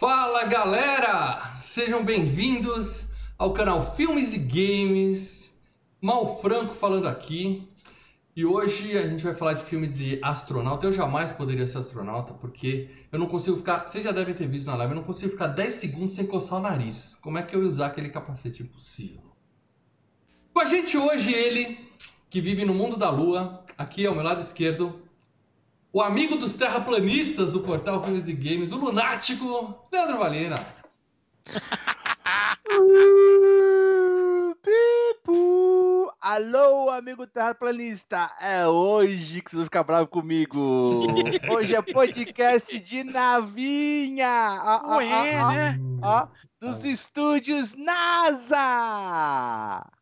Fala galera, sejam bem-vindos ao canal Filmes e Games, Mal Franco falando aqui. E hoje a gente vai falar de filme de astronauta. Eu jamais poderia ser astronauta porque eu não consigo ficar, vocês já devem ter visto na live, eu não consigo ficar 10 segundos sem coçar o nariz. Como é que eu ia usar aquele capacete? Impossível. Com a gente hoje ele, que vive no mundo da lua, aqui ao meu lado esquerdo, o amigo dos terraplanistas do portal Filmes e Games, o lunático Leandro Valina. Pipu! Alô, amigo terraplanista! É hoje que vocês vão ficar bravos comigo! Hoje é podcast de navinha! Né? Dos estúdios NASA!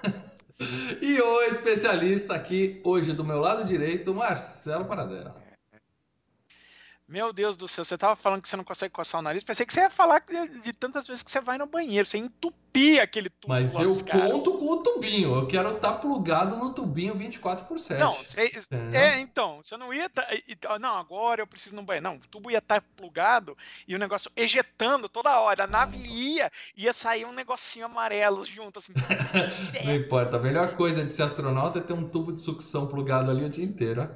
E o especialista aqui hoje do meu lado direito, Marcelo Paradela. Meu Deus do céu, você tava falando que você não consegue coçar o nariz, pensei que você ia falar de tantas vezes que você vai no banheiro, você entupir aquele tubo. Mas eu conto com o tubinho, eu quero estar plugado no tubinho 24/7. Não, então, você não ia não, agora eu preciso ir no banheiro. Não, o tubo ia estar plugado e o negócio ejetando toda hora, a nave ia sair um negocinho amarelo junto, assim. Não importa, a melhor coisa de ser astronauta é ter um tubo de sucção plugado ali o dia inteiro, ó.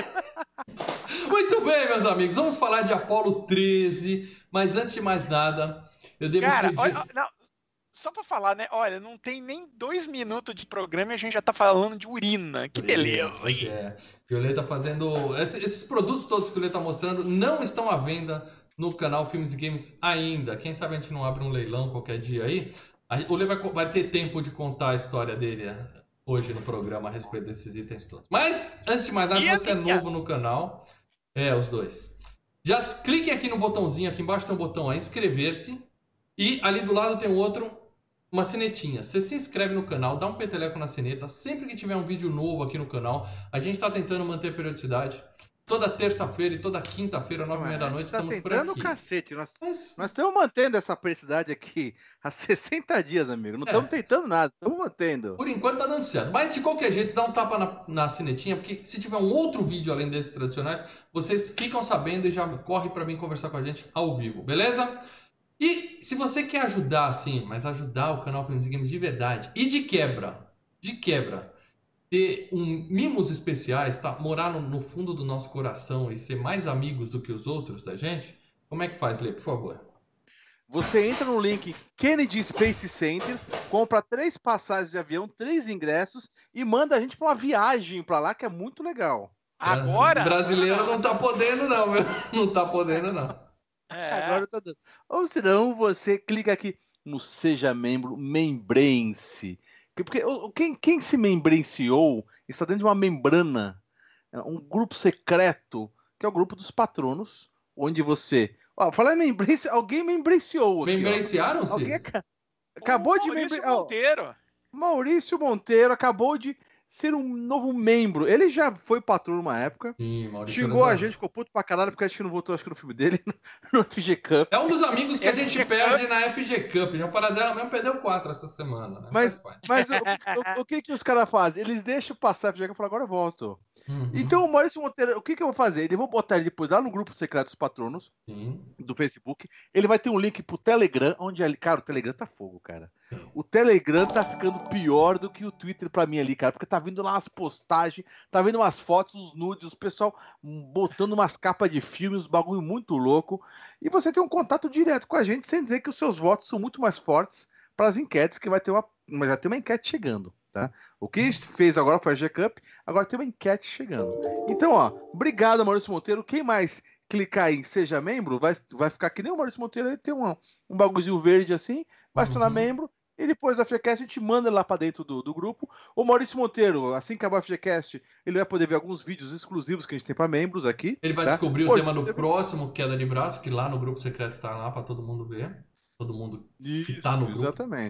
Muito bem, meus amigos, vamos falar de Apollo 13, mas antes de mais nada, eu devo pedir... Não, só pra falar, né? Olha, não tem nem 2 minutos de programa e a gente já tá falando de urina. Que beleza! É. E o Lê tá fazendo... Esses produtos todos que o Lê tá mostrando não estão à venda no canal Filmes e Games ainda. Quem sabe a gente não abre um leilão qualquer dia aí. O Lê vai ter tempo de contar a história dele hoje no programa a respeito desses itens todos. Mas, antes de mais nada, se você é novo no canal... os dois. Já cliquem aqui no botãozinho, aqui embaixo tem um botão a inscrever-se. E ali do lado tem uma sinetinha. Você se inscreve no canal, dá um peteleco na sineta. Sempre que tiver um vídeo novo aqui no canal, a gente está tentando manter a periodicidade. Toda terça-feira e toda quinta-feira, 9h30 da noite, estamos por aqui. Cacete. Nós estamos mantendo essa periodicidade aqui há 60 dias, amigo. Não estamos tentando nada, estamos mantendo. Por enquanto tá dando certo. Mas de qualquer jeito, dá um tapa na sinetinha, porque se tiver um outro vídeo além desses tradicionais, vocês ficam sabendo e já corre para vir conversar com a gente ao vivo, beleza? E se você quer ajudar, sim, mas ajudar o canal Filmes e Games de verdade, e de quebra, ter mimos especiais, tá? Morar no fundo do nosso coração e ser mais amigos do que os outros da gente, como é que faz, Lê, por favor? Você entra no link Kennedy Space Center, compra 3 passagens de avião, 3 ingressos e manda a gente pra uma viagem pra lá que é muito legal. Agora? Brasileiro não tá podendo não, meu. Não tá podendo não. Agora tá dando. Ou senão você clica aqui no Seja Membro, membrense. Porque quem se membrenciou está dentro de uma membrana, um grupo secreto, que é o grupo dos patronos, onde você... falar em membrense, alguém membrenciou aqui. Membrenciaram-se? Alguém acabou de membrenciar. Monteiro. Maurício Monteiro acabou de ser um novo membro. Ele já foi patrono uma época. Sim, Maurício. Xingou a gente, ficou puto pra caralho, porque a gente não votou, acho que no filme dele, no FG Cup. É um dos amigos que a gente perde na FG Cup. O Paradela mesmo perdeu 4 essa semana, né? Mas o que os caras fazem? Eles deixam passar a FG Cup e falam, agora eu volto. Uhum. Então o Maurício Monteiro, o que eu vou fazer? Eu vou botar ele depois lá no grupo secreto dos patronos. Sim. Do Facebook. Ele vai ter um link pro Telegram, onde ali, cara, o Telegram tá fogo, cara. O Telegram tá ficando pior do que o Twitter pra mim ali, cara, porque tá vindo lá umas postagens, tá vindo umas fotos, uns nudes, o pessoal botando umas capas de filmes, uns bagulho muito louco. E você tem um contato direto com a gente, sem dizer que os seus votos são muito mais fortes para as enquetes, que vai ter uma enquete chegando. Tá? O que a gente fez agora foi a G-Cup, agora tem uma enquete chegando. Então, obrigado, Maurício Monteiro. Quem mais clicar em Seja Membro, vai ficar que nem o Maurício Monteiro, aí tem um bagulhozinho verde assim, vai se tornar membro, e depois da FGCast a gente manda lá pra dentro do grupo. O Maurício Monteiro, assim que acabar a FGCast, ele vai poder ver alguns vídeos exclusivos que a gente tem pra membros aqui. Ele vai descobrir o tema do próximo Queda de Braço, que lá no grupo secreto tá lá pra todo mundo ver. Todo mundo que tá no grupo. Exatamente.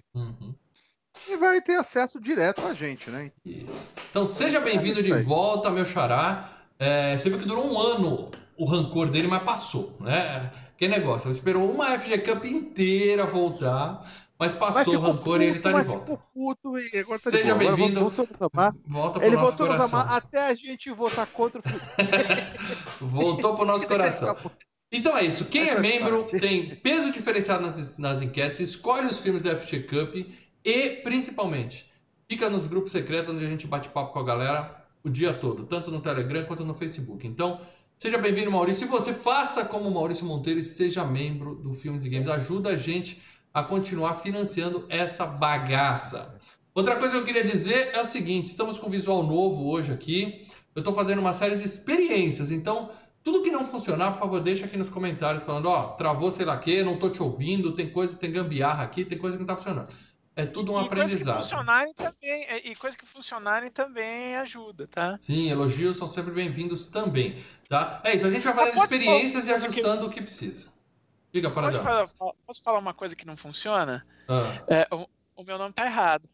E vai ter acesso direto a gente, né? Isso. Então seja bem-vindo de volta, meu xará. Você viu que durou 1 ano o rancor dele, mas passou, né? Que negócio, ele esperou uma FG Cup inteira voltar, mas passou o rancor e ele tá de volta. Seja bem-vindo. Volta pro nosso coração. Até a gente votar contra o Voltou pro nosso coração. Então é isso. Quem é Faz membro parte. tem peso diferenciado nas enquetes, escolhe os filmes da FG Cup e, principalmente, fica nos grupos secretos onde a gente bate papo com a galera o dia todo, tanto no Telegram quanto no Facebook. Então, seja bem-vindo, Maurício. E você faça como o Maurício Monteiro e seja membro do Filmes e Games. Ajuda a gente a continuar financiando essa bagaça. Outra coisa que eu queria dizer é o seguinte, estamos com visual novo hoje aqui. Eu estou fazendo uma série de experiências, então tudo que não funcionar, por favor, deixa aqui nos comentários falando, travou sei lá o que, não tô te ouvindo, tem coisa que tem gambiarra aqui, tem coisa que não tá funcionando. É tudo um aprendizado. Coisas que funcionarem também ajuda, tá? Sim, elogios são sempre bem-vindos também, tá? É isso, a gente vai fazendo experiências e ajustando o que precisa. Diga, Paradela. Posso falar uma coisa que não funciona? Ah. O meu nome tá errado.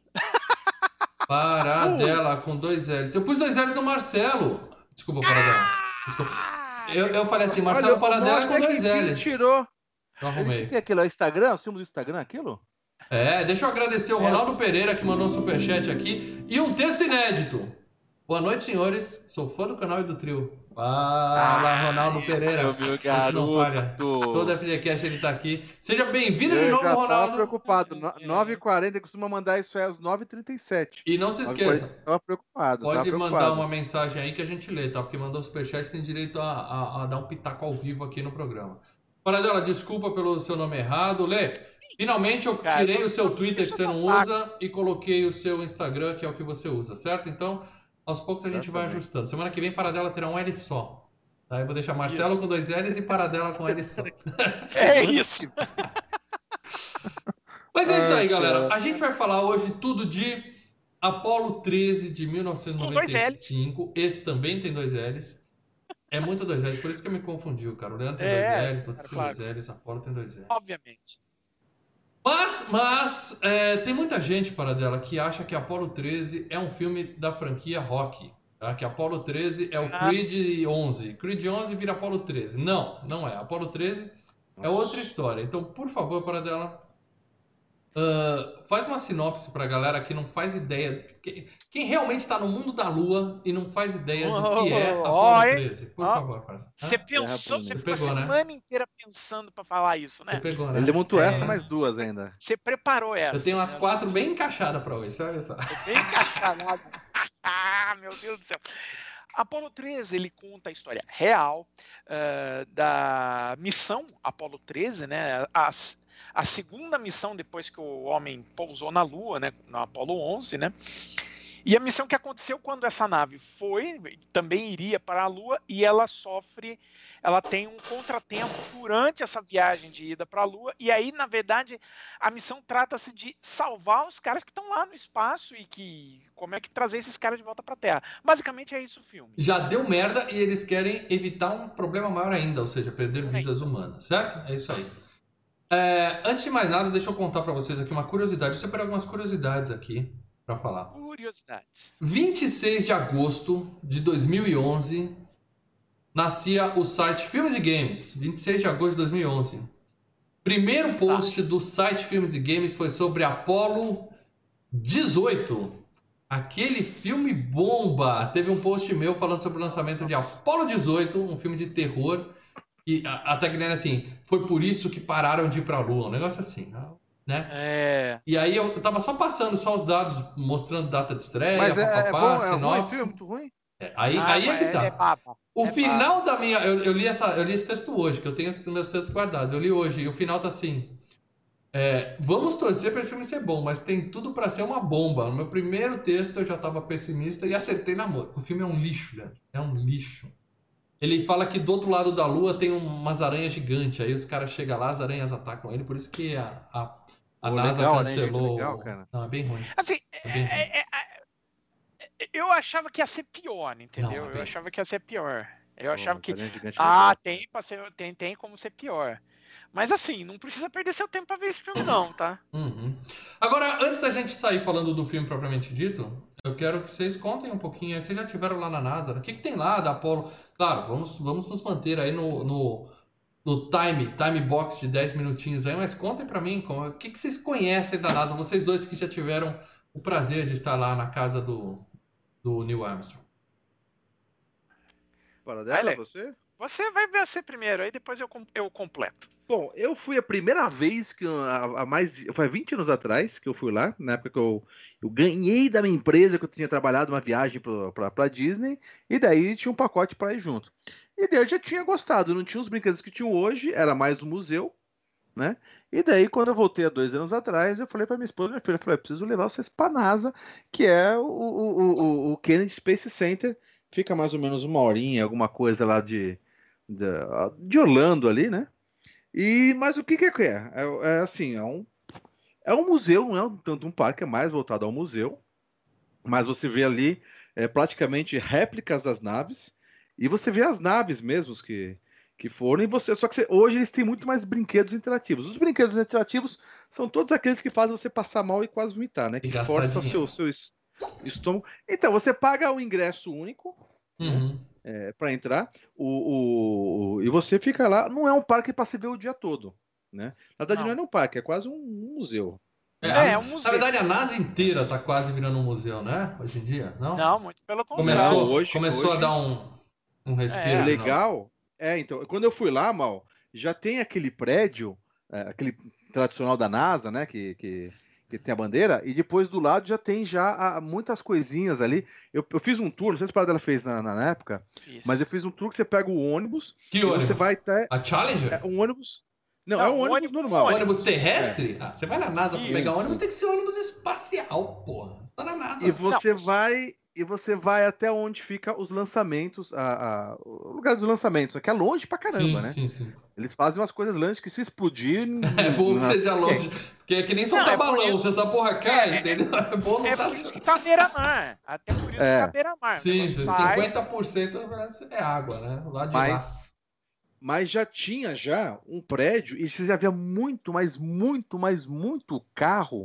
Paradela com 2 L's. Eu pus 2 L's no Marcelo. Desculpa, Paradela. Desculpa. Eu falei assim, Marcelo Paradela com 2 L's. Tirou. Eu arrumei. Tem aquilo, é o Instagram? O símbolo do Instagram, aquilo? Deixa eu agradecer o Ronaldo Pereira que mandou um superchat aqui e um texto inédito. Boa noite, senhores. Sou fã do canal e do trio. Fala, Ronaldo Pereira. Meu Esse garoto. não falha. Todo FGCast ele tá aqui. Seja bem-vindo de novo, Ronaldo. Tava preocupado. 9h40, costuma mandar isso às 9h37. E não se esqueça. Tava preocupado. Pode mandar uma mensagem aí que a gente lê, tá? Porque mandou superchat, tem direito a dar um pitaco ao vivo aqui no programa. Paradela, desculpa pelo seu nome errado. Lê, finalmente eu tirei o seu Twitter que você não usa e coloquei o seu Instagram, que é o que você usa, certo? Então, aos poucos a gente vai ajustando. Semana que vem, Paradela terá um L só. Tá? Eu vou deixar Marcelo com 2 L's e Paradela com L só. É isso. Mas é isso aí, galera. A gente vai falar hoje tudo de Apollo 13 de 1995. Esse também tem 2 L's. É muito 2 L's, por isso que eu me confundi, cara. O Leandro tem 2 L's, você tem 2 L's, Apollo tem 2 L's. Obviamente. Mas tem muita gente, Paradela, que acha que Apollo 13 é um filme da franquia Rocky. Tá? Que Apollo 13 é o Creed 11. Creed 11 vira Apollo 13. Não, não é. Apollo 13 é outra história. Então, por favor, Paradela, faz uma sinopse pra galera que não faz ideia. Quem realmente está no mundo da Lua e não faz ideia do que é Apollo 13. Por favor, Paradela. Você pensou, você ficou a semana inteira pensando pra falar isso, né? Você pegou, né? Ele montou essa mais 2 ainda. Você preparou essa. Eu tenho umas 4 bem encaixadas pra hoje, olha só. Bem encaixada. Meu Deus do céu. Apollo 13, ele conta a história real da missão Apollo 13, né? A segunda missão depois que o homem pousou na Lua, né? No Apollo 11, né? E a missão que aconteceu quando essa nave também iria para a Lua e ela tem um contratempo durante essa viagem de ida para a Lua e aí, na verdade, a missão trata-se de salvar os caras que estão lá no espaço e como é que trazer esses caras de volta para a Terra. Basicamente é isso o filme. Já deu merda e eles querem evitar um problema maior ainda, ou seja, perder vidas humanas, certo? É isso aí. Antes de mais nada, deixa eu contar para vocês aqui uma curiosidade. Eu separei algumas curiosidades aqui para falar. Curiosidades. 26 de agosto de 2011 nascia o site Filmes e Games. 26 de agosto de 2011. Primeiro post do site Filmes e Games foi sobre Apollo 18. Aquele filme bomba. Teve um post meu falando sobre o lançamento de Apollo 18, um filme de terror. E a tagline assim, foi por isso que pararam de ir pra Lua. Um negócio assim, né? E aí eu tava só passando os dados, mostrando data de estreia, mas sinopse. É muito ruim? Aí é que tá. O final da minha... Eu li esse texto hoje, que eu tenho os meus textos guardados. Eu li hoje, e o final tá assim... vamos torcer pra esse filme ser bom, mas tem tudo pra ser uma bomba. No meu primeiro texto eu já tava pessimista e acertei na mão. O filme é um lixo, velho. É um lixo. Ele fala que do outro lado da Lua tem umas aranhas gigantes. Aí os caras chegam lá, as aranhas atacam ele. Por isso que a NASA cancelou. Legal, cara. Não, é bem ruim. Assim, bem ruim. Eu achava que ia ser pior, entendeu? Não, eu achava que ia ser pior. Eu achava que... tem como ser pior. Mas assim, não precisa perder seu tempo pra ver esse filme não, tá? Uhum. Agora, antes da gente sair falando do filme propriamente dito, eu quero que vocês contem um pouquinho. Vocês já estiveram lá na NASA? O que tem lá da Apollo? Claro, vamos nos manter aí no time box de 10 minutinhos aí, mas contem pra mim o que vocês conhecem da NASA, vocês dois que já tiveram o prazer de estar lá na casa do Neil Armstrong. Paradela, você? Você vai ver você primeiro, aí depois eu completo. Bom, eu fui a primeira vez que foi 20 anos atrás que eu fui lá, na época que eu ganhei da minha empresa que eu tinha trabalhado uma viagem pra Disney, e daí tinha um pacote para ir junto. E daí eu já tinha gostado, não tinha os brinquedos que tinham hoje, era mais um museu, né? E daí, quando eu voltei há 2 anos atrás, eu falei para minha esposa, minha filha, eu falei, eu preciso levar vocês para NASA, que é o Kennedy Space Center, fica mais ou menos uma horinha, alguma coisa lá de Orlando ali, né? Mas o que que é? É assim, é um museu, não é tanto um parque, é mais voltado ao museu, mas você vê ali praticamente réplicas das naves, e você vê as naves mesmos que foram, só que hoje eles têm muito mais brinquedos interativos. Os brinquedos interativos são todos aqueles que fazem você passar mal e quase vomitar, né? E Que gastar força dinheiro. seu estômago. Então, você paga o ingresso único, Uhum. para entrar, e você fica lá. Não é um parque para se ver o dia todo, né? Na verdade, não é Não. nem um parque, é quase um museu. É um Na museu. verdade, a NASA inteira tá quase virando um museu, né? Hoje em dia, não? Não, muito pelo contrário. Não, Começou a dar um O respiro. legal então, quando eu fui lá, Mal, já tem aquele prédio, aquele tradicional da NASA, né, que tem a bandeira, e depois do lado já tem muitas coisinhas ali. Eu fiz um tour, não sei se a dela fez na época, Fiz. mas eu fiz um tour que você pega o ônibus, Que e ônibus? você vai até A Challenger? um ônibus. Não, Não, é um ônibus normal. Ônibus terrestre? Ah, você vai na NASA pra pegar Isso. ônibus, tem que ser ônibus espacial, porra. Tá na NASA. E você vai até onde fica os lançamentos, o lugar dos lançamentos, que é longe pra caramba, né? Sim. Eles fazem umas coisas longe que se explodir. É bom que seja longe. Porque é que nem soltar balão. Se essa porra cai, entendeu? É bom não por isso que tá beira-mar. Até por isso que tá beira-mar. Sim, O negócio sai. 50% é água, né? Lá de lá. Mas já tinha um prédio e você já via muito, mas muito, mas muito carro.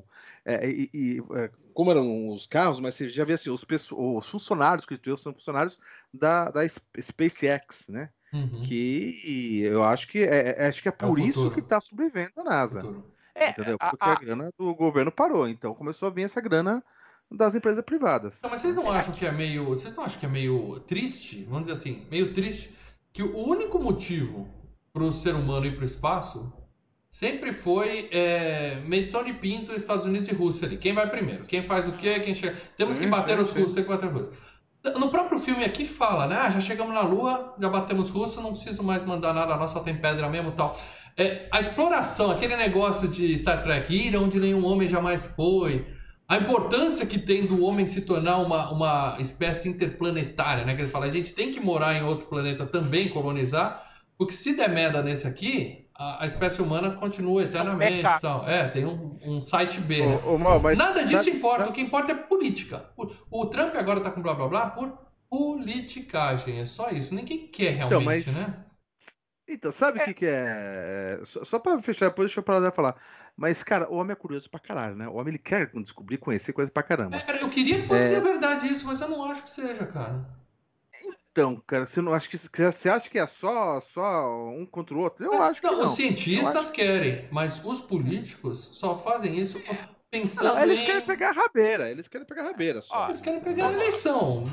Como eram os carros, mas você já via assim, os funcionários que são funcionários da SpaceX, né? Uhum. Que eu acho que é por isso que está sobrevivendo a NASA. Entendeu? Porque a grana do governo parou. Então começou a vir essa grana das empresas privadas. Não, mas vocês não acham que é meio. Vocês não acham que é meio triste? Vamos dizer assim, meio triste que o único motivo para o ser humano ir para o espaço sempre foi medição de pinto Estados Unidos e Rússia ali. Quem vai primeiro? Quem faz o quê? Quem chega? Temos que bater os russos, tem que bater os russos. No próprio filme aqui fala, né? Já chegamos na Lua, já batemos russos, não preciso mais mandar nada, nós só tem pedra mesmo e tal. A exploração, aquele negócio de Star Trek, ir onde nenhum homem jamais foi. A importância que tem do homem se tornar uma espécie interplanetária, né? Que eles falam, a gente tem que morar em outro planeta também, colonizar, porque se der merda nesse aqui, a espécie humana continua eternamente e tal. Tem um site B, né? Nada disso importa, o que importa é política. O Trump agora tá com blá blá blá por politicagem, é só isso. Ninguém quer realmente, né? Então, sabe o que é? Só pra fechar, depois deixa eu parar de falar. Mas, cara, o homem é curioso pra caralho, né? O homem ele quer descobrir, conhecer coisa pra caramba. Eu queria que fosse de verdade isso, mas eu não acho que seja, cara. Então, cara, você acha que é só um contra o outro? Eu acho que não. Os cientistas querem, mas os políticos só fazem isso pensando eles querem pegar a rabeira. Eles querem pegar a rabeira só. Eles querem pegar a eleição.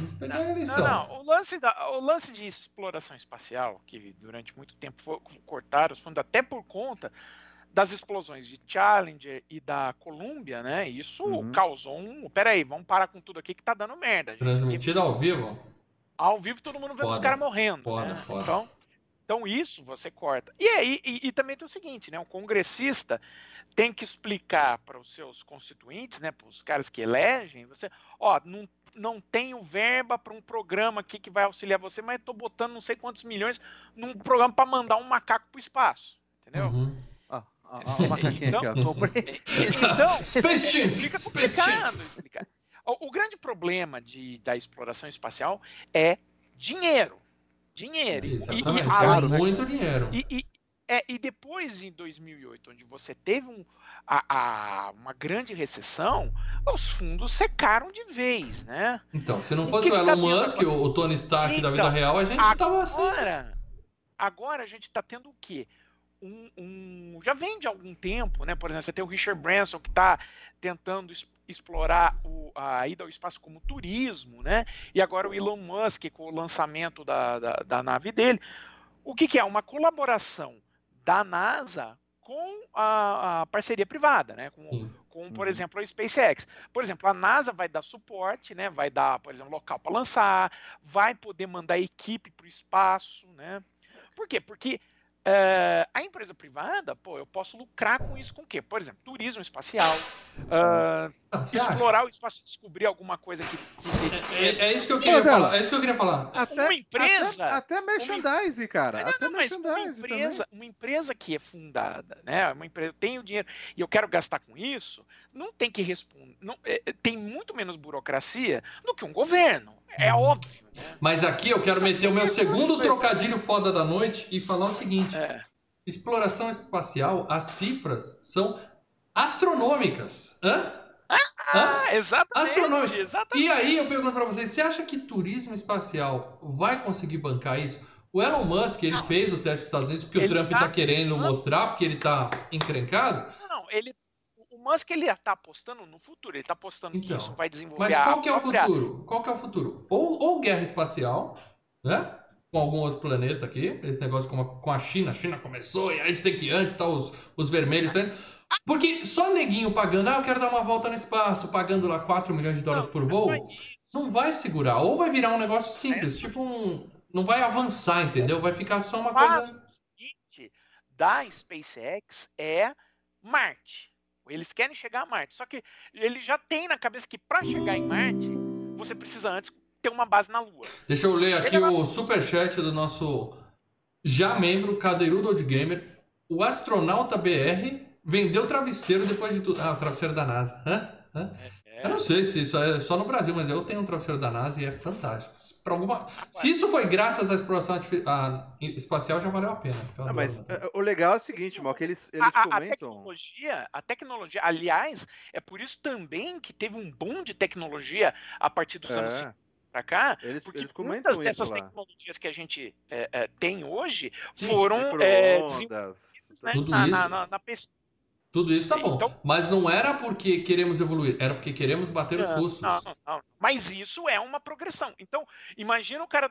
O lance de exploração espacial, que durante muito tempo cortaram os fundos, até por conta das explosões de Challenger e da Columbia, né? Isso causou peraí, vamos parar com tudo aqui que tá dando merda. Transmitido ao vivo? Ao vivo todo mundo vê os caras morrendo. Foda. Então isso você corta. E aí, e também tem o seguinte, né? O congressista tem que explicar para os seus constituintes, né? Para os caras que elegem, não tenho verba para um programa aqui que vai auxiliar você, mas estou botando não sei quantos milhões num programa para mandar um macaco para o espaço. Entendeu? O macaquinho aqui, ó. Então, Spaceship! Fica complicado explicar. O grande problema da exploração espacial é dinheiro. Exatamente, claro, muito dinheiro. E depois, em 2008, onde você teve uma grande recessão, os fundos secaram de vez, né? Então, se não fosse o Elon Musk, o Tony Stark da vida real, a gente estava assim. Agora a gente está tendo o quê? Já vem de algum tempo, né? Por exemplo, você tem o Richard Branson que está tentando explorar a ida ao espaço como turismo, né? E agora o Elon Musk com o lançamento da nave dele. O que é? Uma colaboração da NASA com a parceria privada, né? Com, por exemplo, a SpaceX. Por exemplo, a NASA vai dar suporte, né? Vai dar, por exemplo, local para lançar, vai poder mandar equipe para o espaço, né? Por quê? Porque a empresa privada, pô, eu posso lucrar com isso com o quê? Por exemplo, turismo espacial, explorar o espaço, descobrir alguma coisa que é isso que eu queria falar. É isso que eu queria falar. Uma empresa. Até merchandising, cara. Mas uma empresa que é fundada, né? Uma empresa, eu tenho dinheiro e eu quero gastar com isso, não tem que responder. Tem muito menos burocracia do que um governo. É óbvio. Né? Mas aqui eu quero meter o meu segundo trocadilho foda da noite e falar o seguinte: exploração espacial, as cifras são astronômicas. Exatamente, exatamente. E aí eu pergunto pra vocês, você acha que turismo espacial vai conseguir bancar isso? O Elon Musk, ele fez o teste dos Estados Unidos porque o Trump tá querendo mostrar, porque ele tá encrencado? Não, o Musk, ele tá apostando no futuro, ele tá apostando que isso vai desenvolver. Mas qual que é o futuro? Qual que é o futuro? Ou guerra espacial, né? Com algum outro planeta aqui, esse negócio com a China. A China começou e a gente tem que ir antes, tá os vermelhos. Porque só neguinho pagando, eu quero dar uma volta no espaço, pagando lá $4 milhões por voo, não vai segurar. Ou vai virar um negócio simples, tipo não vai avançar, entendeu? Vai ficar só uma coisa... O seguinte da SpaceX é Marte. Eles querem chegar a Marte. Só que ele já tem na cabeça que para chegar em Marte, você precisa antes ter uma base na Lua. Deixa eu ler aqui o superchat do nosso já membro, Cadeirudo de Gamer. O astronauta BR vendeu travesseiro depois de tudo. O travesseiro da NASA. Eu não sei se isso é só no Brasil, mas eu tenho um travesseiro da NASA e é fantástico. Se isso foi graças à exploração espacial, já valeu a pena. Mas o legal é o seguinte, Mal, que eles comentam... A tecnologia, aliás, é por isso também que teve um boom de tecnologia a partir dos anos 50 para cá, porque muitas dessas tecnologias que a gente tem hoje foram desenvolvidas, né, na pesquisa. Tudo isso tá bom, então, mas não era porque queremos evoluir, era porque queremos bater os custos. Não. Mas isso é uma progressão. Então, imagina o cara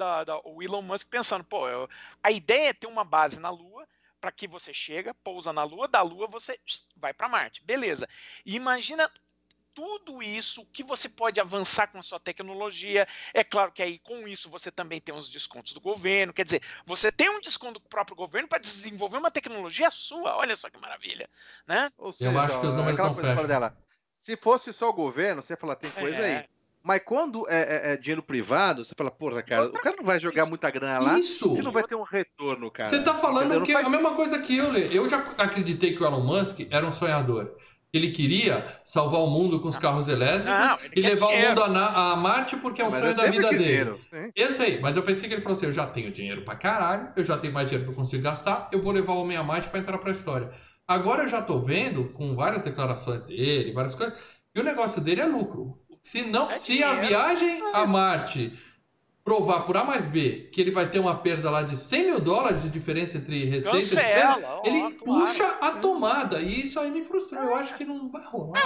o Elon Musk pensando, a ideia é ter uma base na Lua, para que você chega, pousa na Lua, da Lua você vai para Marte. Beleza. E imagina tudo isso que você pode avançar com a sua tecnologia. É claro que aí com isso você também tem os descontos do governo. Quer dizer, você tem um desconto do próprio governo para desenvolver uma tecnologia sua. Olha só que maravilha, né? Ou seja, eu acho que os números estão fechos. Se fosse só o governo, você ia falar, tem coisa aí. Mas quando é dinheiro privado, você fala, porra, cara, o cara não vai jogar muita grana lá, você não vai ter um retorno, cara. Você tá falando que é a mesma coisa que eu, Lê. Eu já acreditei que o Elon Musk era um sonhador. Ele queria salvar o mundo com os carros elétricos e levar o mundo a Marte porque é o sonho da vida dele. Eu sei, mas eu pensei que ele falou assim, eu já tenho dinheiro pra caralho, eu já tenho mais dinheiro que eu consigo gastar, eu vou levar o homem a Marte pra entrar pra história. Agora eu já tô vendo, com várias declarações dele, várias coisas, que o negócio dele é lucro. Se a viagem a Marte provar por A mais B que ele vai ter uma perda lá de $100 mil de diferença entre receita e despesa, ele puxa a tomada. E isso aí me frustrou. Eu acho que não vai rolar.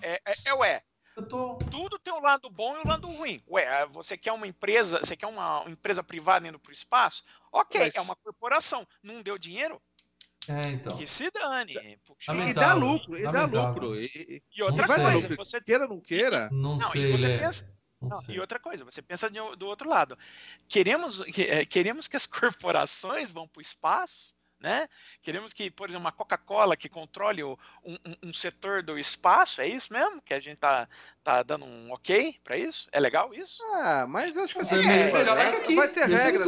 Tudo tem um lado bom e um lado ruim. Você quer uma empresa privada indo para o espaço? Ok, é uma corporação. Não deu dinheiro? Então. Que se dane. E dá lucro, E outra coisa, você queira ou não queira. Não sei, e outra coisa, você pensa do outro lado. Queremos que as corporações vão para o espaço, né? Queremos que, por exemplo, uma Coca-Cola que controle um setor do espaço, é isso mesmo? Que a gente tá dando um ok para isso? É legal isso? Mas acho que vai ter regras.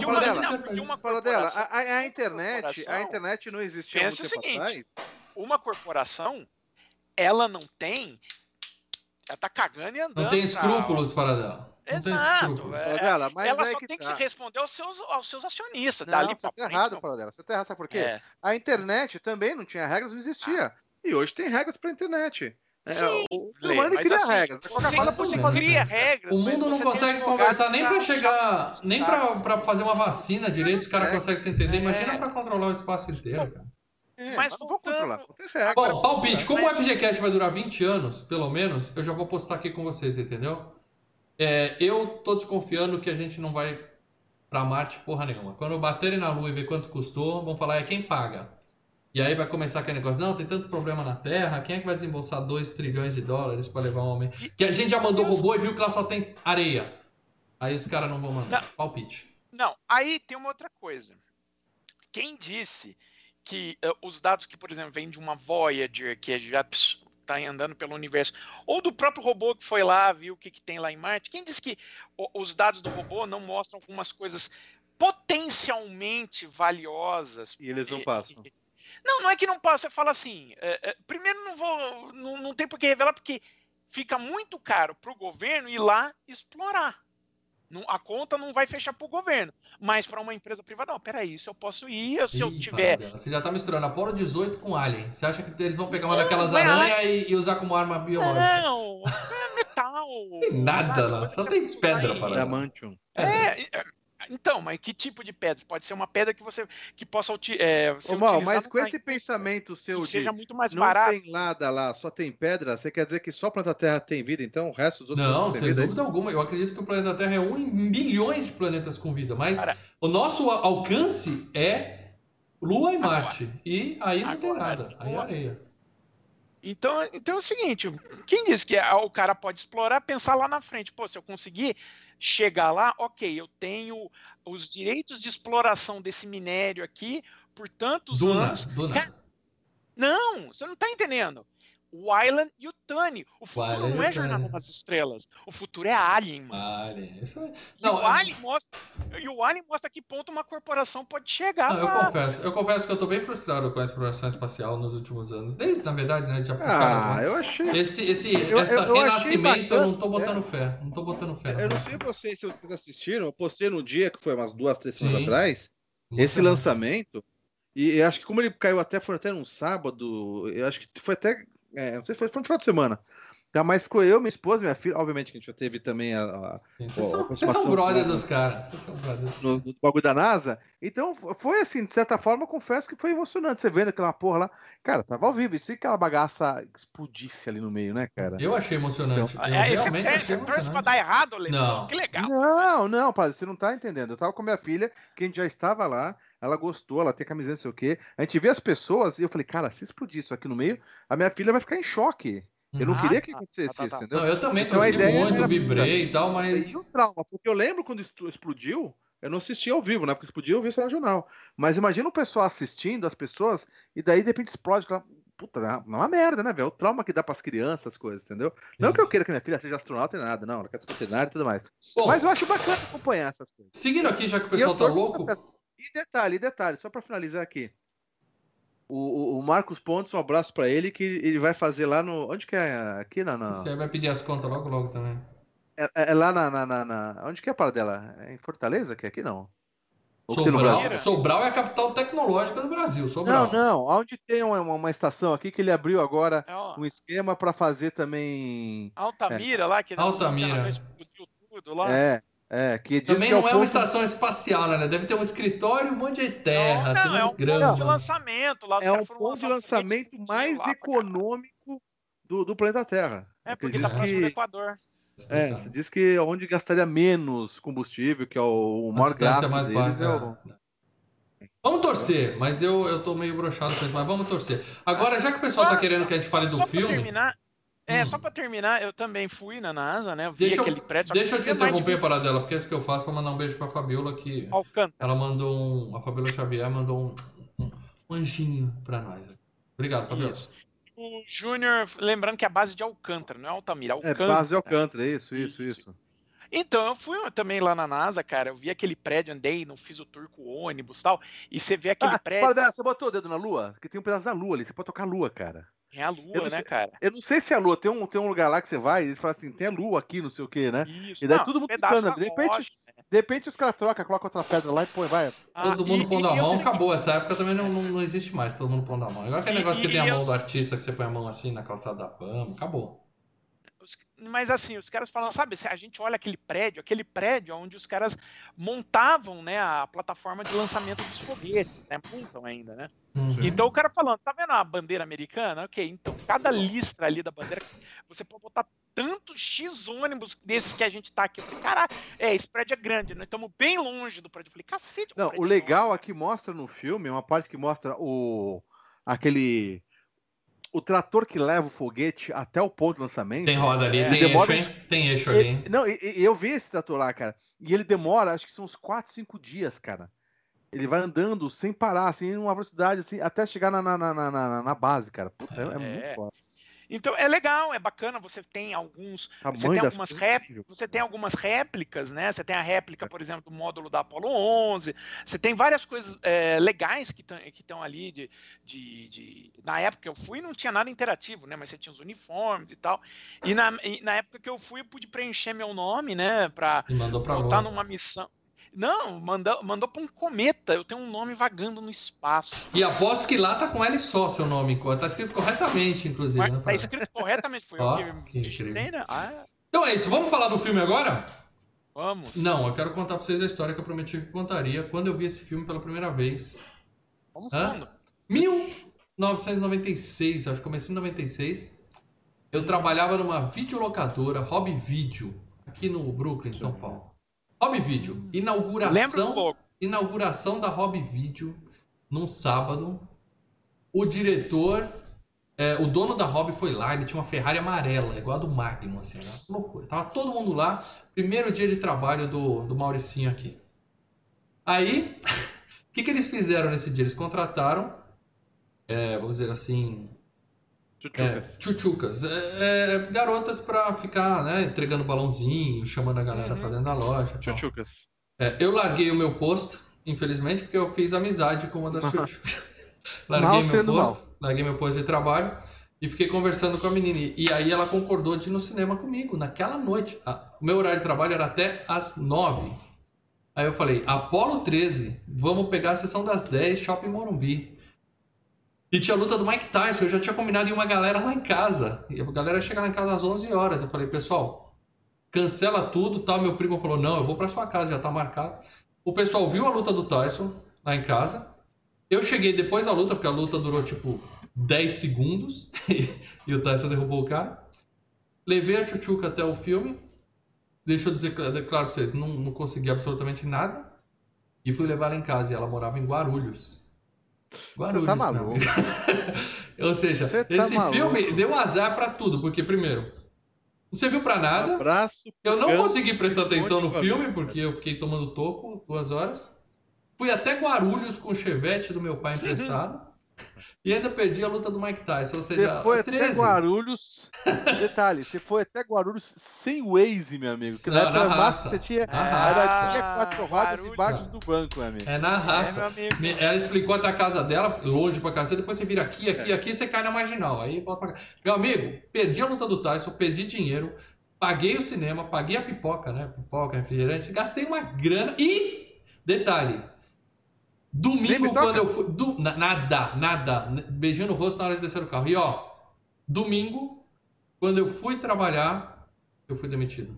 A internet não existia muito tempo atrás. Uma corporação, ela não tem... Ela tá cagando e andando. Não tem escrúpulos para dela. Exato. Ela só tem que se responder aos seus acionistas. Você tá errado, Paradela. Você tá errado, sabe por quê? A internet também não tinha regras, não existia. E hoje tem regras pra internet. O humano cria regras. Você cria regras. O mundo não consegue conversar nem pra chegar, nem pra fazer uma vacina direito, os caras conseguem se entender. Imagina pra controlar o espaço inteiro, cara. Mas não vou controlar. Bom, palpite, como o FGCast vai durar 20 anos, pelo menos, eu já vou postar aqui com vocês, entendeu? Eu tô desconfiando que a gente não vai pra Marte porra nenhuma. Quando baterem na Lua e ver quanto custou, vão falar, quem paga? E aí vai começar aquele negócio, não, tem tanto problema na Terra, quem é que vai desembolsar 2 trilhões de dólares pra levar um homem? Que a gente já mandou robô e viu que lá só tem areia. Aí os caras não vão mandar. Palpite. Não, aí tem uma outra coisa. Quem disse que os dados que, por exemplo, vêm de uma Voyager, que já está andando pelo universo, ou do próprio robô que foi lá, viu o que tem lá em Marte, quem disse que os dados do robô não mostram algumas coisas potencialmente valiosas? E eles não passam. Não é que não passa. Você fala assim, primeiro não tem por que revelar, porque fica muito caro para o governo ir lá explorar. A conta não vai fechar para o governo, mas para uma empresa privada, não, peraí, isso eu posso ir, se eu tiver... Você já tá misturando Apollo 18 com Alien. Você acha que eles vão pegar uma daquelas aranhas e usar como arma biológica? Não, é metal. Tem nada lá, só tem pedra para lá. Adamantium. Então, mas que tipo de pedra? Pode ser uma pedra que possa ser mas com esse pensamento seu que seja muito mais não barato. Tem nada lá, só tem pedra, você quer dizer que só o planeta Terra tem vida, então o resto dos outros não tem sem vida? dúvida alguma. Eu acredito que o planeta Terra é um em milhões de planetas com vida, mas o nosso alcance é Lua e Marte. E aí não tem nada, aí é areia. Então é o seguinte, quem disse que o cara pode explorar, pensar lá na frente, pô, se eu conseguir chegar lá, ok, eu tenho os direitos de exploração desse minério aqui por tantos anos. Não, você não está entendendo. O Wylan e o Tani. O futuro não é Jornada nas Estrelas. O futuro é Alien, mano. Alien, isso é... E o Alien mostra que ponto uma corporação pode chegar. Eu confesso que eu tô bem frustrado com a exploração espacial nos últimos anos. Desde, na verdade, né, já puxaram. Eu achei... Esse renascimento eu não tô botando fé. Não tô botando fé. Eu não sei se vocês assistiram, eu postei no dia, que foi umas 2, 3 semanas atrás, esse lançamento. E acho que como ele caiu foi até num sábado, eu acho que foi até... não sei se foi no final de semana. Tá, mas ficou eu, minha esposa, minha filha. Obviamente que a gente já teve também Vocês são brother dos caras. No bagulho da NASA. Então, foi assim, de certa forma, eu confesso que foi emocionante. Você vendo aquela porra lá. Cara, tava ao vivo. E se aquela bagaça explodisse ali no meio, né, cara? Eu achei emocionante. Então, eu realmente achei emocionante. Torce pra dar errado, Leandro? Que legal. Não, padre, você não tá entendendo. Eu tava com minha filha, que a gente já estava lá. Ela gostou, ela tem camiseta, não sei o quê. A gente vê as pessoas e eu falei, cara, se explodir isso aqui no meio, a minha filha vai ficar em choque. Eu não queria que acontecesse isso, entendeu? Não, eu também torci muito, vibrei e tal, mas... E o trauma, porque eu lembro quando explodiu, eu não assisti ao vivo, né? Porque explodiu, eu vi isso no jornal. Mas imagina o pessoal assistindo, as pessoas, e daí de repente explode. Puta, não é uma merda, né, velho? O trauma que dá pras crianças, as coisas, entendeu? Não que eu queira que minha filha seja astronauta nem nada, não, ela quer ser veterinária e tudo mais. Bom, mas eu acho bacana acompanhar essas coisas. Seguindo aqui, já que o pessoal tá louco... E detalhe, só pra finalizar aqui. O Marcos Pontes, um abraço pra ele, que ele vai fazer lá no... Onde que é? Aqui na... Você vai pedir as contas logo também. É lá Onde que é a parada dela? É em Fortaleza? Que é aqui não? Sobral é a capital tecnológica do Brasil, Sobral. Não. Onde tem uma estação aqui que ele abriu agora um esquema pra fazer também... Altamira lá, que Altamira. Explodiu tudo lá. Que também não é uma estação espacial, né? Deve ter um escritório, um monte de terra, é um ponto de lançamento lá. É um ponto de lançamento mais econômico do planeta Terra. Porque tá próximo do Equador. Você diz que onde gastaria menos combustível, que é o maior gasto mais deles, Vamos torcer, mas eu tô meio broxado com isso, mas vamos torcer. Agora, já que o pessoal tá querendo que a gente fale do filme... Só pra terminar, eu também fui na NASA, né? Aquele prédio. Deixa eu te interromper, Paradela, porque é isso que eu faço pra mandar um beijo pra Fabiola, que ela mandou a Fabiola Xavier mandou um anjinho pra nós. Obrigado, Fabiola. Isso. O Júnior, lembrando que é a base de Alcântara, não é Altamira, Alcântara. É base de Alcântara, isso. Então, eu fui também lá na NASA, cara, eu vi aquele prédio, andei, não fiz o tour com o ônibus e tal, e você vê aquele prédio... Paradela, você botou o dedo na Lua? Porque tem um pedaço da Lua ali, você pode tocar a Lua, cara. É a Lua, né, cara? Eu não sei se é a Lua. Tem um lugar lá que você vai e eles falam assim, tem a Lua aqui, não sei o que, né? Isso. E daí todo mundo ficando. De repente os caras trocam, colocam outra pedra lá e põe, vai. Todo mundo pondo a mão, acabou. Essa época também não existe mais, todo mundo pondo a mão. Agora aquele negócio que tem a mão do artista, que você põe a mão assim na calçada da fama, acabou. Mas assim, os caras falam, sabe, se a gente olha aquele prédio onde os caras montavam, né, a plataforma de lançamento dos foguetes, né, montam ainda, né? Então o cara falando, tá vendo a bandeira americana? Ok, então cada listra ali da bandeira, você pode botar tantos X ônibus desses que a gente tá aqui. Eu falei, caralho, esse prédio é grande, nós estamos bem longe do prédio. Eu falei, cacete, Não, o legal aqui mostra no filme, uma parte que mostra o trator que leva o foguete até o ponto de lançamento. Tem roda ali, tem demora eixo, hein? Tem eixo ali, hein? Não, eu vi esse trator lá, cara. E ele demora, acho que são uns 4, 5 dias, cara. Ele vai andando sem parar, assim, em uma velocidade, assim, até chegar na base, cara. Puta, é muito foda. Então é legal, é bacana, você tem você tem algumas réplicas, né? Você tem a réplica, por exemplo, do módulo da Apollo 11, você tem várias coisas legais que estão ali na época que eu fui não tinha nada interativo, né? Mas você tinha os uniformes e tal. E na época que eu fui eu pude preencher meu nome, né? Para botar numa missão. Não, mandou para um cometa. Eu tenho um nome vagando no espaço. E aposto que lá tá com L só seu nome. Tá escrito corretamente, inclusive. Né, tá escrito corretamente. Foi eu que digitei, né? Então é isso. Vamos falar do filme agora? Vamos. Não, eu quero contar pra vocês a história que eu prometi que contaria quando eu vi esse filme pela primeira vez. Vamos falando. 1996, acho que comecei em 96. Eu trabalhava numa videolocadora, Hobby Video, aqui no Brooklyn, São Paulo. Hobby Video, inauguração da Hobby Video num sábado. O diretor, o dono da Hobby foi lá, ele tinha uma Ferrari amarela, igual a do Magnum, assim, né? Loucura. Tava todo mundo lá, primeiro dia de trabalho do Mauricinho aqui. Aí, o que eles fizeram nesse dia? Eles contrataram, vamos dizer assim, tchutchucas, garotas pra ficar, né, entregando balãozinho, chamando a galera pra dentro da loja. Tchutchucas. Eu larguei o meu posto, infelizmente, porque eu fiz amizade com uma das tchutchucas. Larguei meu posto de trabalho e fiquei conversando com a menina. E aí ela concordou de ir no cinema comigo naquela noite. O meu horário de trabalho era até às 9. Aí eu falei, Apollo 13, vamos pegar a sessão das 10, Shopping Morumbi. E tinha a luta do Mike Tyson, eu já tinha combinado em uma galera lá em casa. E a galera chega lá em casa às 11 horas. Eu falei, pessoal, cancela tudo, tal. Meu primo falou, não, eu vou pra sua casa, já tá marcado. O pessoal viu a luta do Tyson lá em casa. Eu cheguei depois da luta, porque a luta durou tipo 10 segundos. E o Tyson derrubou o cara. Levei a tchutchuca até o filme. Deixa eu dizer claro pra vocês, não consegui absolutamente nada. E fui levar ela em casa, e ela morava em Guarulhos. Você tá maluco. Ou seja, esse filme deu azar pra tudo, porque primeiro, não serviu pra nada. Eu não consegui prestar atenção no filme, porque eu fiquei tomando toco 2 horas. Fui até Guarulhos com o Chevette do meu pai emprestado. E ainda perdi a luta do Mike Tyson, ou seja, você foi até Guarulhos. Detalhe, você foi até Guarulhos sem Waze, meu amigo. Que na raça. Você tinha 4 rodas embaixo do banco, meu amigo. Na raça. Ela explicou até a casa dela, longe pra cacete, depois você vira aqui, você cai na marginal. Aí volta pra cá. Meu amigo, perdi a luta do Tyson, perdi dinheiro, paguei o cinema, paguei a pipoca, né? Pipoca, refrigerante, gastei uma grana e, detalhe, domingo, quando eu fui. Nada. Beijinho no rosto na hora de descer do carro. E domingo, quando eu fui trabalhar, eu fui demitido.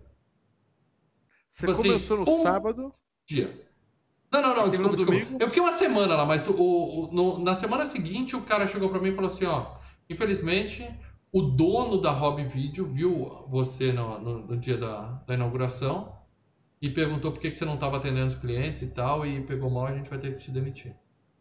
Você começou no sábado? Dia. Não, desculpa. Eu fiquei uma semana lá, mas na semana seguinte o cara chegou pra mim e falou assim: infelizmente, o dono da Hobby Video viu você no dia da inauguração. E perguntou por que você não estava atendendo os clientes e tal, e pegou mal, a gente vai ter que te demitir.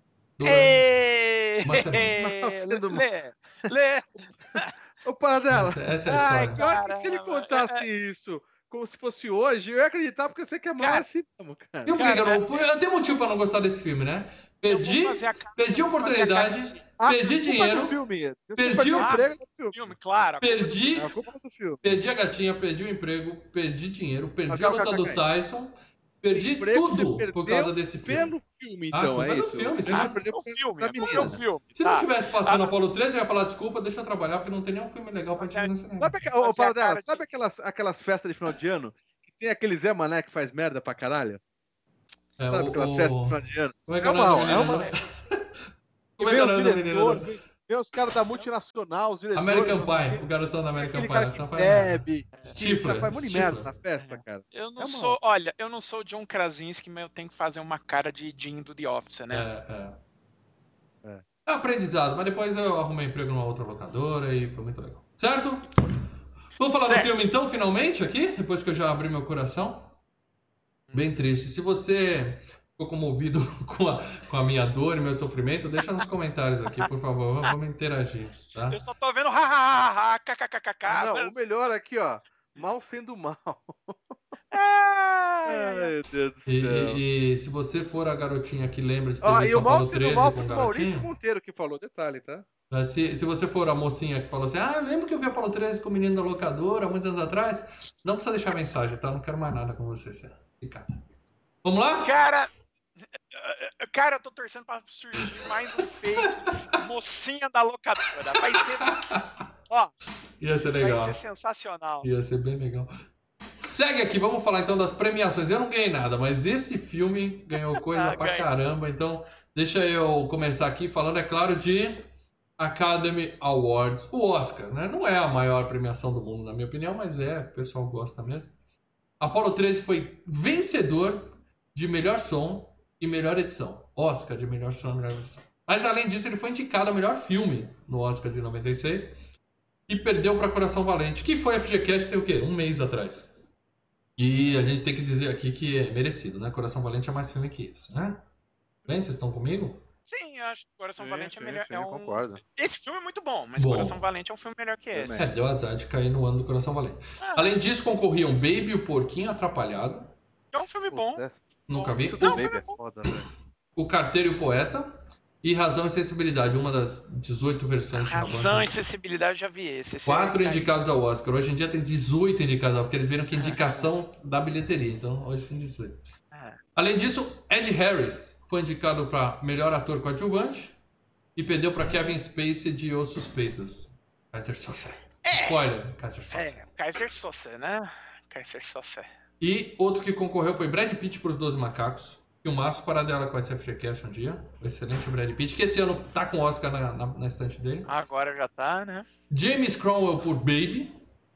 Uma semana. Lê. Ô, Paradela. Essa é a história. Claro que se ele contasse isso como se fosse hoje, eu ia acreditar, porque eu sei que é mais assim mesmo, cara. Eu tenho motivo pra não gostar desse filme, né? Perdi a oportunidade, perdi dinheiro, perdi o emprego, claro. Perdi a gatinha, perdi o emprego, perdi dinheiro, perdi a luta do Tyson, perdi tudo por causa desse filme. Pelo filme, então, é isso? Pelo filme. Se não tivesse passando Apollo 13, eu ia falar, desculpa, deixa eu trabalhar, porque não tem nenhum filme legal pra te ver no cinema. Sabe aquelas festas de final de ano? Que tem aquele Zé Mané que faz merda pra caralho? Sabe aquelas festas de final de ano? Como é que é o nome do menino? Como é que é o nome do menino? Vê os caras da multinacional, os diretores. American Pie, o garotão da American Aquele Pie. cara Não que precisa fazer nada. bebe, Stifler. faz muito merda na festa, cara. Eu não É sou, olha, eu não sou o John Krasinski, mas eu tenho que fazer uma cara de Jim do The Office, né? É aprendizado, mas depois eu arrumei emprego numa outra locadora e foi muito legal. Certo? Vamos falar do filme então, finalmente, aqui? Depois que eu já abri meu coração. Bem triste. Se você ficou comovido com a minha dor e meu sofrimento, deixa nos comentários aqui, por favor. Vamos interagir, tá? Eu só tô vendo ha, kkkk. Não, o melhor aqui, ó. Mal sendo mal. Ai, Meu Deus do céu. E se você for a garotinha que lembra de ter E visto o mal Apolo sendo 13 mal com foi o o Maurício garotinho... Monteiro que falou, detalhe, tá? Se você for a mocinha que falou assim, eu lembro que eu vi Apolo 13 com o menino da locadora há muitos anos atrás, não precisa deixar mensagem, tá? Não quero mais nada com você, Ricardo. Vamos lá? Cara, eu tô torcendo pra surgir mais um fake mocinha da locadora. Vai ser... Ó, ia ser legal. Vai ser sensacional. Ia ser bem legal. Segue aqui, vamos falar então das premiações. Eu não ganhei nada, mas esse filme ganhou coisa pra caramba. Então, deixa eu começar aqui falando, é claro, de Academy Awards. O Oscar, né? Não é a maior premiação do mundo, na minha opinião, mas o pessoal gosta mesmo. Apollo 13 foi vencedor de melhor som e melhor edição. Oscar de melhor som e melhor edição. Mas além disso, ele foi indicado a melhor filme no Oscar de 96 e perdeu para Coração Valente, que foi FGCast tem o quê? Um mês atrás. E a gente tem que dizer aqui que é merecido, né? Coração Valente é mais filme que isso, né? Bem, vocês estão comigo? Sim, eu acho que Coração Valente é melhor. Sim, concordo. Esse filme é muito bom, mas Coração Valente é um filme melhor que esse. Deu azar de cair no ano do Coração Valente. Além disso, concorriam Baby, o Porquinho Atrapalhado. É um filme bom. Nunca vi. Isso do Baby é foda, velho. O Carteiro e o Poeta. E Razão e Sensibilidade, uma das 18 versões de Razão e Sensibilidade, já vi esse. 4 indicados ao Oscar. Hoje em dia tem 18 indicados, porque eles viram que indicação da bilheteria. Então, hoje tem 18. Além disso, Ed Harris foi indicado para melhor ator coadjuvante e perdeu para Kevin Spacey de Os Suspeitos. Kaiser Soze. Spoiler, Kaiser Soze. Kaiser Soze, né? Kaiser Soze. E outro que concorreu foi Brad Pitt por Os 12 Macacos. Filmaço, Paradela com essa FGCast um dia. O excelente Brad Pitt, que esse ano tá com o Oscar na estante dele. Agora já tá, né? James Cromwell por Baby.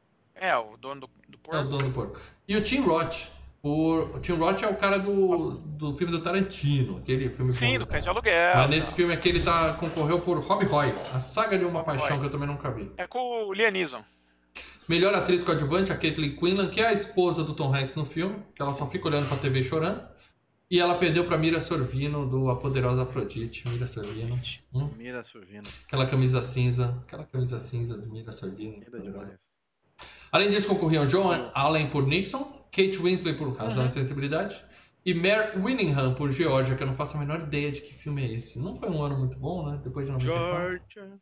O dono do porco. É o dono do porco. E o Tim Roth. O Tim Roth é o cara do filme do Tarantino. Aquele filme. Sim, do Cães de Aluguel. Mas nesse filme aqui ele concorreu por Robbie Roy. A Saga de uma Paixão, que eu também nunca vi. É com o Liam Neeson. Melhor atriz coadjuvante, a Caitlin Quinlan, que é a esposa do Tom Hanks no filme. Que ela só fica olhando pra TV chorando. E ela perdeu pra Mira Sorvino, do A Poderosa Afrodite. Mira Sorvino. Mira Sorvino. Aquela camisa cinza de Mira Sorvino. Além disso, concorriam John Allen por Nixon, Kate Winslet por Razão e Sensibilidade e Mare Winningham por Georgia, que eu não faço a menor ideia de que filme é esse. Não foi um ano muito bom, né? Depois de 94.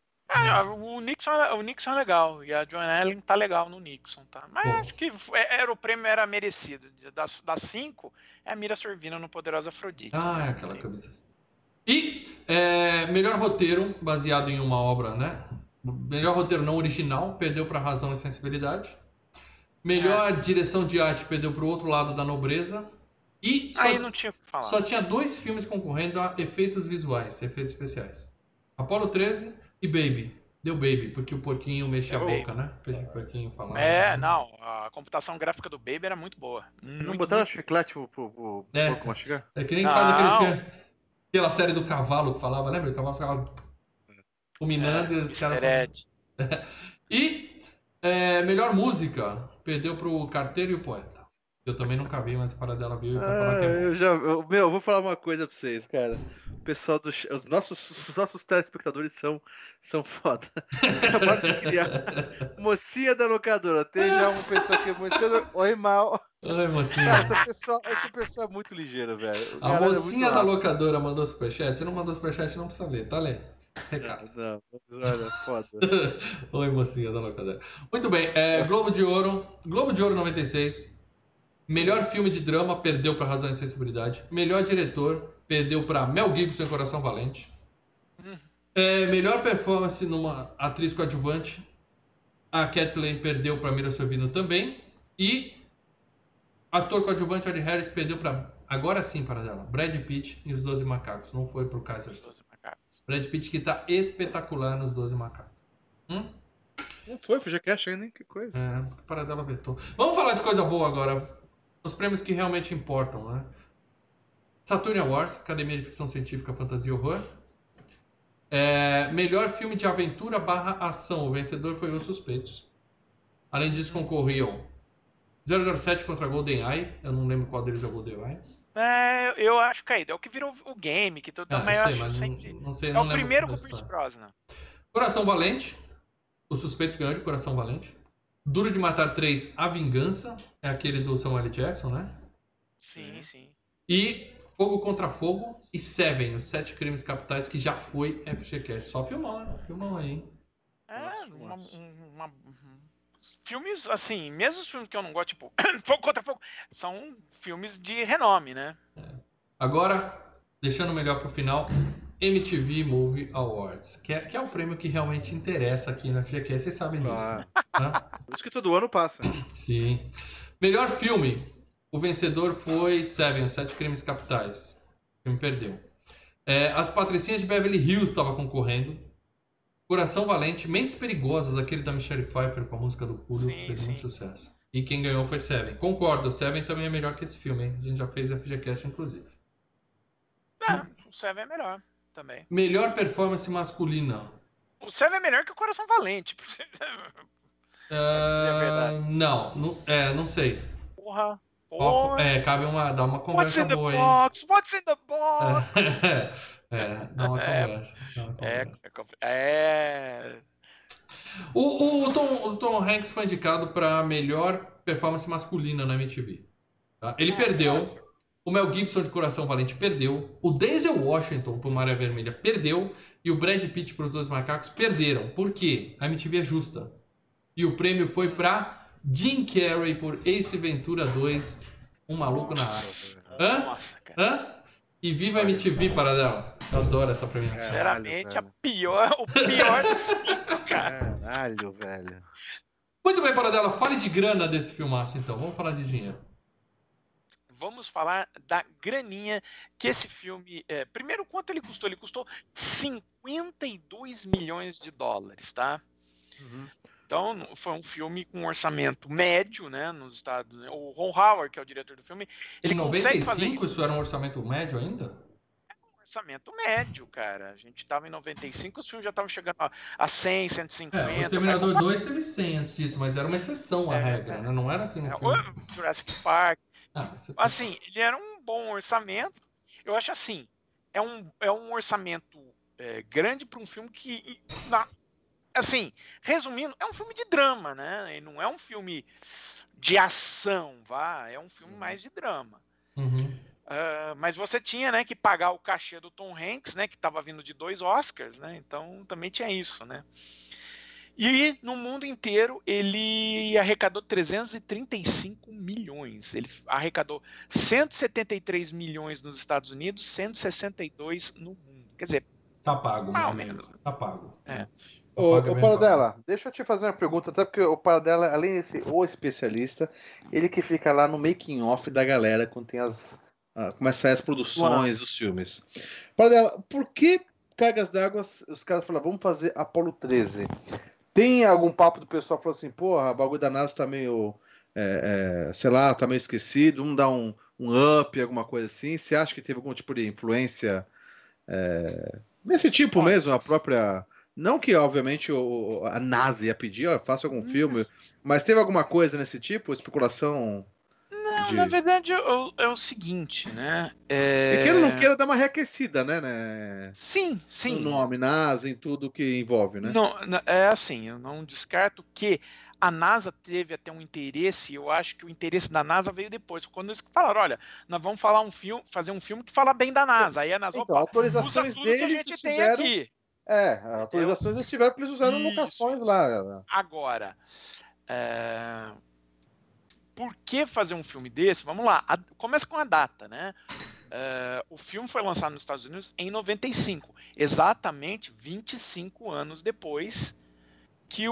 O Nixon é legal. E a Joan Allen tá legal no Nixon, tá? Mas acho que o prêmio era merecido. Das 5, é a Mira Sorvino no Poderosa Afrodite. É aquela camisa. E melhor roteiro, baseado em uma obra, né? Melhor roteiro não original, perdeu para Razão e Sensibilidade. Melhor direção de arte, perdeu para o Outro Lado da Nobreza. E aí não tinha o que falar. Só tinha 2 filmes concorrendo a efeitos visuais, efeitos especiais. Apollo 13 e Baby. Deu Baby, porque o porquinho mexia a boca, né? O porquinho falava. Não. A computação gráfica do Baby era muito boa. Não botaram chiclete pro porco mastigar? É que nem faz aquela série do cavalo que falava, né? O cavalo ficava ruminando e os caras... E melhor música, perdeu pro Carteiro e o Poeta. Eu também nunca vi, mas para dela viu pra falar que é bom. Eu vou falar uma coisa pra vocês, cara. O pessoal os nossos telespectadores são foda. Acabaram de criar mocinha da locadora. Tem já uma pessoa que é mocinha. Oi, mal. Oi, mocinha. Cara, essa pessoa é muito ligeira, velho. A mocinha da locadora mandou superchat. Se não mandou superchat, não precisa ler, tá lendo? Recado. Não, olha, foda. Oi, mocinha da locadora. Muito bem, Globo de Ouro 96. Melhor filme de drama, perdeu para Razão e Sensibilidade. Melhor diretor, perdeu para Mel Gibson em Coração Valente. Melhor performance numa atriz coadjuvante, a Kathleen perdeu para Mira Sorvino também. E ator coadjuvante, Ed Harris, perdeu para, agora sim, para ela, Brad Pitt e Os 12 Macacos. Não foi pro Kaiser Soze. Brad Pitt que tá espetacular nos 12 Macacos. Não foi FGCast ainda, hein? Que coisa. A Paradela vetou. Vamos falar de coisa boa agora. Os prêmios que realmente importam, né? Saturn Awards, Academia de Ficção Científica, Fantasia e Horror. Melhor filme de aventura / ação. O vencedor foi Os Suspeitos. Além disso, concorriam 007 contra GoldenEye. Eu não lembro qual deles é o GoldenEye. Eu acho caído. É o que virou o game. Que eu também sei, acho mas sempre... não sei, É não o lembro primeiro da com o Pierce história. Brosnan. Coração Valente. Os Suspeitos ganhou de Coração Valente. Duro de Matar 3, A Vingança. É aquele do Samuel L. Jackson, né? Sim. E Fogo contra Fogo e Seven, os 7 Crimes Capitais, que já foi FGCast. Só filmão, né? Filmão aí, hein? Filmes, assim, mesmo os filmes que eu não gosto, tipo Fogo contra Fogo, são filmes de renome, né? Agora, deixando melhor pro final, MTV Movie Awards, que é o prêmio que realmente interessa aqui na FGCast, vocês sabem disso. Né? Por isso que todo ano passa. Sim. Melhor filme. O vencedor foi Seven, os 7 Crimes Capitais. O filme perdeu. As Patricinhas de Beverly Hills estava concorrendo. Coração Valente, Mentes Perigosas, aquele da Michelle Pfeiffer com a música do Coolio, fez muito sucesso. E quem ganhou foi Seven. Concordo, Seven também é melhor que esse filme, hein? A gente já fez FGCast, inclusive. O Seven é melhor também. Melhor performance masculina. O Seven é melhor que o Coração Valente. Pra dizer a verdade. Não sei. Porra. Cabe dar uma conversa boa aí. What's in the box? Dá uma conversa. O Tom Hanks foi indicado para melhor performance masculina na MTV. Tá? Ele perdeu. O Mel Gibson de Coração Valente perdeu. O Denzel Washington por Maré Vermelha perdeu. E o Brad Pitt por Os Dois Macacos perderam. Por quê? A MTV é justa. E o prêmio foi para Jim Carrey por Ace Ventura 2, Um Maluco na Área. Nossa, cara. E viva a MTV, Paradela. Eu adoro essa premiação. Sinceramente, o pior dos 5, cara. Caralho, velho. Muito bem, Paradela. Fale de grana desse filmaço, então. Vamos falar de dinheiro. Vamos falar da graninha que esse filme... primeiro, quanto ele custou? Ele custou 52 milhões de dólares, tá? Então, foi um filme com um orçamento médio, né, nos Estados Unidos. O Ron Howard, que é o diretor do filme, ele em consegue fazer 95 isso era um orçamento médio ainda? um orçamento médio, cara. A gente estava em 95, os filmes já estavam chegando a 100, 150. O Exterminador 2 teve 100 antes disso, mas era uma exceção à regra, né? Não era assim um filme. O Jurassic Park. Assim, ele era um bom orçamento. Eu acho assim, é um orçamento grande para um filme que... Assim, resumindo, é um filme de drama, né? Ele não é um filme de ação, é um filme mais de drama. Mas você tinha, né, que pagar o cachê do Tom Hanks, né, que estava vindo de 2 Oscars, né? Então também tinha isso, né? E no mundo inteiro ele arrecadou 335 milhões. Ele arrecadou 173 milhões nos Estados Unidos, 162 no mundo. Quer dizer, tá pago, mais ou menos. Tá pago. Ô Paradela, deixa eu te fazer uma pergunta, até porque o Paradela, além de ser o especialista, ele que fica lá no making off da galera quando tem começa as produções dos filmes. Paradela, por que Cargas d'Água os caras falaram, vamos fazer Apollo 13? Tem algum papo do pessoal que falou assim, porra, o bagulho da NASA tá meio, sei lá, tá meio esquecido, vamos dar um up, alguma coisa assim? Você acha que teve algum tipo de influência nesse tipo mesmo, a própria... Não que, obviamente, a NASA ia pedir, faça algum filme, mas teve alguma coisa nesse tipo? Especulação? Não, na verdade é o seguinte, né? Queira ou não queira dar uma reaquecida, né? Sim. No nome, NASA, em tudo que envolve, né? Não, é assim, eu não descarto que a NASA teve até um interesse, eu acho que o interesse da NASA veio depois, quando eles falaram, olha, nós vamos fazer um filme que fala bem da NASA, aí a NASA autorizações usa tudo que a gente tem aqui. Autorizações eles tiveram porque eles usaram locações lá. Agora, por que fazer um filme desse? Vamos lá, começa com a data, né? O filme foi lançado nos Estados Unidos em 95, exatamente 25 anos depois que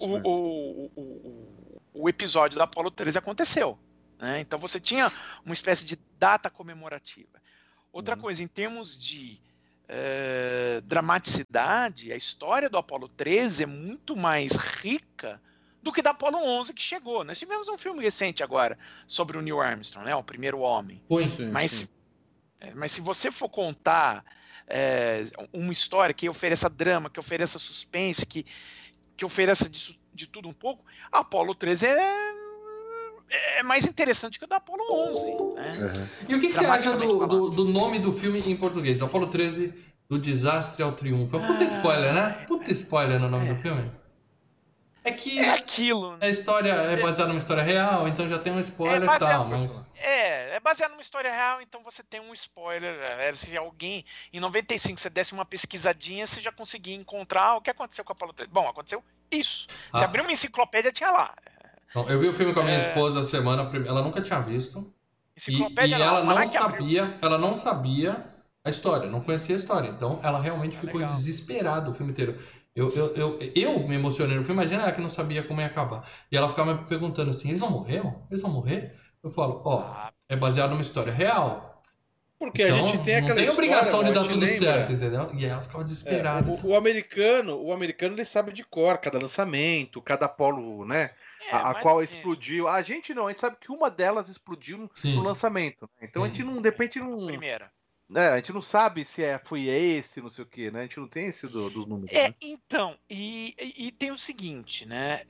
o episódio da Apollo 13 aconteceu, né? Então você tinha uma espécie de data comemorativa. Outra coisa, em termos de dramaticidade, a história do Apollo 13 é muito mais rica do que da Apollo 11 que chegou. Nós tivemos um filme recente agora sobre o Neil Armstrong, né, o primeiro homem. Mas se você for contar uma história que ofereça drama, que ofereça suspense, que ofereça de tudo um pouco, a Apollo 13 é mais interessante que a da Apollo 11. Né? E o que você acha do nome do filme em português? Apollo 13, do desastre ao triunfo. É um puta spoiler, né? Puta spoiler no nome do filme. É que aquilo. A história é baseada numa história real, então já tem um spoiler e tal, mas... É baseado numa história real, então você tem um spoiler. Se alguém, em 95, você desse uma pesquisadinha, você já conseguia encontrar o que aconteceu com a Apollo 13. Bom, aconteceu isso. Você abriu uma enciclopédia, tinha lá. Bom, eu vi o filme com a minha esposa a semana, ela nunca tinha visto. Enciclopédia e ela não sabia a história, não conhecia a história. Então ela realmente ficou desesperada o filme inteiro. Eu me emocionei no filme, imagina ela que não sabia como ia acabar. E ela ficava me perguntando assim, eles vão morrer? Eles vão morrer? Eu falo, é baseado numa história real. Porque então, a gente tem aquela não tem obrigação de dar tudo lembra? certo, entendeu? E ela ficava desesperada. O americano ele sabe de cor cada lançamento, cada Apollo, né? A qual explodiu. A gente não, a gente sabe que uma delas explodiu no lançamento. Né? Então a gente não, de repente não. Primeira. A gente não sabe se foi esse, não sei o que, né? A gente não tem esse dos números. Né? Então, e tem o seguinte, né?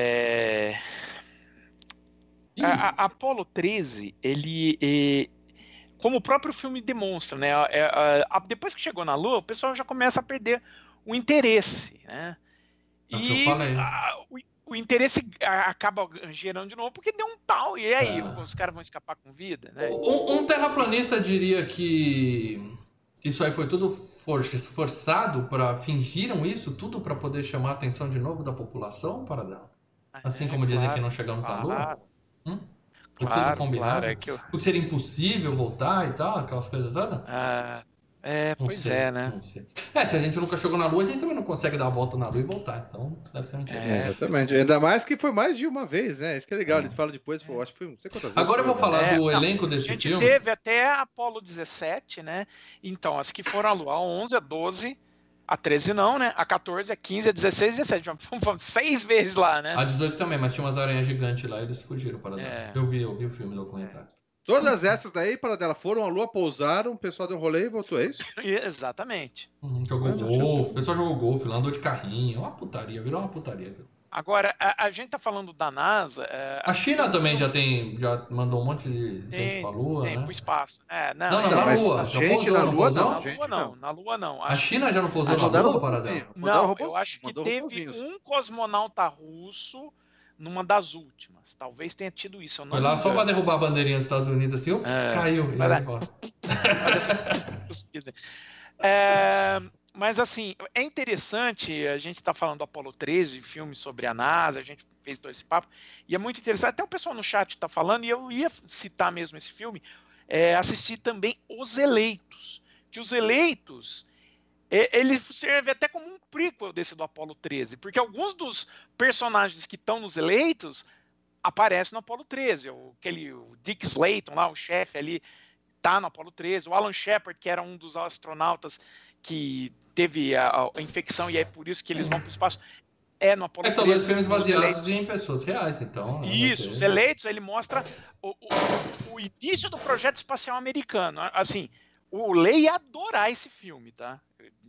A Apollo 13, ele. Como o próprio filme demonstra, né? Depois que chegou na Lua, o pessoal já começa a perder o interesse, né? Que eu falei. O interesse acaba gerando de novo porque deu um pau. E aí, os caras vão escapar com vida, né? Um terraplanista diria que isso aí foi tudo forçado para fingiram isso tudo para poder chamar a atenção de novo da população, Paradão? Assim como dizem que não chegamos à Lua? Foi tudo combinado? Porque seria impossível voltar e tal, aquelas coisas todas? Né? Não sei. Se a gente nunca chegou na Lua, a gente também não consegue dar a volta na Lua e voltar. Então, deve ser mentira. Exatamente. Ainda mais que foi mais de uma vez, né? Isso que é legal. Eles falam depois, acho que foi não sei quantas vezes. Agora eu vou falar do elenco desse filme. A gente teve até a Apollo 17, né? Então, as que foram à Lua, a 11, a 12, a 13 não, né? A 14, a 15, a 16 e a 17. Fomos 6 vezes lá, né? A 18 também, mas tinha umas aranhas gigantes lá e eles fugiram para dar. Eu vi o filme documentário. Todas essas daí, para dela, foram à Lua, pousaram, o pessoal deu um rolê e voltou, é isso? Exatamente. Jogou golfe, o pessoal jogou golfe lá, andou de carrinho, uma putaria, virou uma putaria. Viu? Agora, a gente tá falando da NASA... a China também já mandou um monte de gente pra Lua, né? Pro espaço. Na Lua. Gente na Lua não. Na Lua não. A China já não pousou na Lua, Paradão? Não, eu acho que teve um cosmonauta russo numa das últimas. Talvez tenha tido isso. Foi lá só pra derrubar a bandeirinha dos Estados Unidos, assim, caiu. Mas assim, é interessante, a gente tá falando do Apollo 13, filme sobre a NASA, a gente fez todo esse papo, e é muito interessante, até o pessoal no chat tá falando, e eu ia citar mesmo esse filme, assistir também Os Eleitos, que Os Eleitos, ele serve até como um prequel desse do Apollo 13, porque alguns dos personagens que estão nos Eleitos aparecem no Apollo 13, o Dick Slayton lá, o chefe ali, tá no Apollo 13, o Alan Shepard, que era um dos astronautas que teve a infecção e é por isso que eles vão para o espaço, no Apollo 13. São dois filmes baseados em pessoas reais, então. Isso, Os Eleitos, ele mostra o início do projeto espacial americano. Assim, o Lei ia adorar esse filme, tá?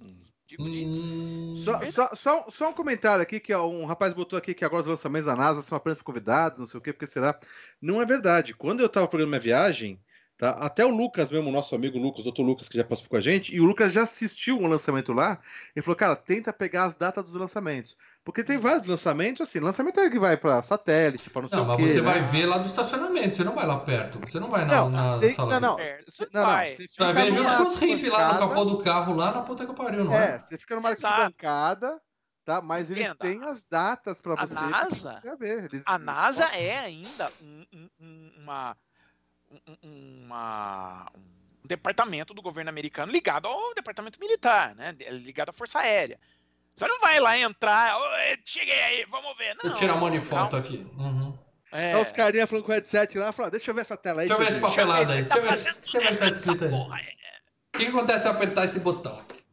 Só um comentário aqui, que um rapaz botou aqui que agora os lançamentos da NASA são apenas convidados, não sei o quê, porque será? Não é verdade. Quando eu estava programando minha viagem, tá? Até o Lucas mesmo, nosso amigo Lucas, doutor Lucas, que já passou com a gente, e o Lucas já assistiu um lançamento lá, ele falou, cara, tenta pegar as datas dos lançamentos. Porque tem vários lançamentos, assim, lançamento é que vai para satélite, para não sei o quê. Não, mas você vai ver lá do estacionamento, você não vai lá perto, você não vai na sala. Não. Você vai ver junto com os hippies lá no capô do carro, lá na puta que pariu, não é? Você fica numa arquibancada, tá? Mas eles têm as datas para você. A NASA é ainda um departamento do governo americano ligado ao departamento militar, né? Ligado à Força Aérea. Você não vai lá entrar, cheguei aí, vamos ver. Não, vou tirar um monte de foto aqui. Os carinha falando com o headset lá, falando, deixa eu ver essa tela aí. Deixa eu ver esse papelado aí. Deixa eu ver o que você vai estar escrito aí. O que acontece se eu apertar esse botão aqui?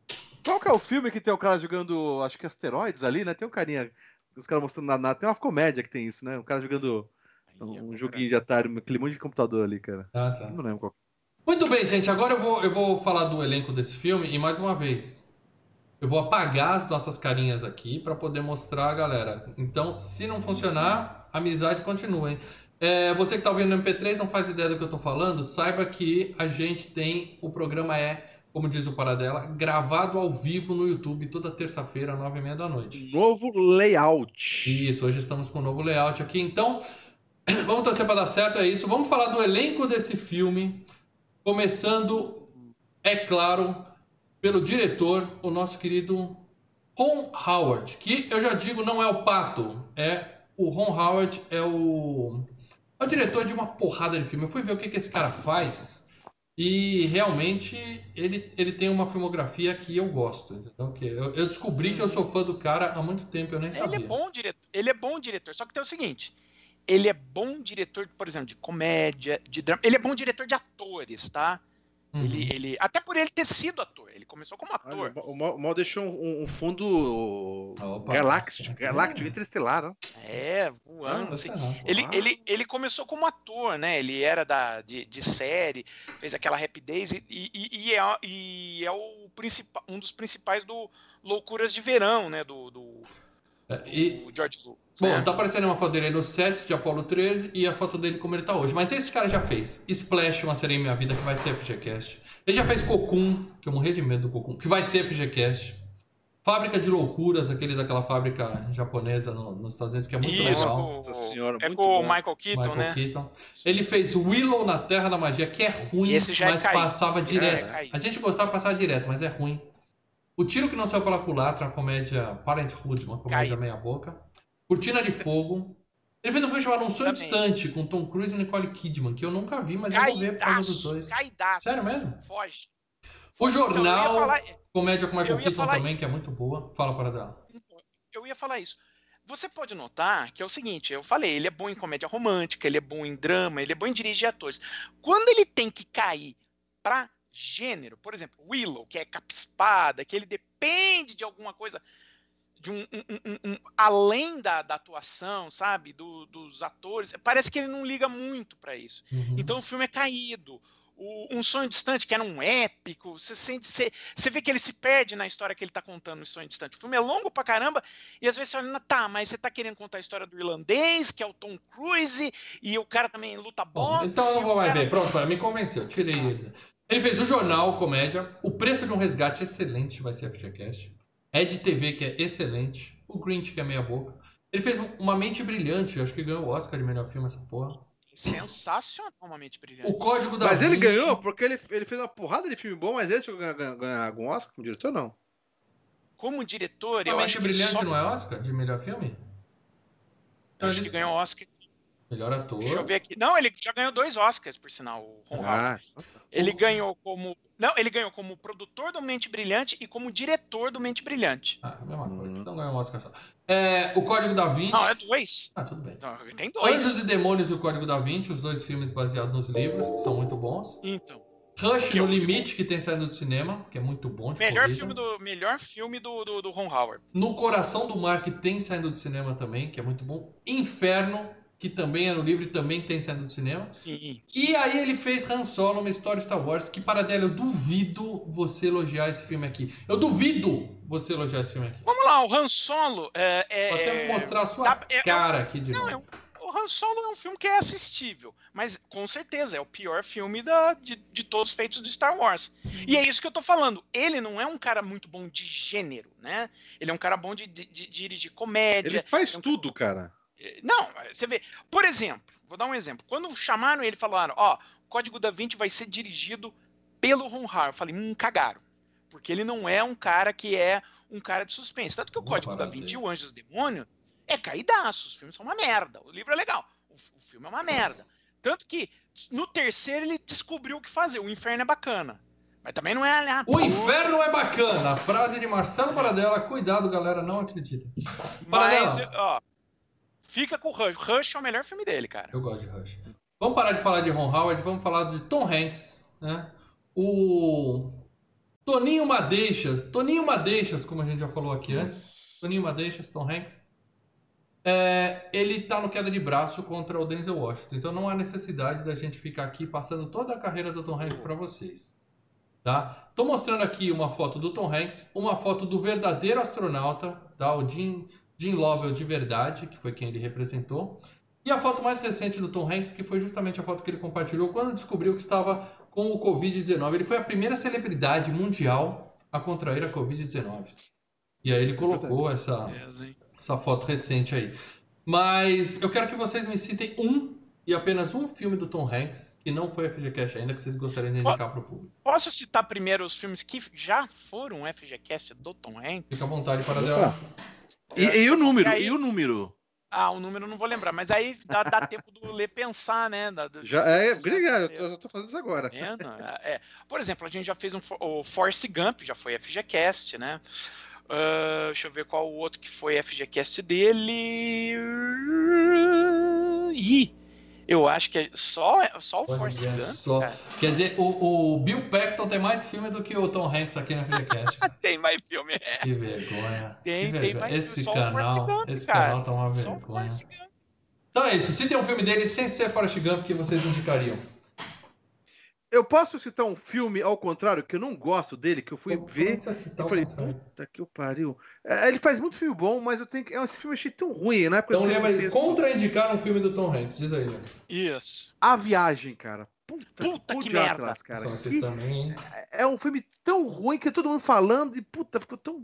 Qual que é o filme que tem o cara jogando, acho que asteroides ali, né? Tem um carinha, os caras mostrando tem uma comédia que tem isso, né? Um cara jogando um joguinho de Atari, aquele monte de computador ali, cara. Ah, tá. Não lembro qual. Muito bem, gente. Agora eu vou falar do elenco desse filme e mais uma vez. Eu vou apagar as nossas carinhas aqui pra poder mostrar a galera. Então, se não funcionar, a amizade continua, hein? Você que tá ouvindo no MP3 não faz ideia do que eu tô falando, saiba que a gente tem, o programa como diz o Paradela, gravado ao vivo no YouTube toda terça-feira, 9h30 da noite. Novo layout. Isso, hoje estamos com um novo layout aqui. Então, vamos torcer pra dar certo, é isso. Vamos falar do elenco desse filme, começando, é claro, pelo diretor, o nosso querido Ron Howard, que eu já digo não é o Pato, o Ron Howard é o diretor de uma porrada de filme. Eu fui ver o que esse cara faz e realmente ele tem uma filmografia que eu gosto, entendeu? Que eu descobri que eu sou fã do cara há muito tempo, eu nem sabia. Ele é bom diretor, só que tem o seguinte, ele é bom diretor, por exemplo, de comédia, de drama, ele é bom diretor de atores, tá? Até por ele ter sido ator, ele começou como ator. Olha, o Mal deixou um fundo galáctico, interestelar, né? Voando. Assim. Ele começou como ator, né? Ele era de série, fez aquela rapidez e é um dos principais do Loucuras de Verão, né? Do George Lucas. Bom, tá aparecendo uma foto dele nos sets de Apollo 13 e a foto dele como ele tá hoje. Mas esse cara já fez Splash, Uma Sereia em Minha Vida, que vai ser FGCast. Ele já fez Cocoon, que eu morri de medo do Cocoon, que vai ser FGCast. Fábrica de Loucuras, daquela fábrica japonesa nos Estados Unidos, que é muito legal. É com o Michael Keaton, né? Ele fez Willow na Terra da Magia, que é ruim, mas passava direto. A gente gostava de passar direto, mas é ruim. O Tiro que Não Saiu pela Culatra, uma comédia Parenthood, uma comédia meia boca. Cortina de Fogo. Ele fez um filme chamado Um Sonho Distante, com Tom Cruise e Nicole Kidman, que eu nunca vi, mas eu vou ver por causa dos dois. Sério mesmo? Foge. O Jornal, comédia com Michael Keaton também, que é muito boa. Fala para dar. Eu ia falar isso. Você pode notar que é o seguinte, eu falei, ele é bom em comédia romântica, ele é bom em drama, ele é bom em dirigir atores. Quando ele tem que cair pra gênero, por exemplo, Willow, que é capa-espada, que ele depende de alguma coisa, de além da atuação, sabe, dos atores, parece que ele não liga muito para isso. Então o filme é caído. Um Sonho Distante, que era um épico, você vê que ele se perde na história que ele tá contando no Sonho Distante. O filme é longo pra caramba, e às vezes você olha, mas você tá querendo contar a história do irlandês, que é o Tom Cruise, e o cara também luta boxe. Então eu não vou mais ver. Pronto, me convenceu, tirei ele. Ele fez o Jornal, comédia, O Preço de um Resgate, excelente, vai ser FGCast. Ed TV, que é excelente. O Grinch, que é meia boca. Ele fez Uma Mente Brilhante, acho que ganhou o Oscar de melhor filme, essa porra. Sensacional, Uma Mente Brilhante. O Código da Mas Vinci. ele ganhou porque ele fez uma porrada de filme bom, mas ele chegou a ganhar algum Oscar como diretor, não? Como diretor, Uma Mente Brilhante não é Oscar de melhor filme? Eu acho que ganhou Oscar. Melhor ator. Deixa eu ver aqui. Não, ele já ganhou 2 Oscars, por sinal, o Ron Howard. Ele ganhou como... Não, ele ganhou como produtor do Mente Brilhante e como diretor do Mente Brilhante. Mesma coisa. Então ganhou um Oscar só. O Código da Vinci. Não, é 2. Tudo bem. Não, tem 2. Anjos e Demônios e o Código da Vinci, os 2 filmes baseados nos livros, que são muito bons. Então. Rush no Limite, que tem saído do cinema, que é muito bom. Melhor filme do Ron Howard. No Coração do Mar, que tem saído do cinema também, que é muito bom. Inferno, que também é no livro e também tem saído do cinema. Sim. E aí ele fez Han Solo, uma história Star Wars, que, Paradela, eu duvido você elogiar esse filme aqui. Eu duvido você elogiar esse filme aqui. Vamos lá, o Han Solo... Vou até mostrar a sua cara aqui de novo. O Han Solo é um filme que é assistível, mas com certeza é o pior filme de todos feitos do Star Wars. E é isso que eu tô falando. Ele não é um cara muito bom de gênero, né? Ele é um cara bom de dirigir comédia. Ele faz tudo, cara. Não, você vê. Por exemplo, vou dar um exemplo. Quando chamaram ele e falaram, o Código da Vinci vai ser dirigido pelo Ron Howard, eu falei, cagaram. Porque ele não é um cara que é um cara de suspense. Tanto que o Código da Vinci e o Anjos e Demônios é caidaço. Os filmes são uma merda. O livro é legal. O filme é uma merda. Tanto que no terceiro ele descobriu o que fazer. O Inferno é bacana. Mas também não é... O Inferno é bacana. A frase de Marcelo Paradela. Cuidado, galera. Não acredita. Paradela. Fica com o Rush. Rush é o melhor filme dele, cara. Eu gosto de Rush. Vamos parar de falar de Ron Howard. Vamos falar de Tom Hanks, né? Toninho Madeixas, como a gente já falou aqui antes. Toninho Madeixas, Tom Hanks. Ele tá no queda de braço contra o Denzel Washington. Então não há necessidade da gente ficar aqui passando toda a carreira do Tom Hanks para vocês. Tá? Tô mostrando aqui uma foto do Tom Hanks, uma foto do verdadeiro astronauta, tá? O Jim Lovell de verdade, que foi quem ele representou. E a foto mais recente do Tom Hanks, que foi justamente a foto que ele compartilhou quando descobriu que estava com o Covid-19. Ele foi a primeira celebridade mundial a contrair a Covid-19. E aí ele colocou essa foto recente aí. Mas eu quero que vocês me citem apenas um filme do Tom Hanks, que não foi FGCast ainda, que vocês gostariam de indicar para o público. Posso citar primeiro os filmes que já foram FGCast do Tom Hanks? Fica à vontade para dela. E o número? E o número? O número eu não vou lembrar, mas aí dá tempo do Lê pensar, né? Obrigado, eu tô fazendo isso agora. Por exemplo, a gente já fez o Forrest Gump, já foi FGCast, né? Deixa eu ver qual o outro que foi FGCast dele. Eu acho que é só o Forrest Gump. Cara. Quer dizer, o Bill Paxton tem mais filme do que o Tom Hanks aqui na FGCast. Tem mais filme, Que vergonha. Tem mais esse filme. Esse canal tá uma vergonha. Então é isso. Se tem um filme dele sem ser Forrest Gump que vocês indicariam. Eu posso citar um filme ao contrário, que eu não gosto dele, que eu fui ver e falei, puta que eu pariu. Ele faz muito filme bom, mas esse filme eu achei tão ruim, né? Então lembra, contraindicar um filme do Tom Hanks, diz aí, né? Isso. A Viagem, cara. Puta que merda. Cara. Também... É um filme tão ruim que todo mundo falando e puta, ficou tão...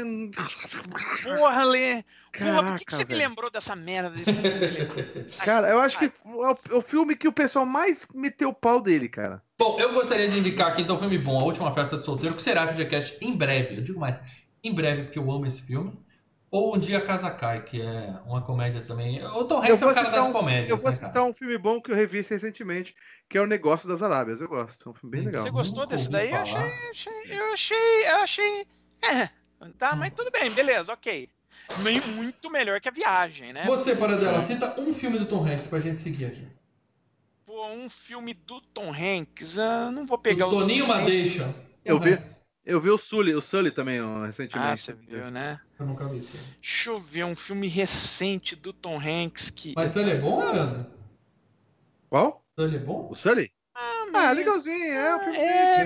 Porra, Lê. Porra, por que você me lembrou dessa merda desse filme? Cara, eu acho que é o filme que o pessoal mais meteu o pau dele, cara. Bom, eu gostaria de indicar aqui então um filme bom, A Última Festa de Solteiro, que será FGCast em breve. Eu digo mais, em breve, porque eu amo esse filme. Ou Um Dia a Casa Cai, que é uma comédia também. O Tom Hanks é o cara das comédias. Eu vou citar um filme bom que eu revi recentemente, que é O Negócio das Arábias. Eu gosto, é um filme bem legal. Você gostou desse daí? Eu achei... Tá, mas tudo bem, beleza, ok. Muito melhor que A Viagem, né? Você, Paradela, cita um filme do Tom Hanks pra gente seguir aqui. Pô, um filme do Tom Hanks, não vou pegar o Toninho Madeixa. Eu vi o Sully também, recentemente. Você viu, né? Eu nunca vi isso. Deixa eu ver um filme recente do Tom Hanks que... Mas Sully é bom, Leandro? Qual? Sully é bom? O Sully? Legalzinho, é um filme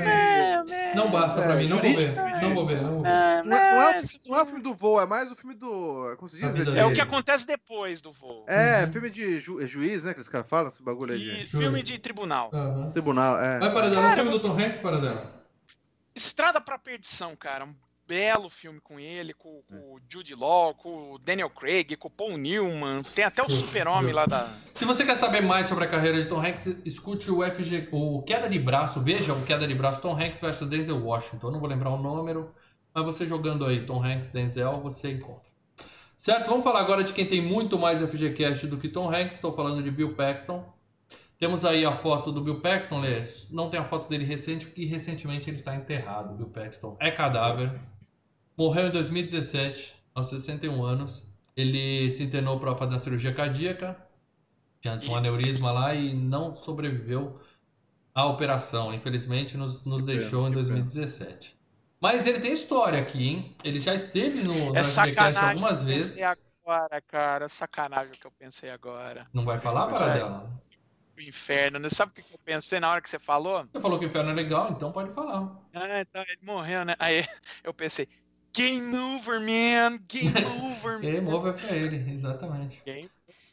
não basta pra mim, não vou ver. Não vou ver. Não é o filme do voo, é mais o filme do... Como se diz? É o que acontece depois do voo. Filme de juiz, né? Que os caras falam, esse bagulho aí. Filme de tribunal. Tribunal, Vai, Paradela, um filme do Tom Hanks, Paradela? Estrada pra Perdição, cara. Um belo filme com ele, com o Jude Law, com o Daniel Craig, com o Paul Newman. Tem até o Super-Homem lá da... Se você quer saber mais sobre a carreira de Tom Hanks, escute o Queda de Braço, veja o Queda de Braço Tom Hanks versus Denzel Washington. Eu não vou lembrar o número, mas você jogando aí Tom Hanks, Denzel, você encontra. Certo? Vamos falar agora de quem tem muito mais FGCast do que Tom Hanks. Estou falando de Bill Paxton. Temos aí a foto do Bill Paxton, Lê. Não tem a foto dele recente, porque recentemente ele está enterrado. Bill Paxton é cadáver. Morreu em 2017, aos 61 anos. Ele se internou para fazer uma cirurgia cardíaca. Tinha um aneurisma lá e não sobreviveu à operação. Infelizmente, nos deixou em 2017. Mas ele tem história aqui, hein? Ele já esteve no FGCast algumas vezes. Agora, cara, sacanagem o que eu pensei agora. Não vai falar, Paradela? O inferno, né? Sabe o que eu pensei na hora que você falou? Você falou que o inferno é legal, então pode falar. Então ele morreu, né? Aí eu pensei, game over, man! Game over, man! Game over pra ele, exatamente. Game,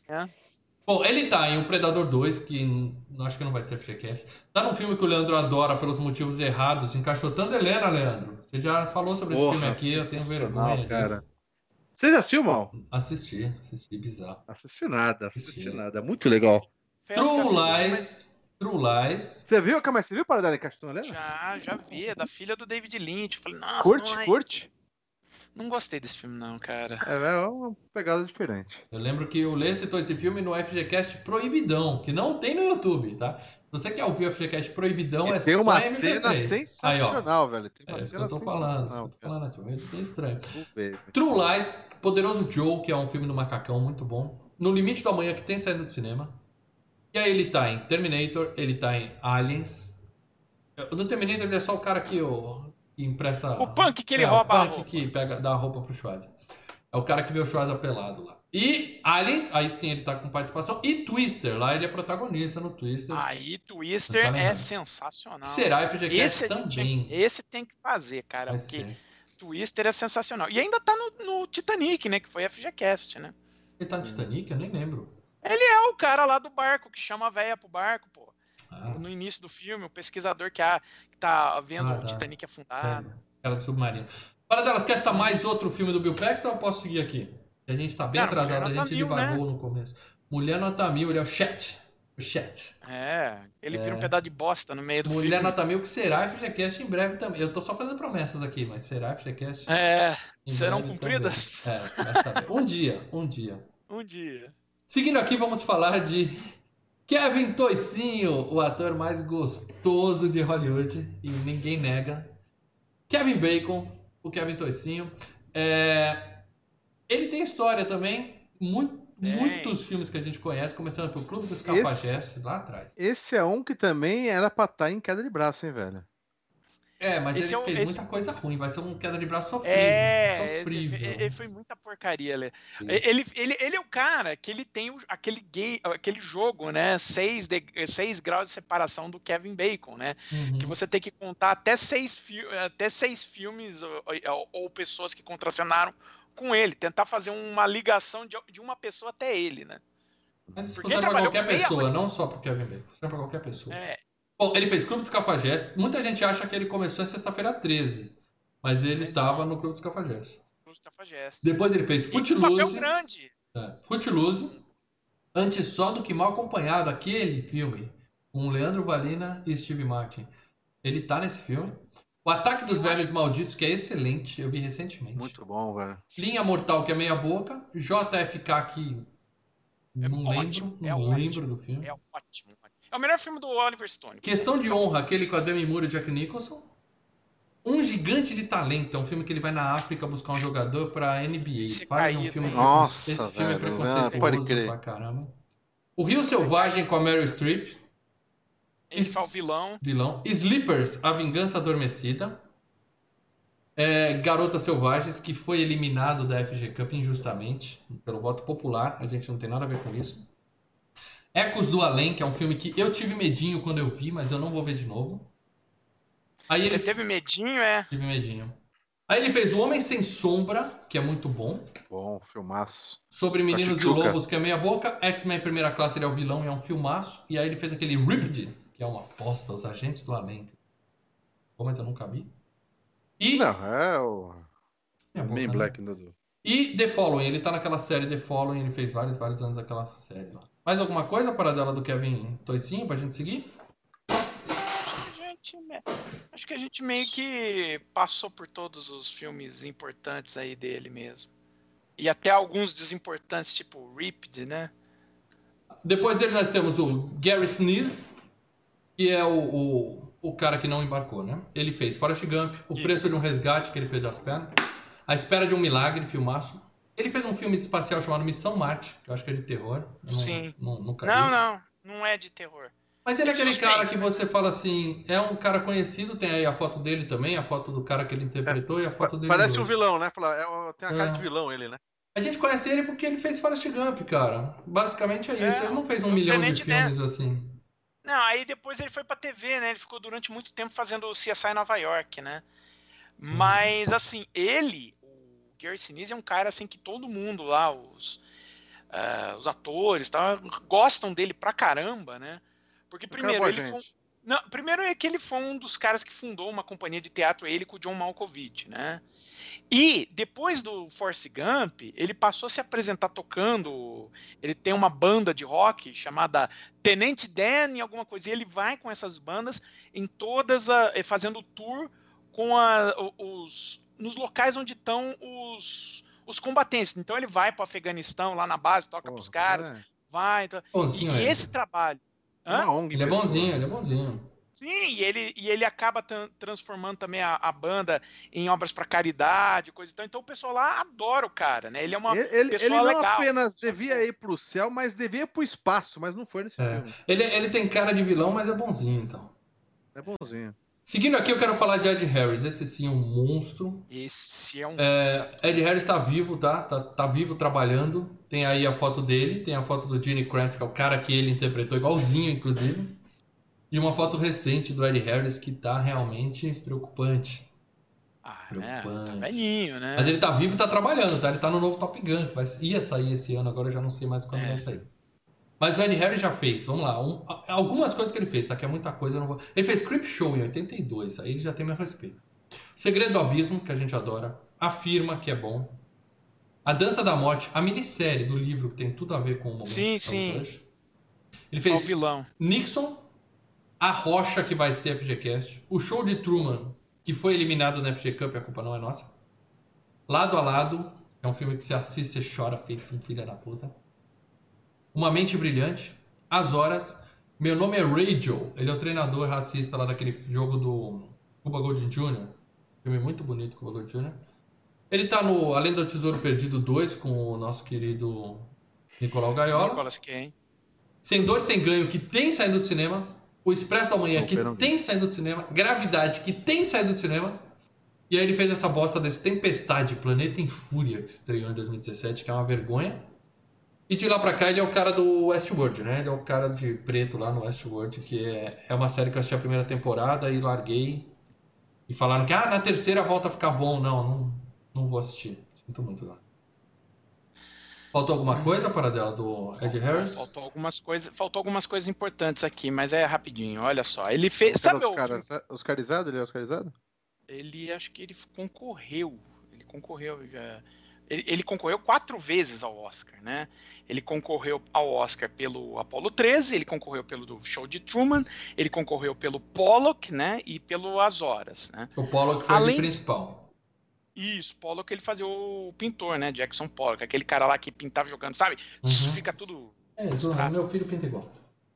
Bom, ele tá em O Predador 2, que acho que não vai ser FGCast. Tá num filme que o Leandro adora pelos motivos errados, Encaixotando Helena, Leandro. Você já falou sobre esse filme aqui, eu tenho vergonha disso. Você já assistiu, Mal? Assisti, bizarro. Assisti nada. Muito legal. True Lies. Você viu, você viu Paradela Encaixotando Helena? Já vi, é da filha do David Lynch. Falei, nossa, curte? Não gostei desse filme não, cara. É uma pegada diferente. Eu lembro que o Lê citou esse filme no FGCast Proibidão, que não tem no YouTube, tá? Se você quer ouvir o FGCast Proibidão, é tem só uma MP3. cena sensacional, velho. É isso que eu tô falando. É estranho. True Lies, Poderoso Joe, que é um filme do macacão muito bom. No Limite do Amanhã, que tem saído do cinema. E aí ele tá em Terminator, ele tá em Aliens. No Terminator ele é só o cara que que empresta... O Punk que ele rouba a o Punk roupa. que dá a roupa pro Schwarza. É o cara que vê o Schwarza pelado lá. E Aliens, aí sim ele tá com participação. E Twister, lá ele é protagonista no Twister. Aí, Twister Tá é lembrando. sensacional. Que será FGCast também. Esse tem que fazer, cara, Vai porque ser. Twister é sensacional. E ainda tá no Titanic, né, que foi FGCast, né? Ele tá no Titanic? Eu nem lembro. Ele é o cara lá do barco, que chama a véia pro barco, pô. Ah, No início do filme, o pesquisador que tá vendo o tá. Titanic afundar. Cara do submarino. Para delas, quer estar mais outro filme do Bill Paxton ou eu posso seguir aqui? A gente tá bem Cara, atrasado, a Mulher Nota gente 1000, divagou no começo. Mulher Nota 1000, ele é o chat. O chat. Ele vira um pedaço de bosta no meio do Mulher filme. Nota 1000 que será FGCast em breve também. Eu tô só fazendo promessas aqui, mas será FGCast em serão breve cumpridas? também. Vai saber. Um dia. Um dia. Seguindo aqui, vamos falar de Kevin Toicinho, o ator mais gostoso de Hollywood, e ninguém nega. Kevin Bacon, o Kevin Toicinho. Ele tem história também, muitos filmes que a gente conhece, começando pelo Clube dos Cafajestes, lá atrás. Esse é um que também era pra estar em queda de braço, hein, velho? Mas ele fez muita coisa ruim, vai ser um queda de braço sofrível. Ele foi muita porcaria, Lê. Ele é o cara que ele tem aquele jogo, né? 6 graus de separação do Kevin Bacon, né? Uhum. Que você tem que contar até seis filmes ou pessoas que contracenaram com ele, tentar fazer uma ligação de uma pessoa até ele, né? Mas isso Porque funciona pra qualquer meia pessoa, hora. não só pro Kevin Bacon, funciona pra qualquer pessoa. É. Bom, ele fez Clube dos Cafajestes. Muita gente acha que ele começou em Sexta-feira 13, mas ele tava no Clube dos Cafajestes. Depois ele fez Footloose. Grande. Footloose. Antes Só do que Mal Acompanhado, aquele filme com Leandro Valina e Steve Martin. Ele tá nesse filme. O Ataque dos Vermes Malditos, que é excelente, eu vi recentemente. Muito bom, velho. Linha Mortal, que é meia boca. JFK, que não lembro do filme. É ótimo. É o melhor filme do Oliver Stone. Questão de Honra, aquele com a Demi Moore e Jack Nicholson. Um Gigante de Talento, é um filme que ele vai na África buscar um jogador pra NBA. Fala de um filme Nossa, esse filme é velho, preconceituoso pra caramba. O Rio Selvagem com a Meryl Streep. Ele é o vilão. Sleepers, A Vingança Adormecida. Garotas Selvagens, que foi eliminado da FG Cup injustamente, pelo voto popular. A gente não tem nada a ver com isso. Ecos do Além, que é um filme que eu tive medinho quando eu vi, mas eu não vou ver de novo. Aí Você teve medinho, Tive medinho. Aí ele fez O Homem Sem Sombra, que é muito bom. Bom, filmaço. Sobre Meninos e Lobos, que é meia boca. X-Men Primeira Classe, ele é o vilão e é um filmaço. E aí ele fez aquele Ripped, que é uma aposta, Os Agentes do Além. Pô, mas eu nunca vi. E... Não, é o... Man Black, Dudu. E The Following, ele tá naquela série The Following, ele fez vários anos daquela série lá. Mais alguma coisa para dela do Kevin Toicinho pra gente seguir? Acho que a gente meio que passou por todos os filmes importantes aí dele mesmo. E até alguns desimportantes, tipo Ripped, né? Depois dele nós temos o Gary Sinise, que é o cara que não embarcou, né? Ele fez Forrest Gump, O Preço de um Resgate, que ele perdeu as pernas. A Espera de um Milagre, filmaço. Ele fez um filme espacial chamado Missão Marte, que eu acho que é de terror. Sim. Nunca vi. Não é de terror. Mas ele é aquele cara que você fala assim, é um cara conhecido, tem aí a foto dele também, a foto do cara que ele interpretou e a foto dele. Parece um vilão, né? Tem a cara de vilão ele, né? A gente conhece ele porque ele fez Forrest Gump, cara. Basicamente é isso. Ele não fez 1 milhão de filmes assim. Não, aí depois ele foi pra TV, né? Ele ficou durante muito tempo fazendo o CSI Nova York, né? Mas, assim, o Gary Sinise é um cara, assim, que todo mundo lá, os atores, tá, gostam dele pra caramba, né? Porque primeiro primeiro é que ele foi um dos caras que fundou uma companhia de teatro, ele com o John Malkovich, né? E depois do Forrest Gump, ele passou a se apresentar tocando. Ele tem uma banda de rock chamada Tenente Dan e alguma coisa. E ele vai com essas bandas em todas, fazendo tour com nos locais onde estão os combatentes. Então ele vai para o Afeganistão, lá na base, toca para os caras, vai. Então, e esse trabalho. Ele é bonzinho. Sim, e ele acaba transformando também a banda em obras para caridade, coisa e tal. Então o pessoal lá adora o cara, né? Ele é uma pessoa legal. Ele não legal, apenas devia ir pro céu, mas devia ir pro espaço, mas não foi nesse filme. Ele tem cara de vilão, mas é bonzinho, então. É bonzinho. Seguindo aqui, eu quero falar de Ed Harris. Esse sim é um monstro. Esse é um. Ed Harris tá vivo, tá? Tá vivo trabalhando. Tem aí a foto dele, tem a foto do Gene Kranz, que é o cara que ele interpretou, igualzinho, inclusive. E uma foto recente do Ed Harris que tá realmente preocupante. Preocupante. Tá velhinho, né? Mas ele tá vivo e tá trabalhando, tá? Ele tá no novo Top Gun, que ia sair esse ano, agora eu já não sei mais quando vai sair. Mas o Ed Harris já fez, vamos lá, algumas coisas que ele fez, tá? Que é muita coisa, eu não vou... Ele fez Creepshow em 82, aí ele já tem meu respeito. O Segredo do Abismo, que a gente adora. A Firma, que é bom. A Dança da Morte, a minissérie do livro, que tem tudo a ver com o momento que estamos hoje. Ele fez o vilão. Nixon, A Rocha, que vai ser FGCast. O Show de Truman, que foi eliminado na FG Cup, a culpa não é nossa. Lado a Lado, é um filme que você assiste e você chora feito um filho da puta. Uma Mente Brilhante, As Horas, Meu Nome é Radio, ele é o treinador racista lá daquele jogo do Cuba Gooding Jr., filme muito bonito, Cuba Gooding Jr. Ele tá no Além do Tesouro Perdido 2 com o nosso querido Nicolau Gaiola. Nicolas Cage. Sem Dor, Sem Ganho, que tem saído do cinema. O Expresso da Manhã, que tem saído do cinema. Gravidade, que tem saído do cinema. E aí ele fez essa bosta desse Tempestade, Planeta em Fúria, que estreou em 2017, que é uma vergonha. E de lá pra cá ele é o cara do Westworld, né? Ele é o cara de preto lá no Westworld, que é uma série que eu assisti a primeira temporada e larguei. E falaram que na terceira volta a ficar bom. Não vou assistir. Sinto muito, não. Faltou alguma coisa para dela do Ed Harris? Faltou algumas coisas importantes aqui, mas é rapidinho, olha só. Ele fez... Sabe Oscarizado? Ele é oscarizado? Ele, acho que ele concorreu. Ele concorreu 4 vezes ao Oscar, né? Ele concorreu ao Oscar pelo Apollo 13, ele concorreu pelo Show de Truman, ele concorreu pelo Pollock, né? E pelo As Horas, né? O Pollock foi o principal. Isso, Pollock ele fazia o pintor, né? Jackson Pollock, aquele cara lá que pintava jogando, sabe? Fica tudo... meu filho pinta igual.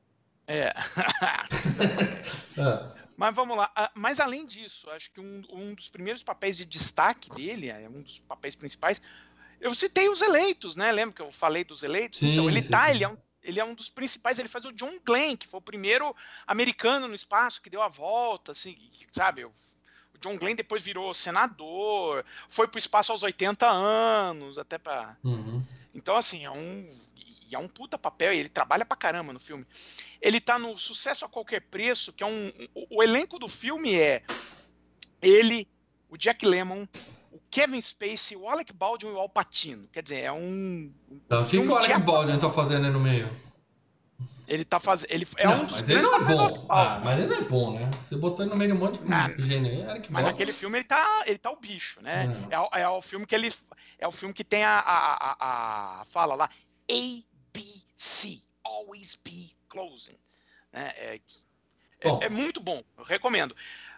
Mas vamos lá. Mas além disso, acho que um dos primeiros papéis de destaque dele, um dos papéis principais, eu citei Os Eleitos, né? Lembra que eu falei dos Eleitos? Sim, então ele sim. ele é um dos principais, ele faz o John Glenn, que foi o primeiro americano no espaço que deu a volta, assim, sabe? O John Glenn depois virou senador, foi pro espaço aos 80 anos, até pra... Então, assim, é um puta papel, e ele trabalha pra caramba no filme. Ele tá no Sucesso a Qualquer Preço, que é o elenco do filme é ele, o Jack Lemmon, o Kevin Spacey, o Alec Baldwin e o Al Pacino. Quer dizer, é um... O que o Alec Baldwin tá fazendo aí no meio? Ele tá fazendo... Mas ele não é bom. Mas ele não é bom, né? Você botou ele no meio de um monte de gênio aí. Mas naquele filme ele tá o bicho, né? É o filme que ele... É o filme que tem a fala lá, ABC, Always Be Closing. Né? É muito bom, eu recomendo.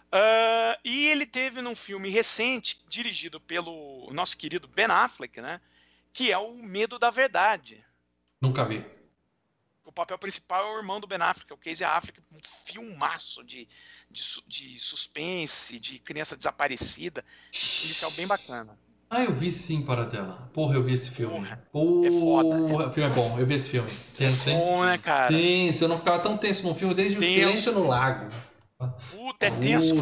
E ele teve num filme recente, dirigido pelo nosso querido Ben Affleck, né? Que é o Medo da Verdade. Nunca vi. O papel principal é o irmão do Ben Affleck, o Casey Affleck, um filmaço de suspense, de criança desaparecida. Inicial bem bacana. Eu vi sim, Paradela. Porra, eu vi esse filme. É foda. O filme é bom, eu vi esse filme. Tenso, hein? Bom, né, cara? Tenso, eu não ficava tão tenso num filme desde O Silêncio no Lago. Puta, é tenso.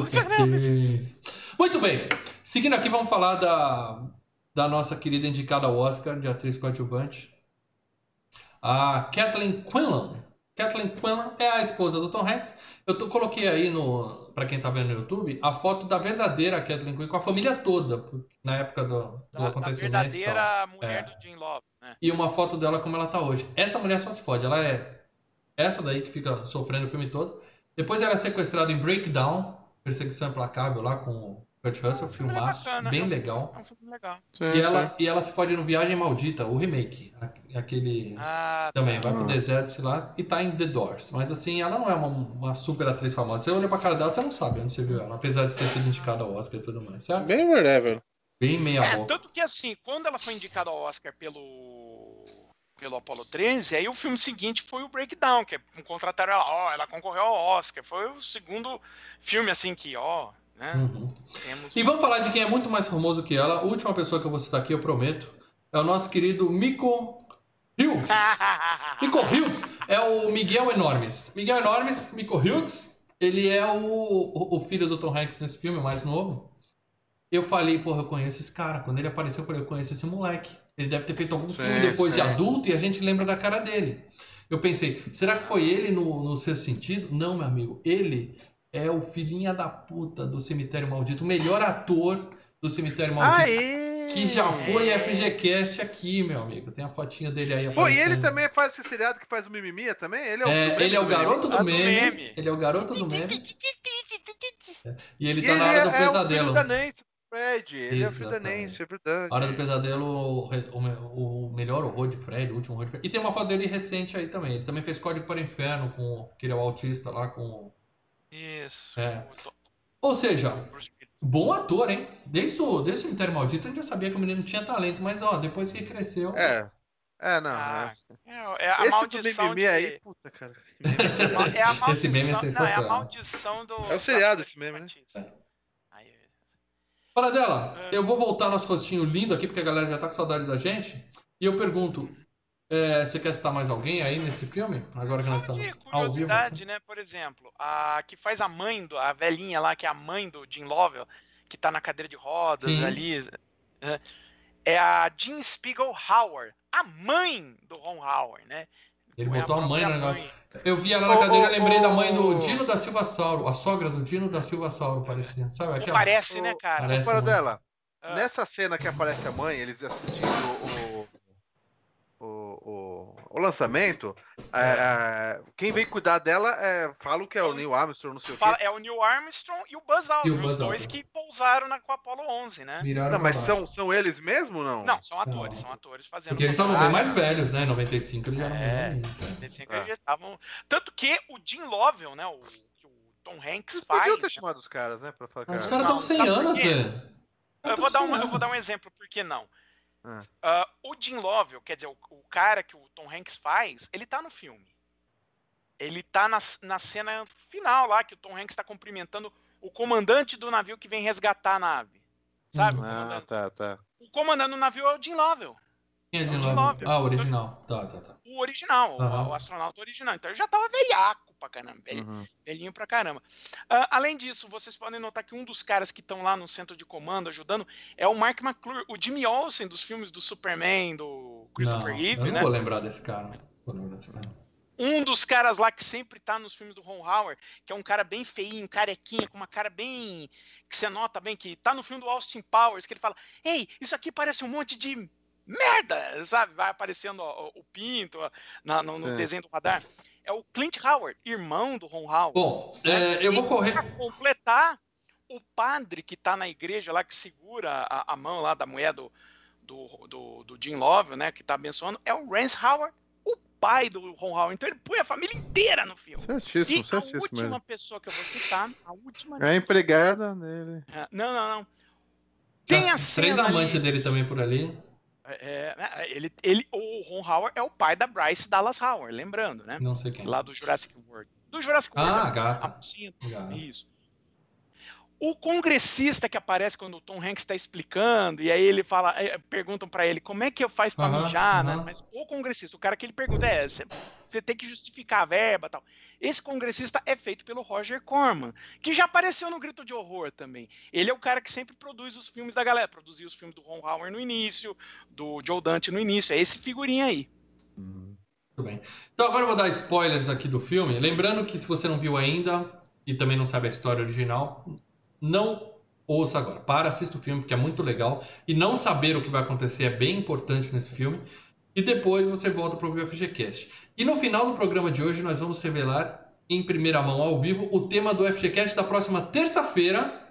Muito bem. Seguindo aqui, vamos falar da nossa querida indicada ao Oscar de atriz coadjuvante. A Kathleen Quinlan. Kathleen Quinlan é a esposa do Tom Hanks. Coloquei aí, pra quem tá vendo no YouTube, a foto da verdadeira Kathleen Quinlan com a família toda, na época do acontecimento. A verdadeira mulher do Jim Love, né? E uma foto dela como ela tá hoje. Essa mulher só se fode. Ela é essa daí que fica sofrendo o filme todo. Depois ela é sequestrada em Breakdown, Perseguição Implacável, lá com o Kurt Russell, filmaço, bem legal. É um filme legal. E ela se fode no Viagem Maldita, o remake. Aquele também, vai pro deserto, sei lá, e tá em The Doors. Mas assim, ela não é uma super atriz famosa. Você olha pra cara dela, você não sabe onde você viu ela, apesar de ter sido indicada ao Oscar e tudo mais, certo? Bem whatever. Bem meia boca. Tanto que assim, quando ela foi indicada ao Oscar pelo Apollo 13, aí o filme seguinte foi o Breakdown, que contrataram ela, ela concorreu ao Oscar. Foi o segundo filme assim que, né? E vamos falar de quem é muito mais famoso que ela. A última pessoa que eu vou citar aqui, eu prometo, é o nosso querido Mico Hughes. Mico Hughes é o Miguel Enormes. Mico Hughes Ele é o filho do Tom Hanks nesse filme, o mais novo. Eu falei, porra, eu conheço esse cara. Quando ele apareceu, eu falei, eu conheço esse moleque. Ele deve ter feito algum filme depois de adulto e a gente lembra da cara dele. Eu pensei, será que foi ele no Sexto Sentido? Não, meu amigo. Ele é o filhinha da puta do Cemitério Maldito. O melhor ator do Cemitério Maldito. Aê! Que já foi FGCast aqui, meu amigo. Tem a fotinha dele aí Pô, e aparecendo. ele também faz esse seriado que faz o Mimimi também? Ele Ele é o garoto do meme. meme. Ele é o garoto do meme. E ele tá na Ele Hora do é o Pesadelo. filho da Nancy, Fred. Ele é o filho da Exatamente. Nancy, é verdade. Hora do Pesadelo, o melhor horror de Fred, o último horror de Fred. E tem uma foto dele recente aí também. Ele também fez Código para o Inferno, que ele é o autista lá com... Isso. É. Ou seja, Bruce Willis. bom ator, hein? Desde o Cemitério Maldito a gente já sabia que o menino tinha talento, mas ó, depois que cresceu... Não. Ah, é a Esse maldição do Mimimi aí, puta, cara. É a maldição, Esse meme é não, sensacional. é a maldição do... É o seriado esse meme, né? Aí, Fala dela, eu vou voltar nosso rostinho lindo aqui, porque a galera já tá com saudade da gente. E eu pergunto, você quer citar mais alguém aí nesse filme? Agora que nós só de estamos ao vivo curiosidade, aqui. né? Por exemplo, a que faz a velhinha lá, que é a mãe do Jim Lovell, que tá na cadeira de rodas Sim. ali, é a Jean Spiegel Howard, a mãe do Ron Howard, né? Ele Foi botou a mãe no própria negócio. Eu vi ela na cadeira, lembrei da mãe do Dino da Silva Sauro, a sogra do Dino da Silva Sauro, parecia. Sabe Não aquela? parece, né, cara? Parece Fora muito. dela, Ah. nessa cena que aparece a mãe, eles assistindo o lançamento, quem vem cuidar dela falam que é o Neil Armstrong, não sei o quê. É o Neil Armstrong e o Buzz Aldrin, os dois que pousaram com a Apollo 11, né? Miraram Não, mas pra lá. são eles mesmo ou não? Não, são atores fazendo... Porque eles estavam bem mais velhos, né? Em 95 eles já eram bem velhinhos. 95 eles já estavam... Tanto que o Jim Lovell, né, o Tom Hanks Vocês faz... podiam ter chamado os caras, né? Pra falar, Mas os cara. caras estão com 100 sabe por anos, quê? velho. Eu vou dar um exemplo, por que não? O Jim Lovell, quer dizer, o cara que o Tom Hanks faz, ele tá no filme. Ele tá na cena final lá, que o Tom Hanks tá cumprimentando o comandante do navio que vem resgatar a nave. Sabe? O comandante. Tá. O comandante do navio é o Jim Lovell. Quem é de o Jim novo? Lovell. Ah, o original. Tá. O original, o astronauta original. Então ele já tava velhaco pra caramba, velhinho pra caramba. Além disso, vocês podem notar que um dos caras que estão lá no centro de comando ajudando é o Mark McClure, o Jimmy Olsen dos filmes do Superman, do Christopher Reeve, eu não né? vou lembrar desse cara. Um dos caras lá que sempre tá nos filmes do Ron Howard, que é um cara bem feinho, carequinha, com uma cara bem... que você nota bem que tá no filme do Austin Powers, que ele fala, ei, isso aqui parece um monte de merda, sabe? Vai aparecendo o pinto no desenho do radar. É o Clint Howard, irmão do Ron Howard. Bom, eu vou correr... Pra completar, o padre que tá na igreja lá, que segura a mão lá da mulher do Jim Lovell, né, que tá abençoando, é o Rance Howard, o pai do Ron Howard. Então ele põe a família inteira no filme. Certíssimo. A última pessoa que eu vou citar, é a empregada dele. Não. Tem a cena 3 amantes ali, dele também por ali. o Ron Howard é o pai da Bryce Dallas Howard, lembrando, né? Não sei quem. Lá do Jurassic World. Do Jurassic World. Ah, gata. A mocinha. Isso. O congressista que aparece quando o Tom Hanks está explicando, e aí ele fala, perguntam para ele como é que eu faço para mijar, né? Mas o congressista, o cara que ele pergunta você tem que justificar a verba e tal. Esse congressista é feito pelo Roger Corman, que já apareceu no Grito de Horror também. Ele é o cara que sempre produz os filmes da galera, produziu os filmes do Ron Howard no início, do Joe Dante no início, é esse figurinha aí. Muito bem. Então agora eu vou dar spoilers aqui do filme, lembrando que se você não viu ainda e também não sabe a história original, não ouça agora. Assista o filme, porque é muito legal. E não saber o que vai acontecer é bem importante nesse filme. E depois você volta para o FGCast. E no final do programa de hoje, nós vamos revelar em primeira mão, ao vivo, o tema do FGCast da próxima terça-feira.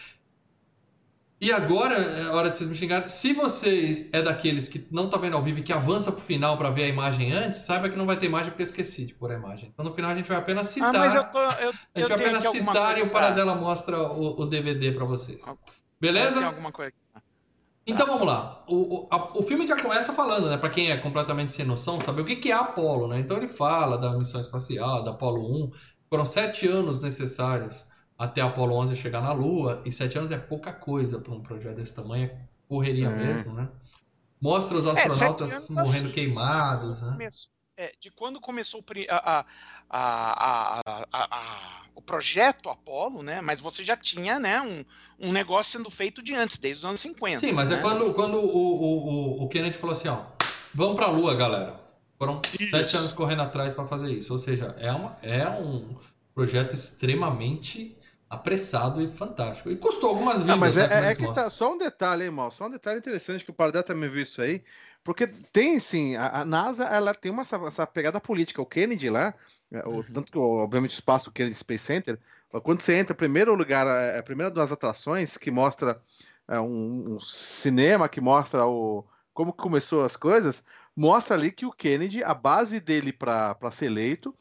E agora é hora de vocês me xingarem. Se você é daqueles que não tá vendo ao vivo e que avança pro final para ver a imagem antes, saiba que não vai ter imagem porque eu esqueci de pôr a imagem. Então no final a gente vai apenas citar. Mas a gente vai apenas citar e o Paradela mostra o DVD para vocês. Beleza? Tem alguma coisa aqui. Então vamos lá. O filme já começa falando, né? Para quem é completamente sem noção, saber o que é a Apollo, né? Então ele fala da missão espacial, da Apollo 1. Foram 7 anos necessários até a Apollo 11 chegar na Lua, e 7 anos é pouca coisa para um projeto desse tamanho, correria mesmo, né? Mostra os astronautas morrendo queimados, né? de quando começou o projeto Apollo, né? Mas você já tinha, né, um negócio sendo feito de antes, desde os anos 50. Sim, mas né? é quando o Kennedy falou assim, ó, vamos pra Lua, galera. Foram 7 anos correndo atrás para fazer isso. Ou seja, é um projeto extremamente apressado e fantástico. E custou algumas vidas, Mas né? Como é eles que mostram. tá só um detalhe, hein, mal. Só um detalhe interessante que o Pardé também viu isso aí. Porque tem, sim, a NASA ela tem essa pegada política. O Kennedy lá, tanto que, obviamente, o espaço, o Kennedy Space Center, quando você entra, o primeiro lugar, a primeira das atrações que mostra um cinema, que mostra como que começou as coisas, mostra ali que o Kennedy, a base dele para ser eleito,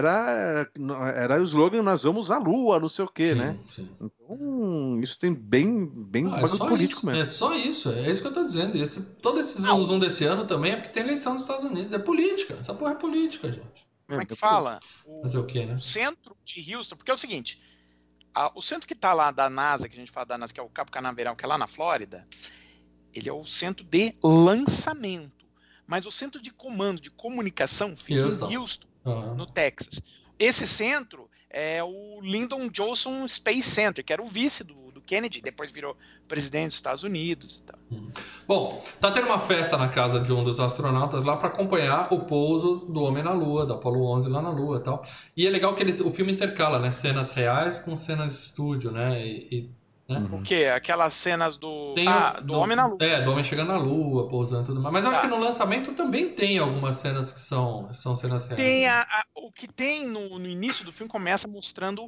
era o slogan: nós vamos à Lua, não sei o quê, né? Sim, sim. Então, isso tem bem Ah, é bagulho só político isso. mesmo. É só isso. É isso que eu tô dizendo. Todos esses Não, zoom desse ano também é porque tem eleição nos Estados Unidos. É política. Essa porra é política, gente. como é que É político. fala? Fazer o quê, O né? centro de Houston, porque é o seguinte, o centro que está lá da NASA, que a gente fala da NASA, que é o Cabo Canaveral, que é lá na Flórida, ele é o centro de lançamento. Mas o centro de comando, de comunicação, fica em Houston, Aham. no Texas. Esse centro é o Lyndon Johnson Space Center, que era o vice do Kennedy, depois virou presidente dos Estados Unidos e tal. Bom, tá tendo uma festa na casa de um dos astronautas lá para acompanhar o pouso do homem na Lua, da Apollo 11 lá na Lua e tal. E é legal que o filme intercala, né? Cenas reais com cenas de estúdio, né? Né? O quê? Aquelas cenas do Homem na Lua. Do homem chegando na Lua, pousando e tudo mais. Mas eu acho que no lançamento também tem algumas cenas que são cenas reais. Tem o que tem no início do filme começa mostrando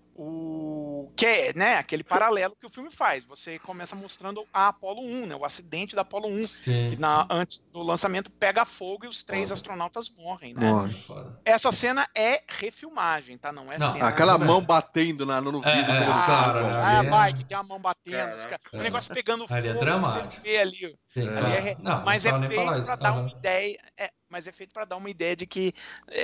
o que é, né, aquele paralelo que o filme faz. Você começa mostrando a Apollo 1, né, o acidente da Apollo 1, Sim. que antes do lançamento pega fogo e os 3 astronautas morrem, né? Morre. Essa cena é refilmagem, tá? Não é cena. Aquela mão batendo no vidro. Claro, né? A bike tem a mão batendo, o negócio pegando fogo, Ali é dramático. você vê ali. Sim, Ali não, mas não é nem feito falar para isso. dar uma ideia. Mas é feito para dar uma ideia de que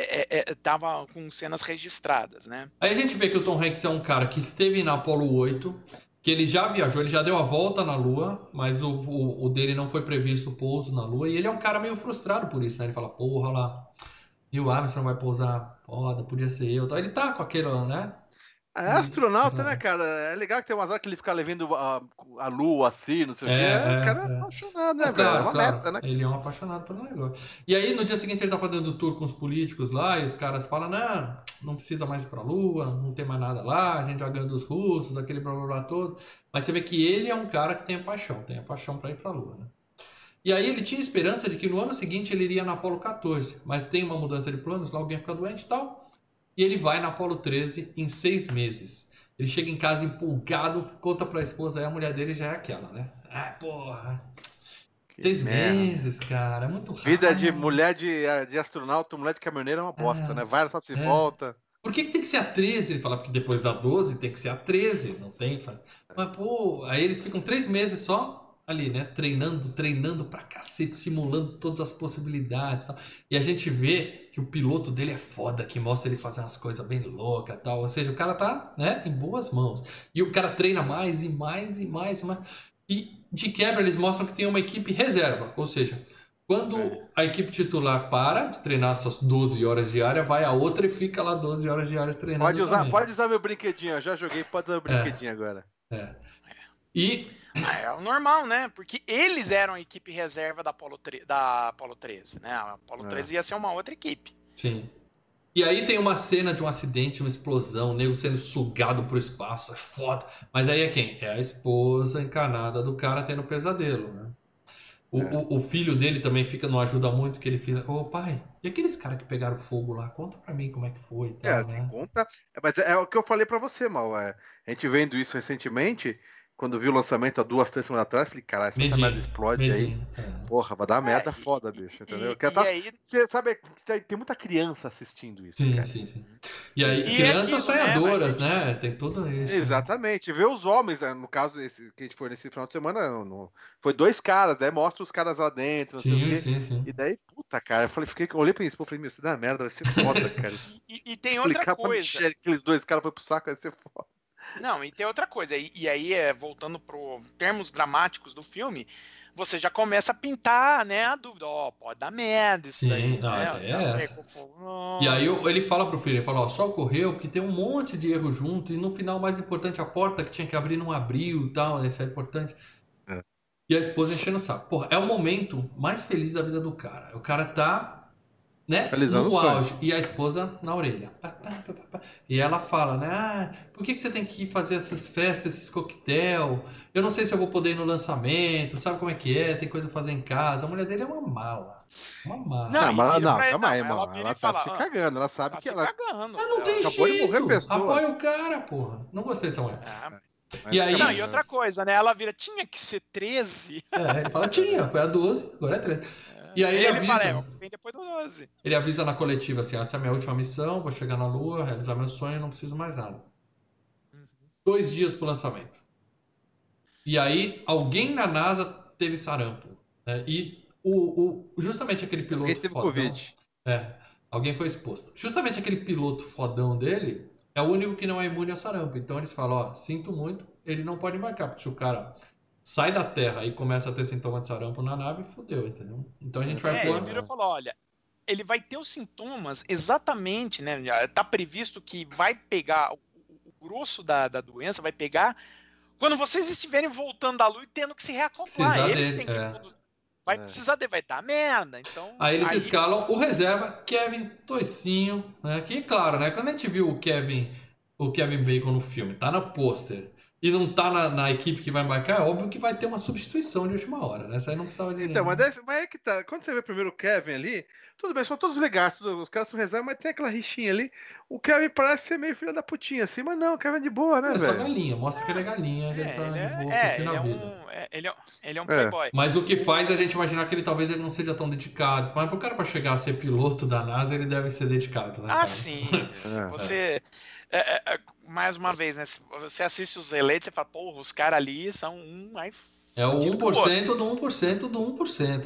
tava com cenas registradas, né? Aí a gente vê que o Tom Hanks é um cara que esteve na Apollo 8, que ele já viajou, ele já deu a volta na Lua, mas o dele não foi previsto o pouso na Lua, e ele é um cara meio frustrado por isso, né? Ele fala, porra lá, Neil Armstrong vai pousar, foda, podia ser eu. Então ele tá com aquele, né? É astronauta, né, cara? É legal que tem umas horas que ele fica levando a lua assim, não sei o quê. O cara é apaixonado, né, velho? Claro, é uma claro. meta, né? Ele é um apaixonado pelo negócio. E aí, no dia seguinte, ele tá fazendo tour com os políticos lá, e os caras falam, não precisa mais ir pra Lua, não tem mais nada lá, a gente já ganhou dos russos, aquele blá blá blá todo. Mas você vê que ele é um cara que tem a paixão pra ir pra Lua, né? E aí ele tinha esperança de que no ano seguinte ele iria na Apollo 14, mas tem uma mudança de planos, lá alguém fica doente e tal, e ele vai na Apollo 13 em 6 meses. Ele chega em casa empolgado, conta pra esposa, aí a mulher dele já é aquela, né? Ah, porra. 6 meses, cara, é muito rápido. Vida de mulher de astronauta, mulher de caminhoneiro é uma bosta, né? Vai, sabe se volta. Por que tem que ser a 13? Ele fala, porque depois da 12 tem que ser a 13, não tem? Mas, pô, aí eles ficam 3 meses só ali, né? Treinando pra cacete, simulando todas as possibilidades e tal. E a gente vê que o piloto dele é foda, que mostra ele fazer umas coisas bem loucas e tal. Ou seja, o cara tá, né, em boas mãos. E o cara treina mais e mais e mais e mais. E de quebra eles mostram que tem uma equipe reserva. Ou seja, quando a equipe titular para de treinar suas 12 horas diárias, vai a outra e fica lá 12 horas diárias treinando. Pode usar meu brinquedinho, eu já joguei, pode usar meu brinquedinho agora. E é o normal, né? Porque eles eram a equipe reserva da Apollo 13, né? A Apollo 13 ia ser uma outra equipe. Sim. E aí tem uma cena de um acidente, uma explosão, o nego sendo sugado pro espaço, é foda. Mas aí é quem? É a esposa encarnada do cara tendo pesadelo, né? O filho dele também não ajuda muito, que ele fica, pai, e aqueles caras que pegaram fogo lá? Conta pra mim como é que foi e tal, né? Conta. Mas é o que eu falei pra você, Mal. A gente vendo isso recentemente, quando viu o lançamento há 2, 3 semanas atrás, falei, caralho, essa merda explode aí. Porra, vai dar merda foda, bicho, entendeu? Aí... Você sabe, tem muita criança assistindo isso, cara. Sim. E aí, crianças sonhadoras, né? Tem tudo isso. Exatamente. Vê os homens, né? No caso, esse que a gente foi nesse final de semana, foi 2 caras, né? Mostra os caras lá dentro, não sei o quê. Sim. E daí, puta, cara, eu olhei pra isso, falei, meu, isso dá merda, vai ser foda, cara. E tem outra coisa. Aqueles 2 caras foram pro saco, vai ser foda. Não, e tem outra coisa, e aí, voltando pro termos dramáticos do filme, você já começa a pintar, né, a dúvida, pode dar merda isso daí, Sim, não, né? até Já essa. pegou fogo. E aí Nossa. ele fala pro filho, ele fala, ó, só ocorreu porque tem um monte de erro junto e no final o mais importante, a porta que tinha que abrir não abriu e tal, isso é importante. É. E a esposa enchendo o saco. Porra, é o momento mais feliz da vida do cara. O cara tá, né, Realizando no o sonho. auge. E a esposa na orelha. Pá, pá, pá, pá, pá. E ela fala, né, por que você tem que ir fazer essas festas, esses coquetel? Eu não sei se eu vou poder ir no lançamento, sabe como é que é? Tem coisa a fazer em casa. A mulher dele é uma mala. Uma mala. Não, Não, e mas vira não, pra ele, calma aí, não, ela mano. vira Ela e tá fala, se cagando, ela sabe tá que se ela cagando. Mas não tem acabou de morrer jeito. pessoa. Apoia o cara, porra. Não gostei dessa mulher. Mas E aí- Não, e outra coisa, né? Ela vira, tinha que ser 13. Ele fala, tinha, foi a 12, agora é 13. E aí ele avisa. Fala, vem depois do 12. Ele avisa na coletiva assim, essa é a minha última missão, vou chegar na Lua, realizar meu sonho, não preciso mais nada. 2 dias pro lançamento. E aí, alguém na NASA teve sarampo. Né? E justamente aquele piloto alguém teve fodão... Covid. Alguém foi exposto. Justamente aquele piloto fodão dele é o único que não é imune ao sarampo. Então eles falam, ó, sinto muito, ele não pode embarcar, porque se o cara sai da Terra e começa a ter sintoma de sarampo na nave, fodeu, entendeu? Então a gente vai Ele pôr... virou e falou, olha, ele vai ter os sintomas exatamente, né? Tá previsto que vai pegar, o grosso da doença vai pegar quando vocês estiverem voltando da Lua e tendo que se reacoplar. Precisar Ele dele, tem que produzir. Vai precisar dele, vai dar merda. Então, Aí eles escalam o reserva, Kevin Toicinho, né? Que, claro, né? Quando a gente viu o Kevin Bacon no filme, tá no pôster, e não tá na equipe que vai embarcar, é óbvio que vai ter uma substituição de última hora, né? Essa aí não precisava de Então, ninguém. mas é que tá. Quando você vê primeiro o Kevin ali, tudo bem, são todos legais, os caras são reserva, mas tem aquela rixinha ali. O Kevin parece ser meio filho da putinha assim, mas não, o Kevin é de boa, né, É só velho? galinha, mostra que ele é galinha, que ele tá de boa, curtindo a vida. Ele é um playboy. Mas o que faz a gente imaginar que ele talvez ele não seja tão dedicado. Mas pro cara pra chegar a ser piloto da NASA, ele deve ser dedicado, né? Cara? Sim. Você... mais uma vez, né? Se você assiste os eleitos, você fala, porra, os caras ali são é o 1% do 1% do 1%.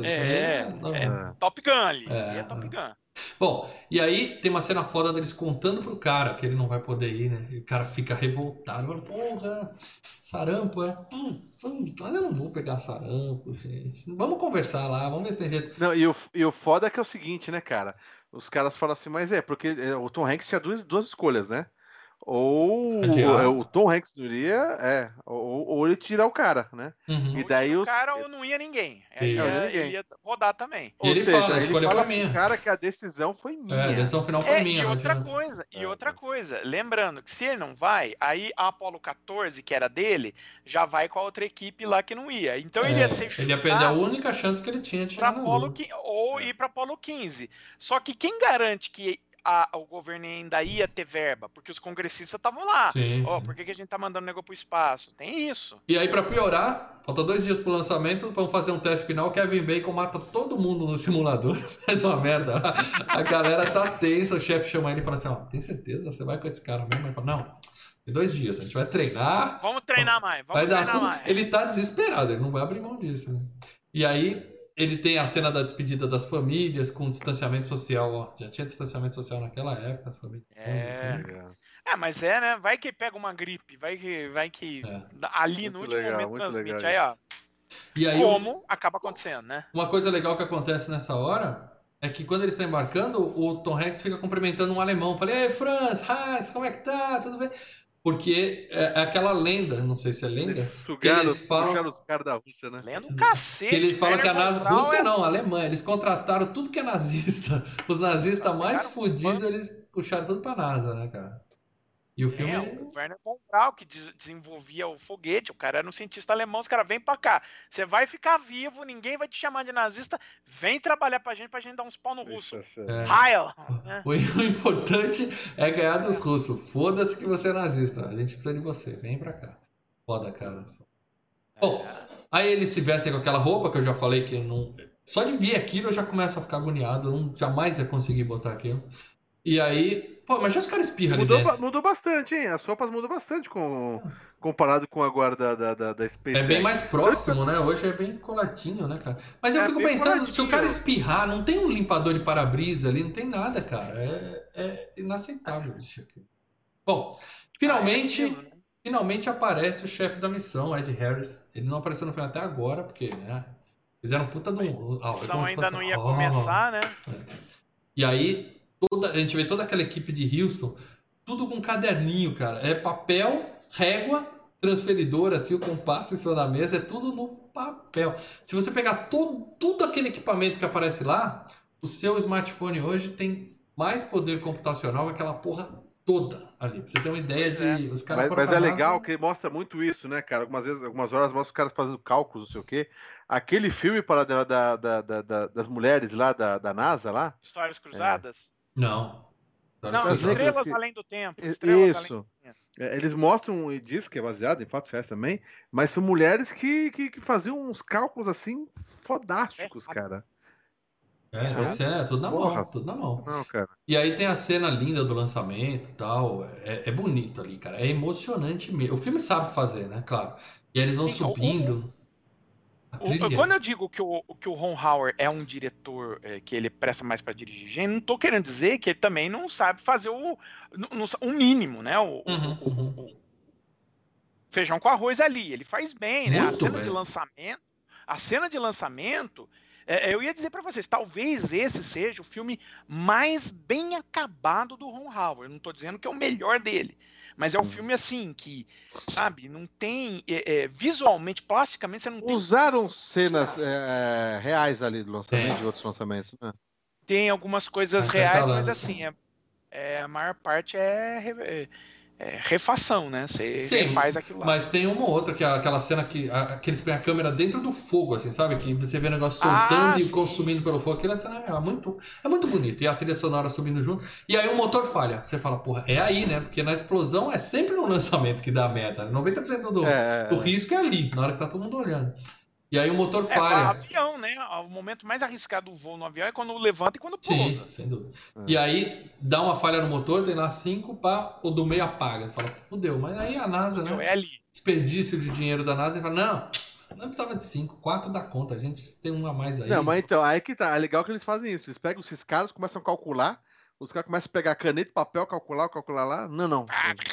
Top Gun ali. É Top Gun. Bom, e aí tem uma cena foda deles contando pro cara que ele não vai poder ir, né? E o cara fica revoltado. Fala, porra, sarampo, mas eu não vou pegar sarampo, gente. Vamos conversar lá, vamos ver se tem jeito. Não, e o foda é que é o seguinte, né, cara? Os caras falam assim, mas porque o Tom Hanks tinha duas escolhas, né? Ou o Tom Hanks iria, ou ele tirar o cara, né? Uhum. E daí o cara ou não ia ninguém. Ele ia rodar também. E ele fala, a escolha foi minha. O cara que a decisão foi minha. A decisão final foi minha. E outra coisa, lembrando que se ele não vai, aí a Apollo 14, que era dele, já vai com a outra equipe lá que não ia. Então ele ia ser chutado. Ele ia perder a única chance que ele tinha de chegar na Lua. Ou ir para Apollo 15. Só que quem garante que o governo ainda ia ter verba, porque os congressistas estavam lá. Sim. Por que a gente tá mandando negócio pro espaço? Tem isso. E aí, pra piorar, falta 2 dias pro lançamento, vamos fazer um teste final, Kevin Bacon mata todo mundo no simulador, faz uma merda. A galera tá tensa, o chefe chama ele e fala assim, tem certeza? Você vai com esse cara mesmo? Ele fala, não, em 2 dias, a gente vai treinar. Vamos treinar mais, vai dar tudo. Ele tá desesperado, ele não vai abrir mão disso. Né? E aí... Ele tem a cena da despedida das famílias com distanciamento social, Já tinha distanciamento social naquela época, as famílias. Mas né? Vai que pega uma gripe, vai que ali muito no último momento transmite. E aí, como acaba acontecendo, né? Uma coisa legal que acontece nessa hora é que quando eles estão embarcando, o Tom Hanks fica cumprimentando um alemão. Falei, ei, Franz, Hans, como é que tá? Tudo bem? Porque é aquela lenda, não sei se é lenda. Eles puxaram os caras da Rússia, né? Lenda um cacete. Que eles falam que a Rússia não, a Alemanha. Eles contrataram tudo que é nazista. Os nazistas mais fodidos, eles puxaram tudo pra NASA, né, cara? E o filme... O Werner von Braun, que desenvolvia o foguete, o cara era um cientista alemão, os caras vêm pra cá. Você vai ficar vivo, ninguém vai te chamar de nazista, vem trabalhar pra gente dar uns pau no russo. Heil! O importante é ganhar dos russos. Foda-se que você é nazista. A gente precisa de você. Vem pra cá. Foda, cara. Bom, aí eles se vestem com aquela roupa que eu já falei que eu não... Só de ver aquilo eu já começo a ficar agoniado. Eu jamais ia conseguir botar aquilo. E aí... Pô, mas já os caras espirram ali dentro. Mudou bastante, hein? As roupas mudam bastante comparado com agora da SpaceX. É bem mais próximo, né? Hoje é bem coladinho, né, cara? Mas eu fico pensando, se o cara espirrar, não tem um limpador de para-brisa ali, não tem nada, cara. É inaceitável isso aqui. Bom, finalmente finalmente aparece o chefe da missão, Ed Harris. Ele não apareceu no filme até agora, porque, né? Fizeram puta de um. A É missão como se ainda fosse, não ia começar, né? E aí, a gente vê toda aquela equipe de Houston, tudo com caderninho, cara. É papel, régua, transferidor, assim, o compasso em cima da mesa, é tudo no papel. Se você pegar tudo aquele equipamento que aparece lá, o seu smartphone hoje tem mais poder computacional que aquela porra toda ali. Pra você ter uma ideia de. Os caras foram Mas pra é NASA. legal que mostra muito isso, né, cara? Algumas horas mostra os caras fazendo cálculos, não sei o quê. Aquele filme para das mulheres lá da NASA lá. Histórias Cruzadas? Não. Não, Das negras Estrelas que- Além do Tempo. Estrelas Além Isso. do Tempo. Eles mostram e diz que é baseado em fatos reais também, mas são mulheres que faziam uns cálculos assim fodásticos, cara. Tem que ser, tudo na Porra. mão, tudo na mão. Não, cara. E aí tem a cena linda do lançamento e tal. É bonito ali, cara. É emocionante mesmo. O filme sabe fazer, né? Claro. E aí eles vão Sim, subindo. A trilha. Quando eu digo que o Ron Howard é um diretor que ele presta mais para dirigir gente, não tô querendo dizer que ele também não sabe fazer o mínimo, né? O feijão com arroz ali. Ele faz bem, né? Muito bem. A cena de lançamento, eu ia dizer para vocês, talvez esse seja o filme mais bem acabado do Ron Howard. Eu não tô dizendo que é o melhor dele, mas é um filme assim que, sabe, não tem visualmente, plasticamente, você não tem. Usaram cenas reais ali do lançamento, de outros lançamentos, né? Tem algumas coisas reais, mas assim, a maior parte é refação, né? Você refaz aquilo lá. Mas tem uma ou outra, que é aquela cena que eles põem a câmera dentro do fogo, assim, sabe? Que você vê o negócio soltando e consumindo pelo fogo. Aquela cena é muito bonito. E a trilha sonora subindo junto. E aí o motor falha. Você fala, porra, é aí, né? Porque na explosão é sempre no lançamento que dá merda. 90% do risco é ali, na hora que tá todo mundo olhando. E aí o motor falha. O avião, né? O momento mais arriscado do voo no avião é quando levanta e quando pousa. Sim, sem dúvida. E aí dá uma falha no motor, tem lá 5, o do meio apaga. Você fala, fudeu. Mas aí a NASA, né? É ali. Desperdício de dinheiro da NASA. E fala, não precisava de 5, 4 dá conta. A gente tem um a mais aí. Não, mas então, aí que tá. É legal que eles fazem isso. Eles pegam esses caras, começam a calcular. Os caras começam a pegar caneta, papel, calcular lá. Não.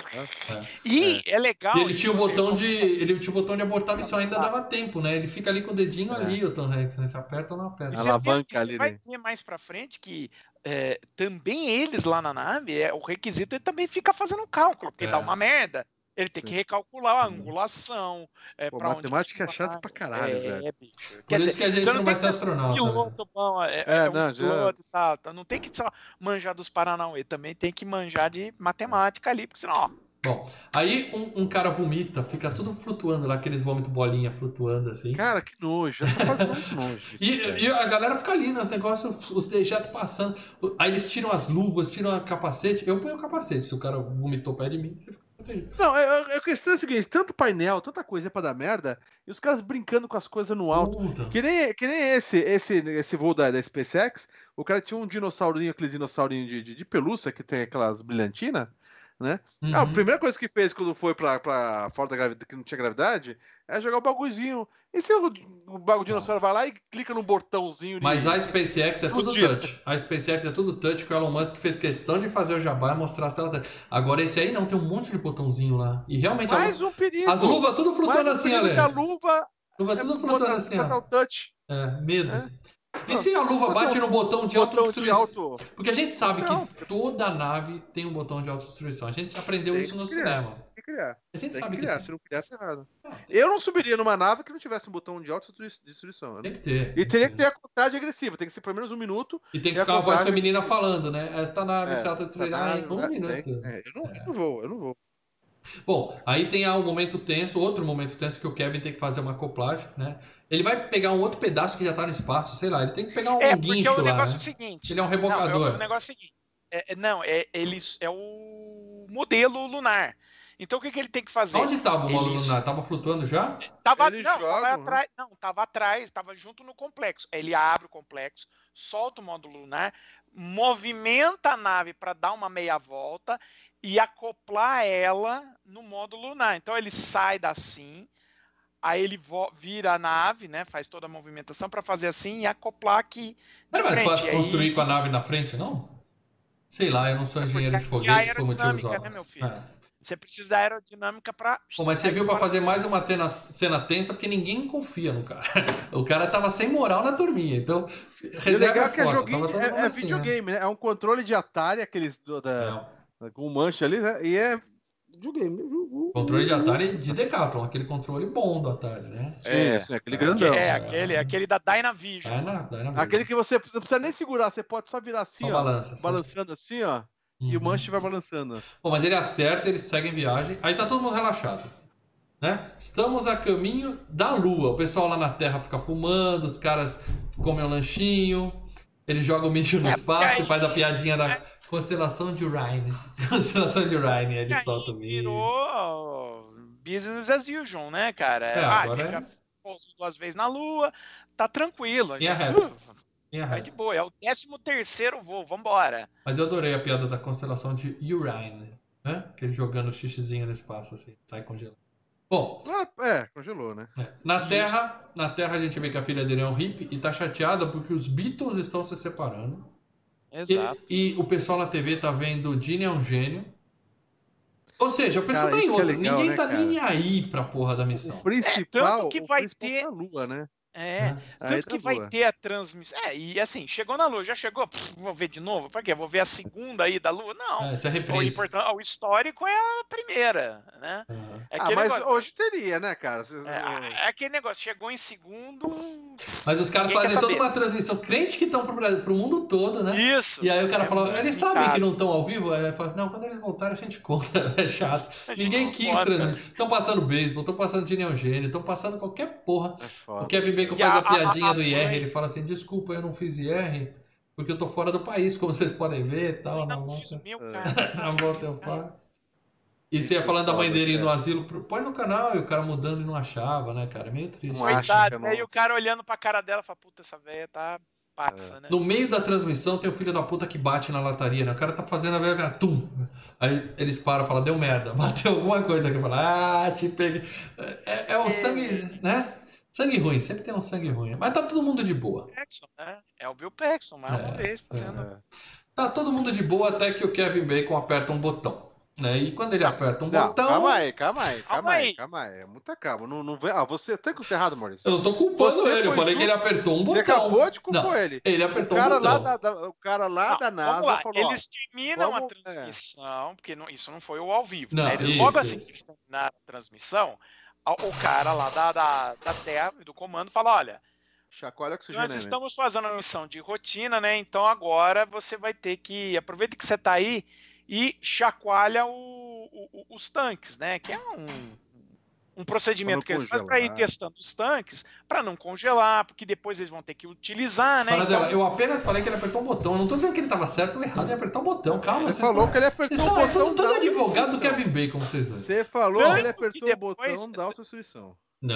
E é legal. E ele tinha o botão de abortar a missão, ainda dava tempo, né? Ele fica ali com o dedinho ali, o Tom Hanks, né? Se aperta ou não aperta. Alavanca ali. Você vai ver mais pra frente que também eles lá na nave, o requisito é também ficar fazendo cálculo, porque dá uma merda. Ele tem que recalcular a angulação. Matemática é chata pra caralho, velho. Bicho. Por isso que a gente não vai ser astronauta. Piloto bom, piloto e tal. Então não tem que só manjar dos Paranauê, também tem que manjar de matemática ali, porque senão, Bom, aí um cara vomita, fica tudo flutuando lá, aqueles vômitos bolinha flutuando assim. Cara, que nojo, já tá fazendo muito nojo. E a galera fica ali, né, os negócios, os dejetos passando. Aí eles tiram as luvas, tiram o capacete. Eu ponho o capacete, se o cara vomitou perto de mim, você fica feliz. Não, a questão é a seguinte: tanto painel, tanta coisa pra dar merda, e os caras brincando com as coisas no alto. Que nem esse voo da SpaceX, o cara tinha um dinossaurinho, aqueles dinossaurinhos de pelúcia que tem aquelas brilhantinas. Né? A primeira coisa que fez quando foi pra fora da gravidade, que não tinha gravidade, é jogar o bagulhozinho. E se o dinossauro vai lá e clica no botãozinho Mas a SpaceX é tudo touch. A SpaceX é tudo touch, que o Elon Musk fez questão de fazer o jabá e mostrar as telas touch. Agora esse aí não, tem um monte de botãozinho lá. E realmente um perigo. As luvas tudo flutuando assim, Ale. A luva tudo flutuando assim, ó. O touch. Medo. E se a luva bate no botão de autodestruição? Porque a gente sabe que toda nave tem um botão de autodestruição. A gente aprendeu isso no cinema. Tem que criar. A gente sabe que se não criasse errado. Eu não subiria numa nave que não tivesse um botão de autodestruição. Né? Tem que ter. E teria que ter a contagem agressiva. Tem que ser pelo menos 1 minuto. E tem que ficar uma voz feminina falando, né? Esta nave se autodestruirá em 1 minuto. Eu não vou. Bom, aí tem um momento tenso, outro momento tenso que o Kevin tem que fazer uma acoplagem, né? Ele vai pegar um outro pedaço que já tá no espaço, sei lá, ele tem que pegar um guincho lá, o negócio né? É o seguinte, ele é um rebocador. O negócio é o seguinte, é o modelo lunar. Então o que ele tem que fazer? Onde tava o módulo lunar? Tava flutuando já? Tava atrás, tava junto no complexo. Ele abre o complexo, solta o módulo lunar, movimenta a nave para dar uma meia volta e acoplar ela no módulo lunar. Então ele sai assim, aí ele vira a nave, né? Faz toda a movimentação para fazer assim e acoplar aqui. Não é mais fácil construir com a nave na frente, não? Sei lá, eu não sou engenheiro de foguetes por motivos óbvios. Né, meu filho? Você precisa da aerodinâmica pra... Pô, mas você viu pra fazer mais uma cena tensa porque ninguém confia no cara. O cara tava sem moral na turminha, então E o reserva legal é é que é foda. joguinho, Tava todo mundo é assim, né? videogame, né? É um controle de Atari, aqueles com mancha ali, né? E é videogame. Controle de Atari de Decathlon, aquele controle bom do Atari, né? Sim, aquele grandão. Aquele da Dynavision. Dynavision. Aquele que você não precisa nem segurar, você pode só virar assim, Só ó. balança. Balançando assim, ó. E o manche vai balançando. Bom, mas ele acerta, ele segue em viagem. Aí tá todo mundo relaxado, né? Estamos a caminho da Lua. O pessoal lá na Terra fica fumando, os caras comem um lanchinho, eles jogam o mijo no espaço e faz a piadinha da constelação de Orion. Constelação de Orion, ele solta o mijo. Virou business as usual, né, cara? Agora a gente já pousou 2 vezes na Lua, tá tranquilo. Vai de boa, é o 13º voo, vambora. Mas eu adorei a piada da constelação de Orion, né? Que ele jogando o xixizinho no espaço, assim, sai congelando. Bom, congelou, né? Na Terra a gente vê que a filha dele é um hippie e tá chateada porque os Beatles estão se separando. Exato. E o pessoal na TV tá vendo o Gene é um gênio. Ou seja, o pessoal tá em outra. Legal, ninguém né, tá cara? nem aí pra porra da missão. O principal, tanto que vai ter é a Lua, né? Tanto que vai ter a transmissão. E assim, chegou na Lua, já chegou. Vou ver de novo. Pra quê? Vou ver a segunda aí da Lua? Não. Essa é a reprise. O histórico é a primeira, né? Mas hoje teria, né, cara? É aquele negócio, chegou em segundo. Mas os caras fazem toda uma transmissão, crente que estão pro mundo todo, né? Isso. E aí o cara fala, eles sabem que não estão ao vivo? Aí ele fala, não, quando eles voltarem a gente conta, é chato. Ninguém quis transmitir. Estão passando beisebol, estão passando Gene é um gênio, estão passando qualquer porra. O Kevin Bacon faz a piadinha do IR, ele fala assim, desculpa, eu não fiz IR, porque eu tô fora do país, como vocês podem ver e tal. Na volta eu faço. E você ia falando da mãe dele no asilo, põe no canal, e o cara mudando e não achava, né, cara? É meio triste. Coitado, aí o cara olhando pra cara dela, fala, puta, essa velha tá passa, né? No meio da transmissão tem o filho da puta que bate na lataria, né? O cara tá fazendo a velha, tum! Aí eles param e falam, deu merda, bateu alguma coisa aqui. Fala, te peguei. É o sangue, né? Sangue ruim, sempre tem um sangue ruim. Mas tá todo mundo de boa. É o Bill Paxton, mais uma vez, fazendo. Tá todo mundo de boa até que o Kevin Bacon aperta um botão. Né? E quando ele aperta um botão. Calma aí. É muita calma. Não vê. Você tem que ser errado, Maurício. Eu não tô culpando ele, eu falei que ele apertou um botão. Você acabou de culpar ele. Ele apertou um botão. O cara lá da NASA falou. Eles terminam a transmissão, porque isso não foi o ao vivo. Não, né? Logo assim que eles terminaram a transmissão, o cara lá da Terra, do comando, fala: olha. Chacoalha oxigênio. Nós estamos fazendo uma missão de rotina, né? Então agora você vai ter que. Aproveita que você tá aí e chacoalha os tanques, né? Que é um procedimento que eles fazem para ir testando os tanques, para não congelar, porque depois eles vão ter que utilizar, né? Então... Eu apenas falei que ele apertou um botão. Eu não tô dizendo que ele tava certo ou errado em apertar o botão. Calma, você falou que ele apertou o botão. Todo advogado do Kevin Bacon, vocês dois. Você falou que ele apertou o botão da autodestruição.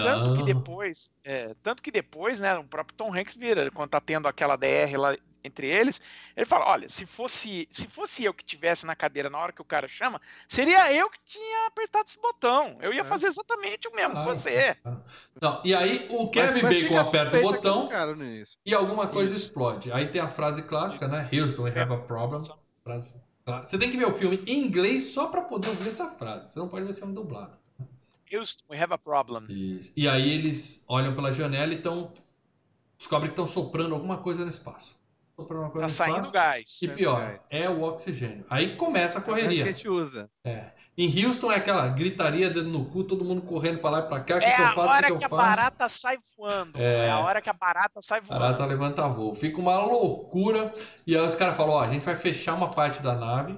Tanto que depois, né, o próprio Tom Hanks vira, quando tá tendo aquela DR lá entre eles, ele fala, olha, se fosse eu que tivesse na cadeira na hora que o cara chama, seria eu que tinha apertado esse botão. Eu ia fazer exatamente o mesmo que você. Não, e aí o Kevin Bacon aperta o botão e alguma coisa explode. Aí tem a frase clássica, né? Houston, we have a problem. Você tem que ver o filme em inglês só pra poder ouvir essa frase. Você não pode ver esse filme dublado. Houston, we have a problem. Isso. E aí eles olham pela janela e descobrem que estão soprando alguma coisa no espaço. Tá saindo gás. E pior, é o oxigênio. Aí começa a correria. Que a gente usa. Em Houston é aquela gritaria, dedo no cu, todo mundo correndo pra lá e pra cá. O que eu faço? É a hora que a barata sai voando. É a hora que a barata sai voando. A barata levanta voo. Fica uma loucura. E aí os caras falam, a gente vai fechar uma parte da nave.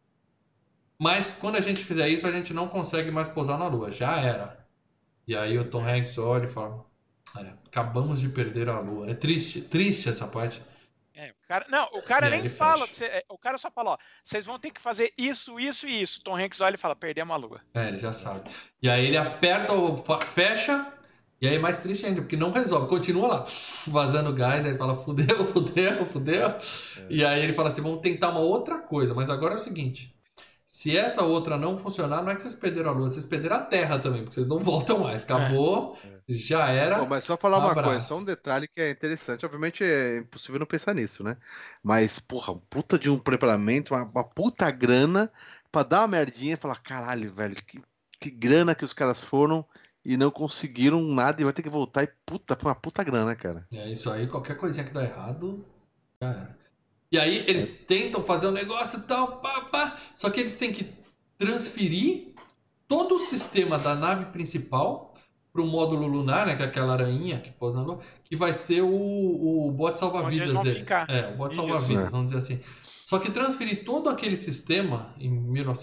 Mas quando a gente fizer isso, a gente não consegue mais pousar na Lua. Já era. E aí o Tom Hanks olha e fala, acabamos de perder a Lua. É triste essa parte. O cara nem fala, o cara só fala, vocês vão ter que fazer isso, isso e isso. Tom Hanks olha e fala, perdemos a Lua. Ele já sabe. E aí ele aperta, fecha, e aí é mais triste ainda, porque não resolve. Continua lá, vazando gás, aí ele fala, fudeu. E aí ele fala assim, vamos tentar uma outra coisa, mas agora é o seguinte, se essa outra não funcionar, não é que vocês perderam a Lua, vocês perderam a Terra também, porque vocês não voltam mais. Acabou, já era. Bom, mas só falar uma coisa, só um detalhe que é interessante. Obviamente é impossível não pensar nisso, né? Mas, porra, puta de um preparamento, uma puta grana pra dar uma merdinha e falar, caralho, velho, que grana que os caras foram e não conseguiram nada e vai ter que voltar e puta, foi uma puta grana, cara. É isso aí, qualquer coisinha que dá errado, já era. E aí eles tentam fazer um negócio e tal, pá, só que eles têm que transferir todo o sistema da nave principal pro módulo lunar, né, que é aquela aranha que pousa na Lua, que vai ser o bote Onde eles salva-vidas vão deles. ficar. É, o bote Isso. salva-vidas, vamos dizer assim. Só que transferir todo aquele sistema em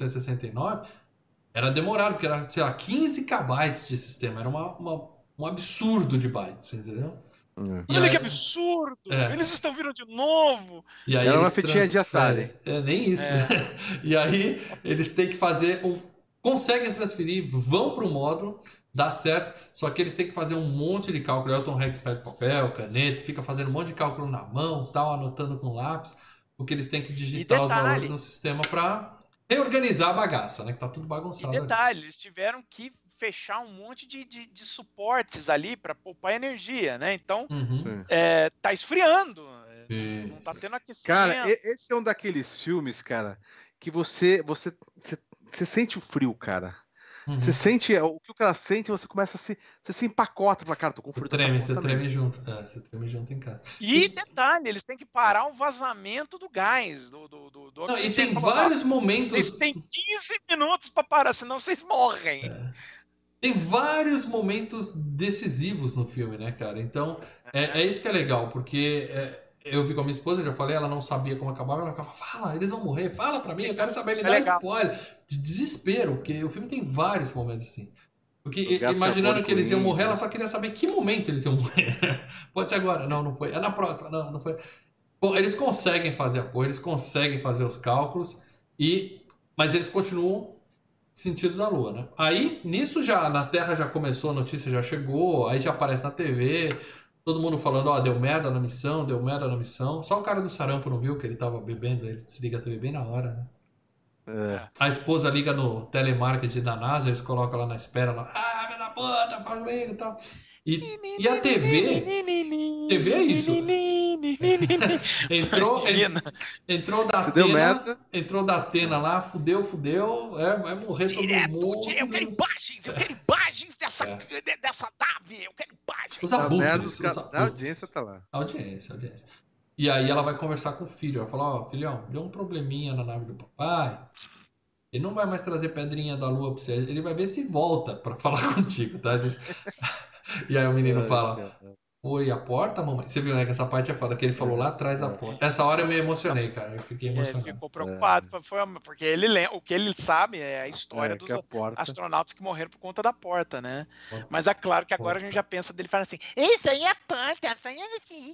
1969 era demorado, porque era, sei lá, 15 KB de sistema. Era um absurdo de bytes, entendeu? E Olha aí, que absurdo! É. Eles estão vindo de novo! e aí Era uma eles fitinha de Atari. transferem. É, nem isso. E aí eles têm que fazer conseguem transferir, vão para o módulo, dá certo, só que eles têm que fazer um monte de cálculo. Aí o Tom Hanks pega papel, caneta, fica fazendo um monte de cálculo na mão, tal, anotando com lápis, porque eles têm que digitar os valores no sistema para reorganizar a bagaça, né? Que tá tudo E bagunçado ali. detalhe, eles tiveram que fechar um monte de suportes ali para poupar energia, né? Então, Sim. tá esfriando. E- Não tá tendo aquecimento. Cara, esse é um daqueles filmes, cara, que você sente o frio, cara. Uhum. Você sente o que o cara sente, você começa a você se empacota, fala, cara, tô com frio. Você treme junto. É, você treme junto em casa. E detalhe, eles têm que parar o vazamento do gás, do Não, oxigênio. e tem Falou, vários momentos. Vocês têm 15 minutos para parar, senão vocês morrem. Tem vários momentos decisivos no filme, né, cara? Então, é isso que é legal, porque eu vi com a minha esposa, já falei, ela não sabia como acabava, ela ficava, fala, eles vão morrer, fala pra mim, eu quero saber, me Isso dá é legal. spoiler. De desespero, porque o filme tem vários momentos assim. Porque O gás imaginando que eles iam carbônico morrer, indo. ela só queria saber que momento eles iam morrer. Pode ser agora, não, não foi. É na próxima, não, não foi. Bom, eles conseguem fazer apoio, eles conseguem fazer os cálculos, mas eles continuam sentido da Lua, né? Aí, nisso já, na Terra já começou, a notícia já chegou, aí já aparece na TV, todo mundo falando, ó, deu merda na missão, deu merda na missão. Só o cara do sarampo não viu que ele tava bebendo, ele desliga a TV bem na hora, né? A esposa liga no telemarketing da NASA, eles colocam lá na espera, lá, minha da puta, fala comigo e tal. E a TV é isso. Entrou da Atena lá, fudeu, vai morrer todo mundo. Eu quero imagens dessa nave, eu quero imagens. Os abutres. A audiência tá lá. Audiência. E aí ela vai conversar com o filho. Ela fala, ó, filhão, deu um probleminha na nave do papai. Ele não vai mais trazer pedrinha da lua pra você. Ele vai ver se volta pra falar contigo, tá? E aí o menino fala, foi a porta, mamãe? Você viu, né, que essa parte é foda, que ele falou lá atrás da porta. Essa hora eu me emocionei, cara. Eu fiquei emocionado. Ele ficou preocupado, porque o que ele sabe é a história dos astronautas que morreram por conta da porta, né? Mas é claro que agora a gente já pensa dele falando assim, isso aí é porta, isso aí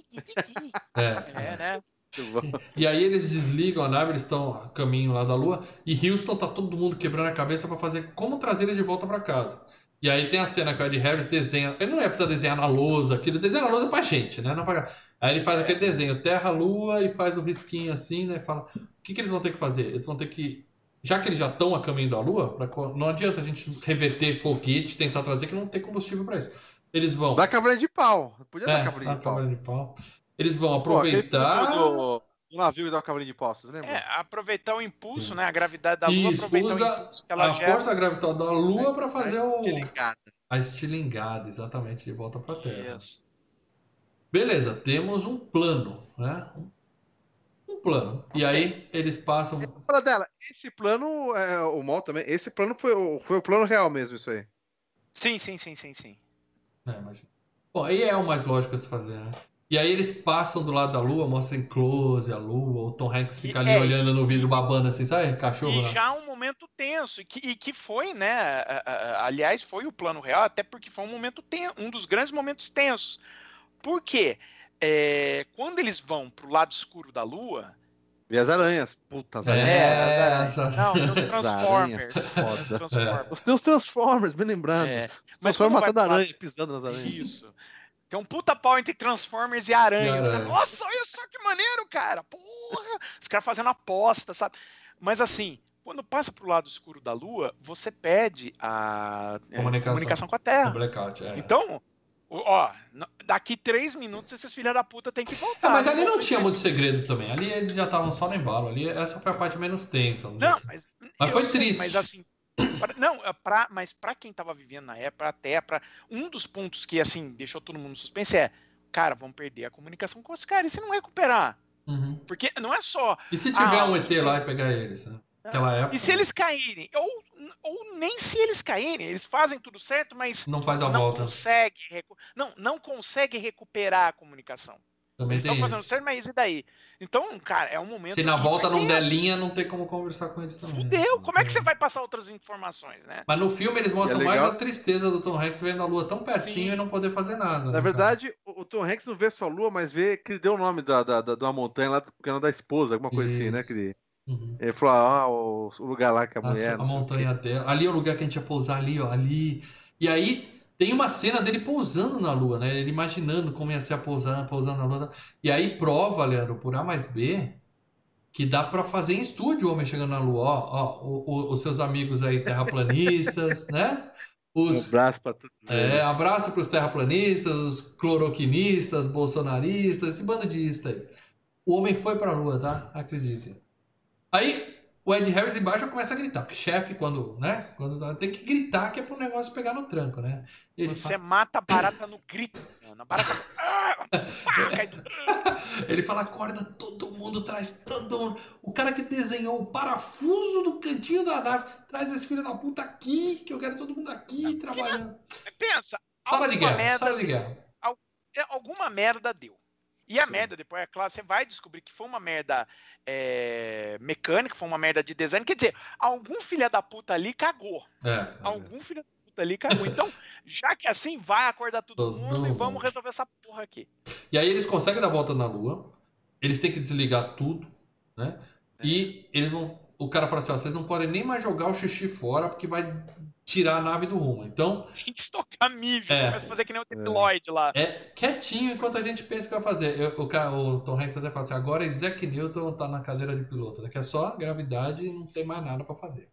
é... né? E aí eles desligam a nave, eles estão a caminho lá da Lua, e Houston tá todo mundo quebrando a cabeça pra fazer como trazer eles de volta pra casa. E aí tem a cena que o Ed Harris desenha, ele não ia precisar desenhar na lousa, ele desenha na lousa pra gente, né? Não pra... Aí ele faz aquele desenho, Terra, Lua, e faz o risquinho assim, né? Fala, o que eles vão ter que fazer? Eles vão ter que, já que eles já estão a caminho da Lua, não adianta a gente reverter foguete, tentar trazer, que não tem combustível pra isso. Eles vão... Dá cavaleiro de pau. Podia dar cavaleiro de pau. Eles vão aproveitar... O navio e dar o cavalinho de pau, vocês lembram? Aproveitar o impulso, né? A gravidade da Lua, Isso, aproveitar usa o impulso que ela gera. força gravitável da Lua para fazer estilingada. A estilingada, exatamente, de volta para a Terra. Isso. Beleza, temos um plano, né? Um plano. E aí eles passam... Fala dela, esse plano, o mal também, esse plano foi o plano real mesmo, isso aí. Sim. Imagina. Bom, aí é o mais lógico a se fazer, né? E aí eles passam do lado da Lua, mostram em close a Lua, o Tom Hanks fica ali olhando no vidro, babando assim, sabe? Cachorro lá. E já um momento tenso, e que foi, né? Aliás, foi o plano real, até porque foi um dos grandes momentos tensos. Por quê? Quando eles vão pro lado escuro da Lua... E as aranhas, puta, as aranhas. Não, tem os Transformers. Tem os Transformers, bem lembrando. Os Transformers matando aranha, pisando nas aranhas. Isso. Tem um puta pau entre Transformers e aranhas. Nossa, olha só que maneiro, cara. Porra! Os caras fazendo aposta, sabe? Mas assim, quando passa pro lado escuro da Lua, você perde a comunicação com a Terra. Blackout, Então, daqui 3 minutos esses filha da puta tem que voltar. Mas ali não tinha muito segredo também. Ali eles já estavam só no embalo. Ali, essa foi a parte menos tensa. Não, mas foi triste. Mas assim, mas pra quem tava vivendo na época, um dos pontos que assim deixou todo mundo suspense cara, vamos perder a comunicação com os caras e se não recuperar. Porque não é só. E se tiver um ET lá e pegar eles, né? Naquela época. E se eles caírem? Ou nem se eles caírem, eles fazem tudo certo, mas não faz a volta. Não consegue recuperar a comunicação. Também eles tem estão fazendo isso. certo, mas e daí? Então, cara, é um momento. Se na volta não der linha, não tem como conversar com eles também. Fudeu, como é que você vai passar outras informações, né? Mas no filme eles mostram mais a tristeza do Tom Hanks vendo a Lua tão pertinho e não poder fazer nada. Na verdade, o Tom Hanks não vê só a Lua, mas vê que ele deu o nome de uma montanha lá, que era da esposa, alguma coisa assim, né? Que ele falou, o lugar lá que a mulher. A montanha dela. Ali é o lugar que a gente ia pousar ali, ó. Ali. E aí tem uma cena dele pousando na Lua, né? Ele imaginando como ia ser a pousando na Lua. E aí prova, Leandro, por A mais B, que dá pra fazer em estúdio o homem chegando na Lua. Ó, os seus amigos aí terraplanistas, né? Um abraço pra todos eles. Abraço pros terraplanistas, os cloroquinistas, bolsonaristas, esse bando de ista aí. O homem foi pra Lua, tá? Acreditem. Aí o Ed Harris embaixo começa a gritar, porque chefe, quando tem que gritar que é pro negócio pegar no tranco, né? Você mata a barata no grito, mano. A barata. Ele fala, acorda todo mundo, traz todo mundo. O cara que desenhou o parafuso do cantinho da nave, traz esse filho da puta aqui, que eu quero todo mundo aqui trabalhando. Pensa, sala de guerra. Alguma merda deu. E a merda, depois, é claro, você vai descobrir que foi uma merda mecânica, foi uma merda de design. Quer dizer, algum filho da puta ali cagou. Algum filho da puta ali cagou. Então, já que assim, vai acordar todo mundo e vamos resolver essa porra aqui. E aí eles conseguem dar a volta na Lua, eles têm que desligar tudo, né? E eles vão... O cara fala assim, ó, vocês não podem nem mais jogar o xixi fora, porque vai tirar a nave do rumo. Então... Tem que estocar mível, começa a fazer que nem o Tabloid lá. Quietinho enquanto a gente pensa que vai fazer. O Tom Hanks até fala assim, agora Isaac Newton tá na cadeira de piloto. Daqui é só gravidade e não tem mais nada pra fazer.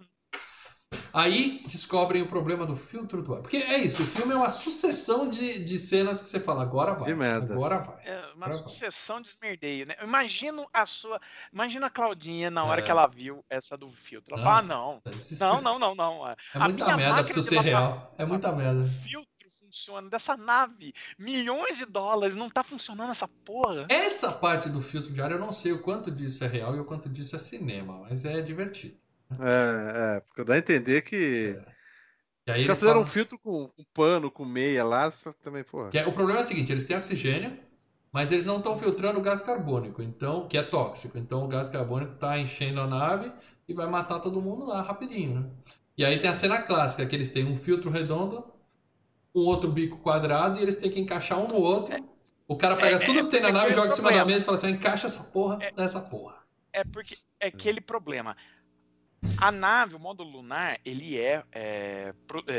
Aí descobrem o problema do filtro do ar. Porque é isso, o filme é uma sucessão de cenas que você fala, agora vai. Agora vai. É uma sucessão de esmerdeio, né? Imagina a Claudinha na hora que ela viu essa do filtro. Ela fala, não. É muita merda pra ser real. É muita merda. O filtro funciona dessa nave. Milhões de dólares, não tá funcionando essa porra. Essa parte do filtro de ar, eu não sei o quanto disso é real e o quanto disso é cinema, mas é divertido. Porque dá a entender que... E aí eles fizeram um filtro com pano, com meia lá, também, porra. O problema é o seguinte, eles têm oxigênio, mas eles não estão filtrando o gás carbônico, então, que é tóxico. Então o gás carbônico está enchendo a nave e vai matar todo mundo lá rapidinho, né? E aí tem a cena clássica, que eles têm um filtro redondo, um outro bico quadrado, e eles têm que encaixar um no outro. O cara pega tudo que tem na nave, joga em cima da mesa e fala assim, encaixa essa porra nessa porra. É porque é aquele problema. A nave, o módulo lunar, ele é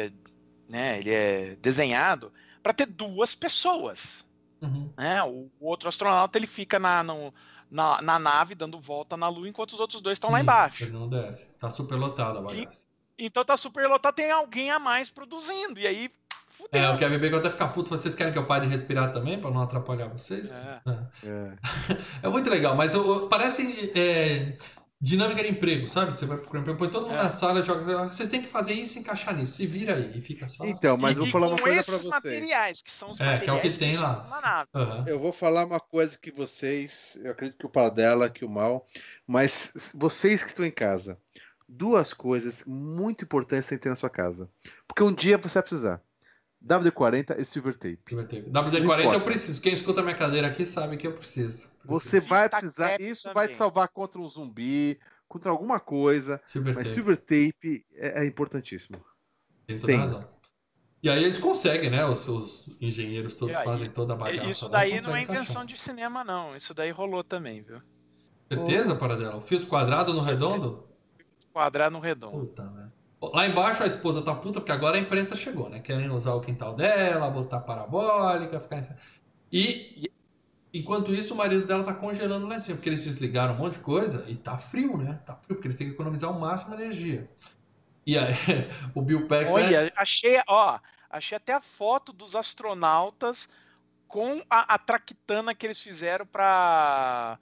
desenhado para ter 2 pessoas. Né? O outro astronauta ele fica na nave dando volta na Lua, enquanto os outros 2 estão lá embaixo. Ele não desce. Tá super lotado a bagaça. Então tá super lotado, tem alguém a mais produzindo. E aí, fudeu. O Kevin Bacon até fica puto. Vocês querem que eu pare de respirar também, para não atrapalhar vocês? É muito legal, mas parece... dinâmica de emprego, sabe? Você vai procurar emprego, põe todo mundo na sala, joga. Vocês têm que fazer isso e encaixar nisso. Se vira aí e fica só. Então, mas vou falar uma coisa pra vocês. Materiais, que são os materiais que é o que tem lá. Na nave. Eu vou falar uma coisa que vocês, eu acredito que o Paradela, que o Mal, mas vocês que estão em casa, 2 coisas muito importantes tem que ter na sua casa. Porque um dia você vai precisar. WD-40 e Silver Tape. WD-40 eu preciso. Quem escuta a minha cadeira aqui sabe que eu preciso. Você vai precisar. Isso vai te salvar contra um zumbi, contra alguma coisa. Mas Silver Tape é importantíssimo. Tem toda razão. E aí eles conseguem, né? Os engenheiros todos fazem toda a bagaça. Isso daí não é invenção de cinema, não. Isso daí rolou também, viu? Certeza, Paradela? O filtro quadrado no redondo? Quadrado no redondo. Puta, velho. Lá embaixo a esposa tá puta, porque agora a imprensa chegou, né? Querendo usar o quintal dela, botar parabólica, ficar... E enquanto isso o marido dela tá congelando lá em cima, porque eles desligaram um monte de coisa e tá frio, né? Tá frio, porque eles têm que economizar o máximo de energia. E aí o Bill Paxton... Olha, achei até a foto dos astronautas com a traquitana que eles fizeram pra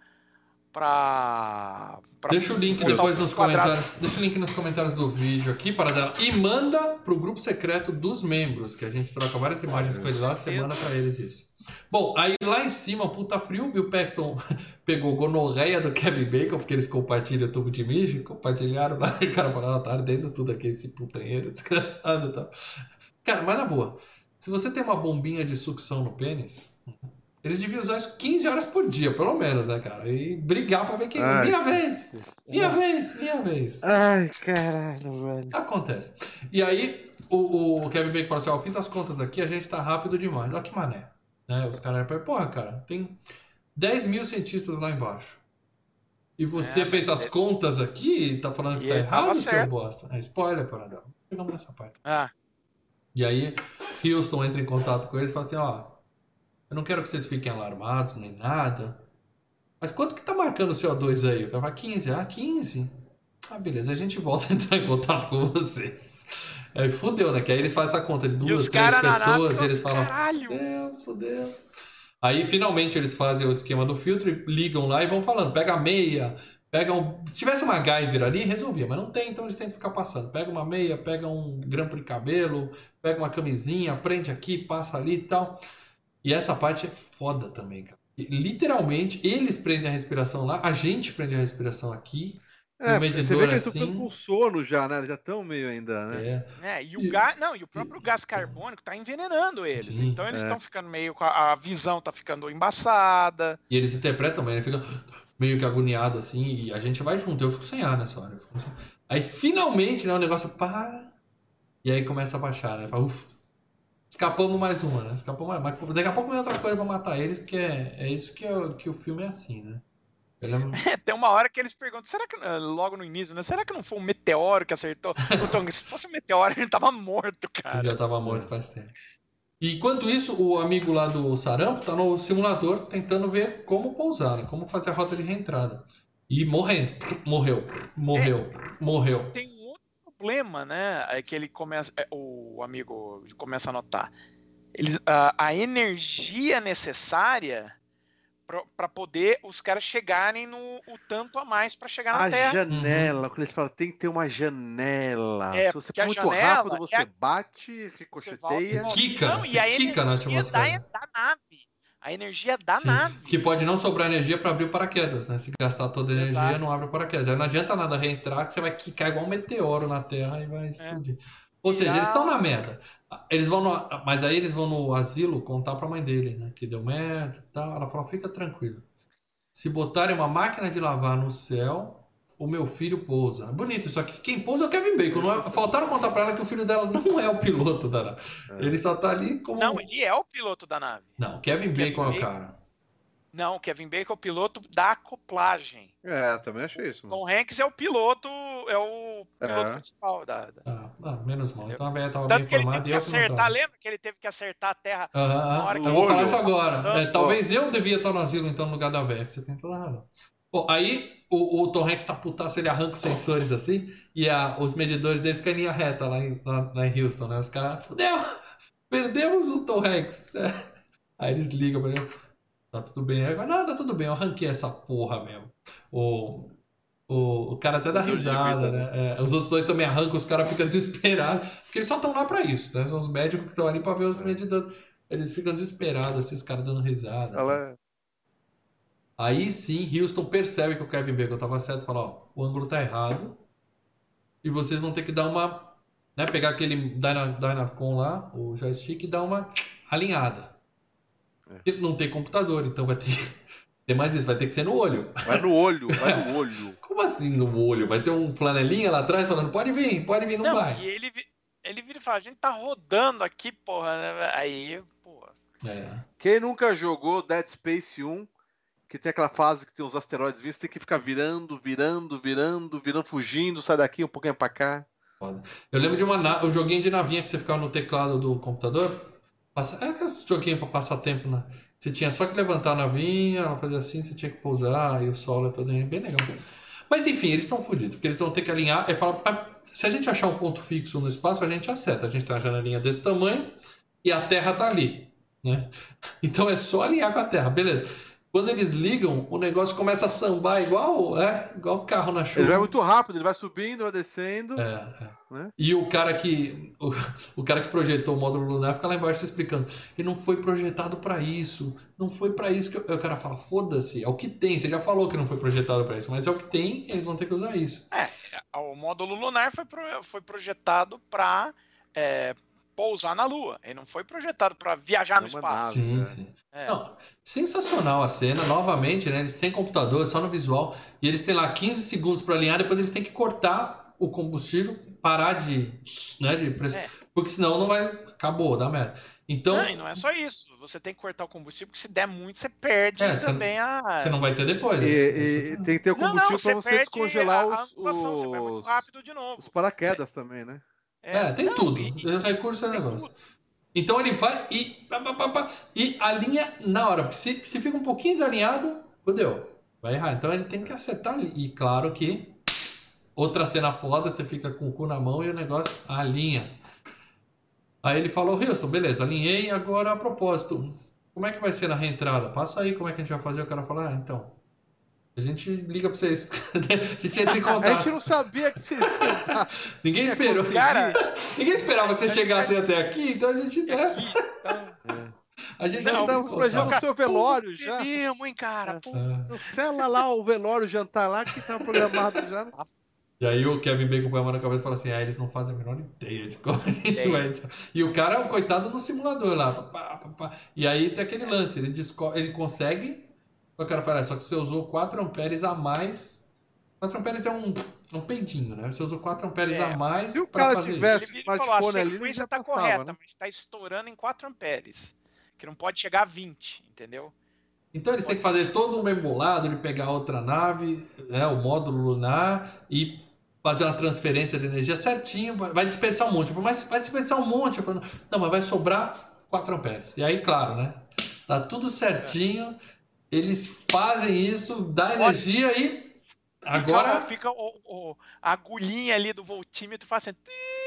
Deixa o link depois nos comentários. Deixa o link nos comentários do vídeo aqui para dela. E manda pro grupo secreto dos membros, que a gente troca várias imagens com eles lá, você manda pra eles isso. Bom, aí lá em cima, puta frio, o Bill Paxton pegou gonorreia do Kevin Bacon, porque eles compartilham tubo de mijo, compartilharam lá, e o cara falou, tá ardendo tudo aqui, esse putanheiro desgraçado e tal. Cara, mas na boa, se você tem uma bombinha de sucção no pênis... Eles deviam usar isso 15 horas por dia, pelo menos, né, cara? E brigar pra ver quem... Minha vez. Ai, caralho, velho. Acontece. E aí, o Kevin Bacon falou assim, eu fiz as contas aqui, a gente tá rápido demais. Olha que mané. Né? Os caras... Porra, cara, tem 10 mil cientistas lá embaixo. E você fez as contas aqui e tá falando que tá errado, seu bosta? É spoiler, Paradão. Chegamos nessa parte. E aí, Houston entra em contato com eles e fala assim, ó... Eu não quero que vocês fiquem alarmados, nem nada. Mas quanto que tá marcando o CO2 aí? O cara fala 15. Ah, 15? Ah, beleza. A gente volta a entrar em contato com vocês. Aí fudeu, né? Que aí eles fazem essa conta de 2, 3 pessoas e eles falam... Fudeu. Aí, finalmente, eles fazem o esquema do filtro e ligam lá e vão falando. Pega a meia, pega um... Se tivesse uma MacGyver ali, resolvia. Mas não tem, então eles têm que ficar passando. Pega uma meia, pega um grampo de cabelo, pega uma camisinha, prende aqui, passa ali e tal... E essa parte é foda também, cara. Literalmente, eles prendem a respiração lá, a gente prende a respiração aqui. No medidor você vê que eles assim. estão com sono já, né? Eles já estão meio ainda, né? E o próprio gás carbônico tá envenenando eles. Sim, então eles estão ficando meio com a visão tá ficando embaçada. E eles interpretam bem, eles ficam meio que agoniados assim, e a gente vai junto. Eu fico sem ar nessa hora. Aí finalmente, né, o negócio para. E aí começa a baixar, né? Fala, ufa. Escapamos mais uma, né? Escapamos mais. Mas daqui a pouco vem outra coisa pra matar eles, porque é isso que o filme é assim, né? Tem uma hora que eles perguntam, será que, logo no início, né? Será que não foi um meteoro que acertou o Tonga? Se fosse um meteoro, ele tava morto, cara. Ele já tava morto faz tempo. E enquanto isso, o amigo lá do Sarampo tá no simulador tentando ver como pousar, né? Como fazer a rota de reentrada. E morreu. Tem um outro problema, né? É que ele começa, o amigo começa a notar. A energia necessária para poder os caras chegarem o tanto a mais para chegar na Terra. A janela, quando eles falam, tem que ter uma janela. Se você for muito janela, rápido, você bate, ricocheteia. Quica na atmosfera. Da nave. A energia da nave. Que pode não sobrar energia para abrir o paraquedas, né? Se gastar toda a energia, não abre o paraquedas. Aí não adianta nada reentrar, que você vai quicar igual um meteoro na Terra e vai explodir. Ou seja, eles estão na merda. Mas aí eles vão no asilo contar pra mãe dele, né? Que deu merda e tal. Ela falou, fica tranquilo. Se botarem uma máquina de lavar no céu, o meu filho pousa. Bonito, só que quem pousa é o Kevin Bacon. Faltaram contar pra ela que o filho dela não é o piloto da nave. Ele só tá ali como... Não, ele é o piloto da nave. Não, Kevin Bacon é o cara. Não, o Kevin Bacon é o piloto da acoplagem. Também achei isso. Tom Hanks é o piloto principal da... Menos mal. Então a velha tava bem informada e eu não tava. Lembra que ele teve que acertar a terra na hora que eu vou falar isso agora. Talvez eu devia estar no asilo, então, no lugar da velha, que você tem toda a razão. Bom, aí o Tom Hanks tá putaço, ele arranca os sensores assim, e os medidores dele ficam em linha reta lá em Houston, né? Os caras, fudeu! Perdemos o Tom Hanks. Aí eles ligam pra ele. Tá tudo bem? Agora, não, tá tudo bem, eu arranquei essa porra mesmo. O cara até dá risada, né? Os outros dois também arrancam, os caras ficam desesperados. Porque eles só estão lá pra isso, né? São os médicos que estão ali pra ver os medidores. Eles ficam desesperados, assim, os caras dando risada. Aí sim, Houston percebe que o Kevin Bacon tava certo e fala, ó, o ângulo tá errado. E vocês vão ter que dar uma... Né, pegar aquele Dynacon lá, o joystick, e dar uma alinhada. Não tem computador, então vai ter... Tem mais isso, vai ter que ser no olho. Vai no olho. Como assim no olho? Vai ter um flanelinha lá atrás falando, pode vir, não vai. E ele vira e fala, a gente tá rodando aqui, porra. Aí, porra. Quem nunca jogou Dead Space 1, que tem aquela fase que tem os asteroides vindo, você tem que ficar virando, fugindo, sai daqui um pouquinho pra cá. Eu lembro de um joguinho de navinha que você ficava no teclado do computador. Esse joguinho pra passar tempo, né? Você tinha só que levantar a navinha, ela fazia assim, você tinha que pousar, e o solo é todo bem legal. Mas enfim, eles estão fodidos, porque eles vão ter que alinhar. E fala, se a gente achar um ponto fixo no espaço, a gente acerta. A gente tem uma janelinha desse tamanho e a Terra tá ali. né? Então é só alinhar com a Terra, beleza. Quando eles ligam, o negócio começa a sambar igual carro na chuva. Ele vai muito rápido, ele vai subindo, vai descendo. Né? E o cara que projetou o módulo lunar fica lá embaixo explicando. Ele não foi projetado para isso. Não foi para isso que o cara fala, foda-se, é o que tem. Você já falou que não foi projetado para isso, mas é o que tem, eles vão ter que usar isso. O módulo lunar foi projetado para pousar na Lua. Ele não foi projetado para viajar no espaço. Sim. Não, sensacional a cena, novamente, né? Eles sem computador, só no visual. E eles têm lá 15 segundos para alinhar, depois eles têm que cortar o combustível, parar de porque senão não vai. Acabou, dá merda. Então, e não é só isso. Você tem que cortar o combustível, porque se der muito, você perde também Você não vai ter depois. E tem que ter o combustível para você descongelar você vai muito rápido de novo. Os paraquedas também, né? Tem tudo. Recurso é negócio. Tudo. Então ele vai e alinha na hora. Porque se fica um pouquinho desalinhado, fodeu. Vai errar. Então ele tem que acertar ali. E claro que outra cena foda, você fica com o cu na mão e o negócio alinha. Aí ele falou, Houston, beleza, alinhei, agora a propósito. Como é que vai ser na reentrada? Passa aí, como é que a gente vai fazer? O cara fala, então... A gente liga pra vocês. A gente entra em contato. A gente não sabia que vocês... Ninguém esperou. Ninguém esperava que você chegasse até aqui, então a gente... A gente não estamos planejando o seu velório já. Mesmo, hein, cara? Cancela lá o velório, jantar lá, que tá programado já. E aí o Kevin Bacon põe a mão na cabeça e fala assim, eles não fazem a menor ideia de como a gente vai entrar. E o cara é um coitado no simulador lá. E aí tem aquele lance, ele consegue... O cara fala, só que você usou 4 amperes a mais. 4 amperes é um peidinho, né? Você usou 4 amperes a mais para fazer isso. Ele falou, a sequência tá correta, né? Mas está estourando em 4 amperes. Que não pode chegar a 20, entendeu? Então eles têm que fazer todo um membolado de pegar outra nave, né, o módulo lunar, e fazer uma transferência de energia certinho. Vai desperdiçar um monte. Mas vai desperdiçar um monte. Não, mas vai sobrar 4 amperes. E aí, claro, né? Tá tudo certinho. Eles fazem isso, dá energia e agora... Fica a agulhinha ali do voltímetro fazendo...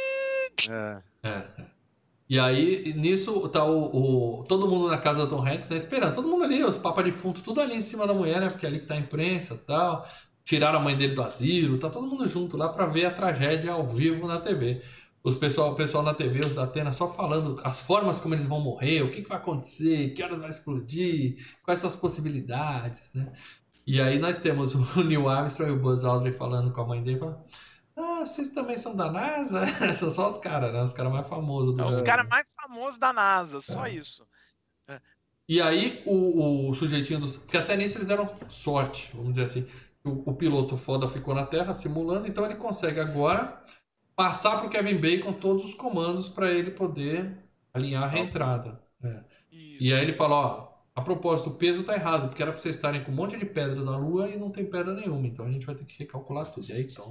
E aí, nisso, tá todo mundo na casa do Tom Hanks, né, esperando. Todo mundo ali, os papas defuntos, tudo ali em cima da mulher, né? Porque é ali que tá a imprensa e tal. Tiraram a mãe dele do asilo, tá todo mundo junto lá pra ver a tragédia ao vivo na TV. O pessoal na TV, os da Atena, só falando as formas como eles vão morrer, o que vai acontecer, que horas vai explodir, quais são as possibilidades, né? E aí nós temos o Neil Armstrong e o Buzz Aldrin falando com a mãe dele, falando, vocês também são da NASA? São só os caras, né? Os caras mais famosos do mundo. Os caras mais famosos da NASA, só isso. E aí o sujeitinho porque até nisso eles deram sorte, vamos dizer assim. O piloto foda ficou na Terra simulando, então ele consegue agora... passar para o Kevin Bacon todos os comandos para ele poder alinhar a reentrada. E aí ele fala, a propósito, o peso tá errado, porque era para vocês estarem com um monte de pedra da Lua e não tem pedra nenhuma, então a gente vai ter que recalcular tudo. E aí, então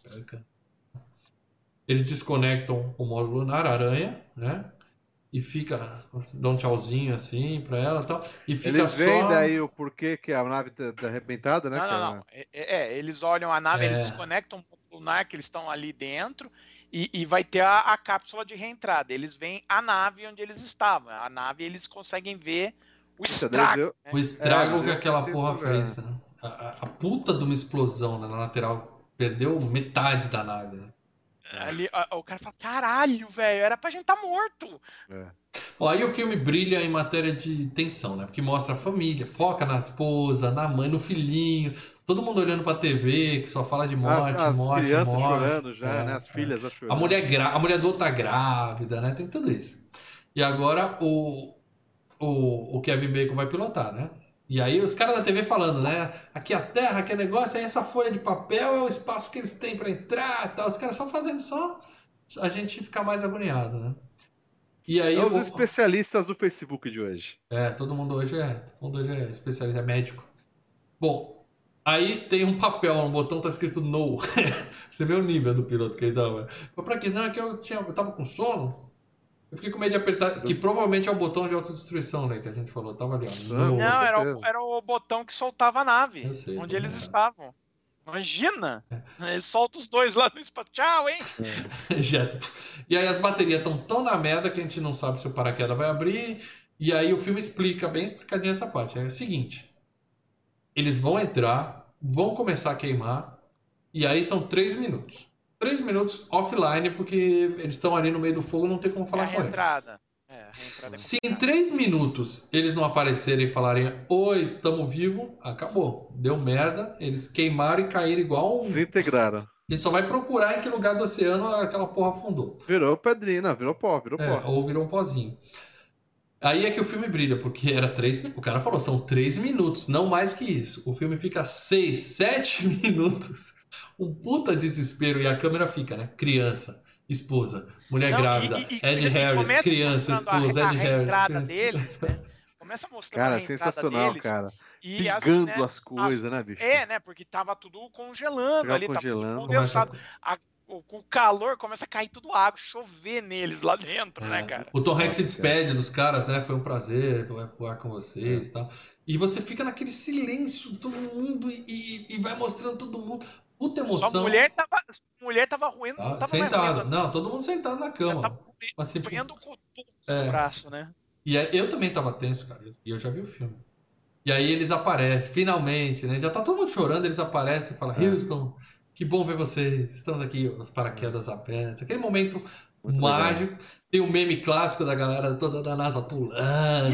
eles desconectam o módulo lunar, a aranha, né? E dá um tchauzinho assim para ela e tal. E fica eles veem daí o porquê que a nave tá arrebentada, né? Não. Eles olham a nave, eles desconectam o módulo lunar, que eles estão ali dentro, e vai ter a cápsula de reentrada. Eles veem a nave onde eles estavam. A nave, eles conseguem ver o estrago. O estrago que aquela porra fez, né? A puta de uma explosão, né, na lateral. Perdeu metade da nave, né? Ali, o cara fala, caralho, velho, era pra gente estar morto. Bom, aí o filme brilha em matéria de tensão, né? Porque mostra a família, foca na esposa, na mãe, no filhinho, todo mundo olhando pra TV, que só fala de morte, morte. Chorando já, né? As filhas chorando. A mulher do outro tá grávida, né? Tem tudo isso. E agora o Kevin Bacon vai pilotar, né? E aí os caras da TV falando, né? Aqui a Terra, aqui é negócio, aí essa folha de papel é o espaço que eles têm pra entrar e tal. Os caras só fazendo a gente ficar mais agoniado, né? E aí os especialistas do Facebook de hoje. Todo mundo hoje é especialista, é médico. Bom, aí tem um papel, um botão tá escrito no. Você vê o nível do piloto que ele tava. Mas pra quê? Não, é que eu tava com sono. Eu fiquei com medo de apertar, que provavelmente é o botão de autodestruição, né, que a gente falou, tava ali, ó. Não, era o botão que soltava a nave, onde eles estavam. Imagina! Eles soltam os dois lá no espaço. Tchau, hein? E aí as baterias estão tão na merda que a gente não sabe se o paraquedas vai abrir. E aí o filme explica, bem explicadinho essa parte. É o seguinte, eles vão entrar, vão começar a queimar, e aí são 3 minutos. 3 minutos offline, porque eles estão ali no meio do fogo, não tem como falar com eles. A reentrada é Se em complicada. 3 minutos eles não aparecerem e falarem oi, tamo vivo, acabou. Deu merda, eles queimaram e caíram igual um... Desintegraram. A gente só vai procurar em que lugar do oceano aquela porra afundou. Virou pedrina, virou pó. Ou virou um pozinho. Aí é que o filme brilha, porque era 3 minutos. O cara falou, são 3 minutos, não mais que isso. O filme fica 6, 7 minutos. Um puta desespero. E a câmera fica, né? Criança, esposa, mulher grávida, Ed Harris, criança, esposa, Ed Harris. Entrada deles, né? Começa mostrando Cara, a entrada sensacional, deles. cara. E Pingando assim, né, as coisas, né, bicho? né? Porque tava tudo congelando Tava ali, congelando. tava tudo condensado. Com o calor começa a cair tudo água, chover neles lá dentro, né, cara? O Tom Hanks se despede dos caras, né? Foi um prazer voar com vocês e tal. E você fica naquele silêncio, todo mundo, e vai mostrando todo mundo. Puta emoção. Só mulher tava ruindo, não tava sentado. mais ruindo. Não, todo mundo sentado na cama. Tava Assim, ruindo o cotovelo no braço, né? E eu também tava tenso, cara. E eu já vi o filme. E aí eles aparecem, finalmente, né? Já tá todo mundo chorando, eles aparecem e falam, Houston, que bom ver vocês. Estamos aqui, os paraquedas abertos. Aquele momento muito mágico. Legal. Tem o meme clássico da galera toda da NASA pulando,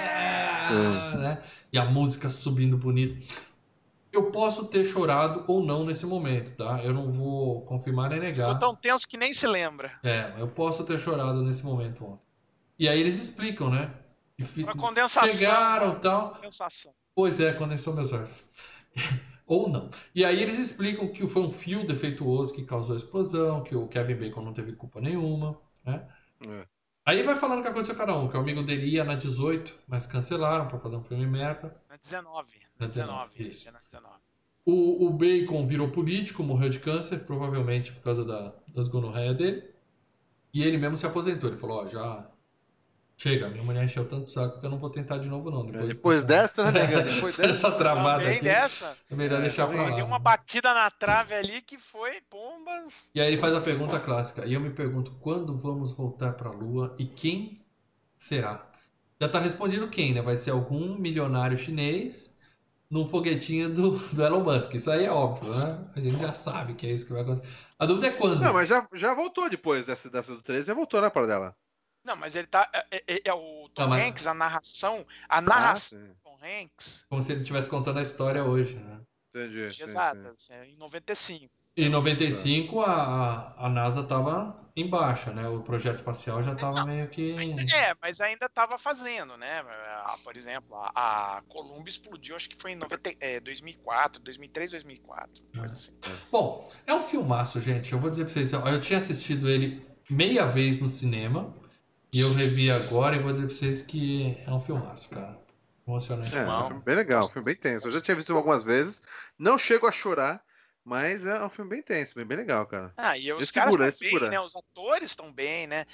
né? E a música subindo bonito. Eu posso ter chorado ou não nesse momento, tá? Eu não vou confirmar nem negar. Ficou tão tenso que nem se lembra. Eu posso ter chorado nesse momento ontem. E aí eles explicam, né? Uma condensação. Chegaram e tal. Condensação. Pois é, condensou meus olhos. Ou não. E aí eles explicam que foi um fio defeituoso que causou a explosão, que o Kevin Bacon não teve culpa nenhuma, né? Aí vai falando o que aconteceu com cada um, que o amigo dele ia na 18, mas cancelaram pra fazer um filme merda. Na 19. Na 19, isso. Na 19. O Bacon virou político, morreu de câncer, provavelmente por causa das gonorreia dele. E ele mesmo se aposentou. Ele falou, já... Chega, minha mulher encheu tanto saco que eu não vou tentar de novo, não. Depois dessa, né, negando? Depois dessa travada aqui. Dessa, é melhor deixar pra lá. Deu uma batida na trave ali que foi bombas. E aí ele faz a pergunta clássica. E eu me pergunto, quando vamos voltar pra Lua e quem será? Já tá respondido quem, né? Vai ser algum milionário chinês num foguetinho do Elon Musk. Isso aí é óbvio, né? A gente já sabe que é isso que vai acontecer. A dúvida é quando. Não, mas já voltou depois dessa do 13, já voltou, né, para dela. Não, mas ele tá. O Tom Hanks, a narração do Tom Hanks. Como se ele estivesse contando a história hoje, né? Entendi. Exato, em 95. Em 95 a NASA tava em baixa, né? O projeto espacial já tava meio que... mas ainda tava fazendo, né? Por exemplo, a Columbia explodiu, acho que foi em 2004, 2003, 2004, coisa assim. Bom, é um filmaço, gente. Eu vou dizer pra vocês, eu tinha assistido ele meia vez no cinema e eu revi agora e vou dizer pra vocês que é um filmaço, cara. Emocionante. Foi bem legal, foi bem tenso. Eu já tinha visto algumas vezes, não chego a chorar, mas é um filme bem tenso, bem legal, cara. E os caras estão bem, né? Os atores estão bem, né?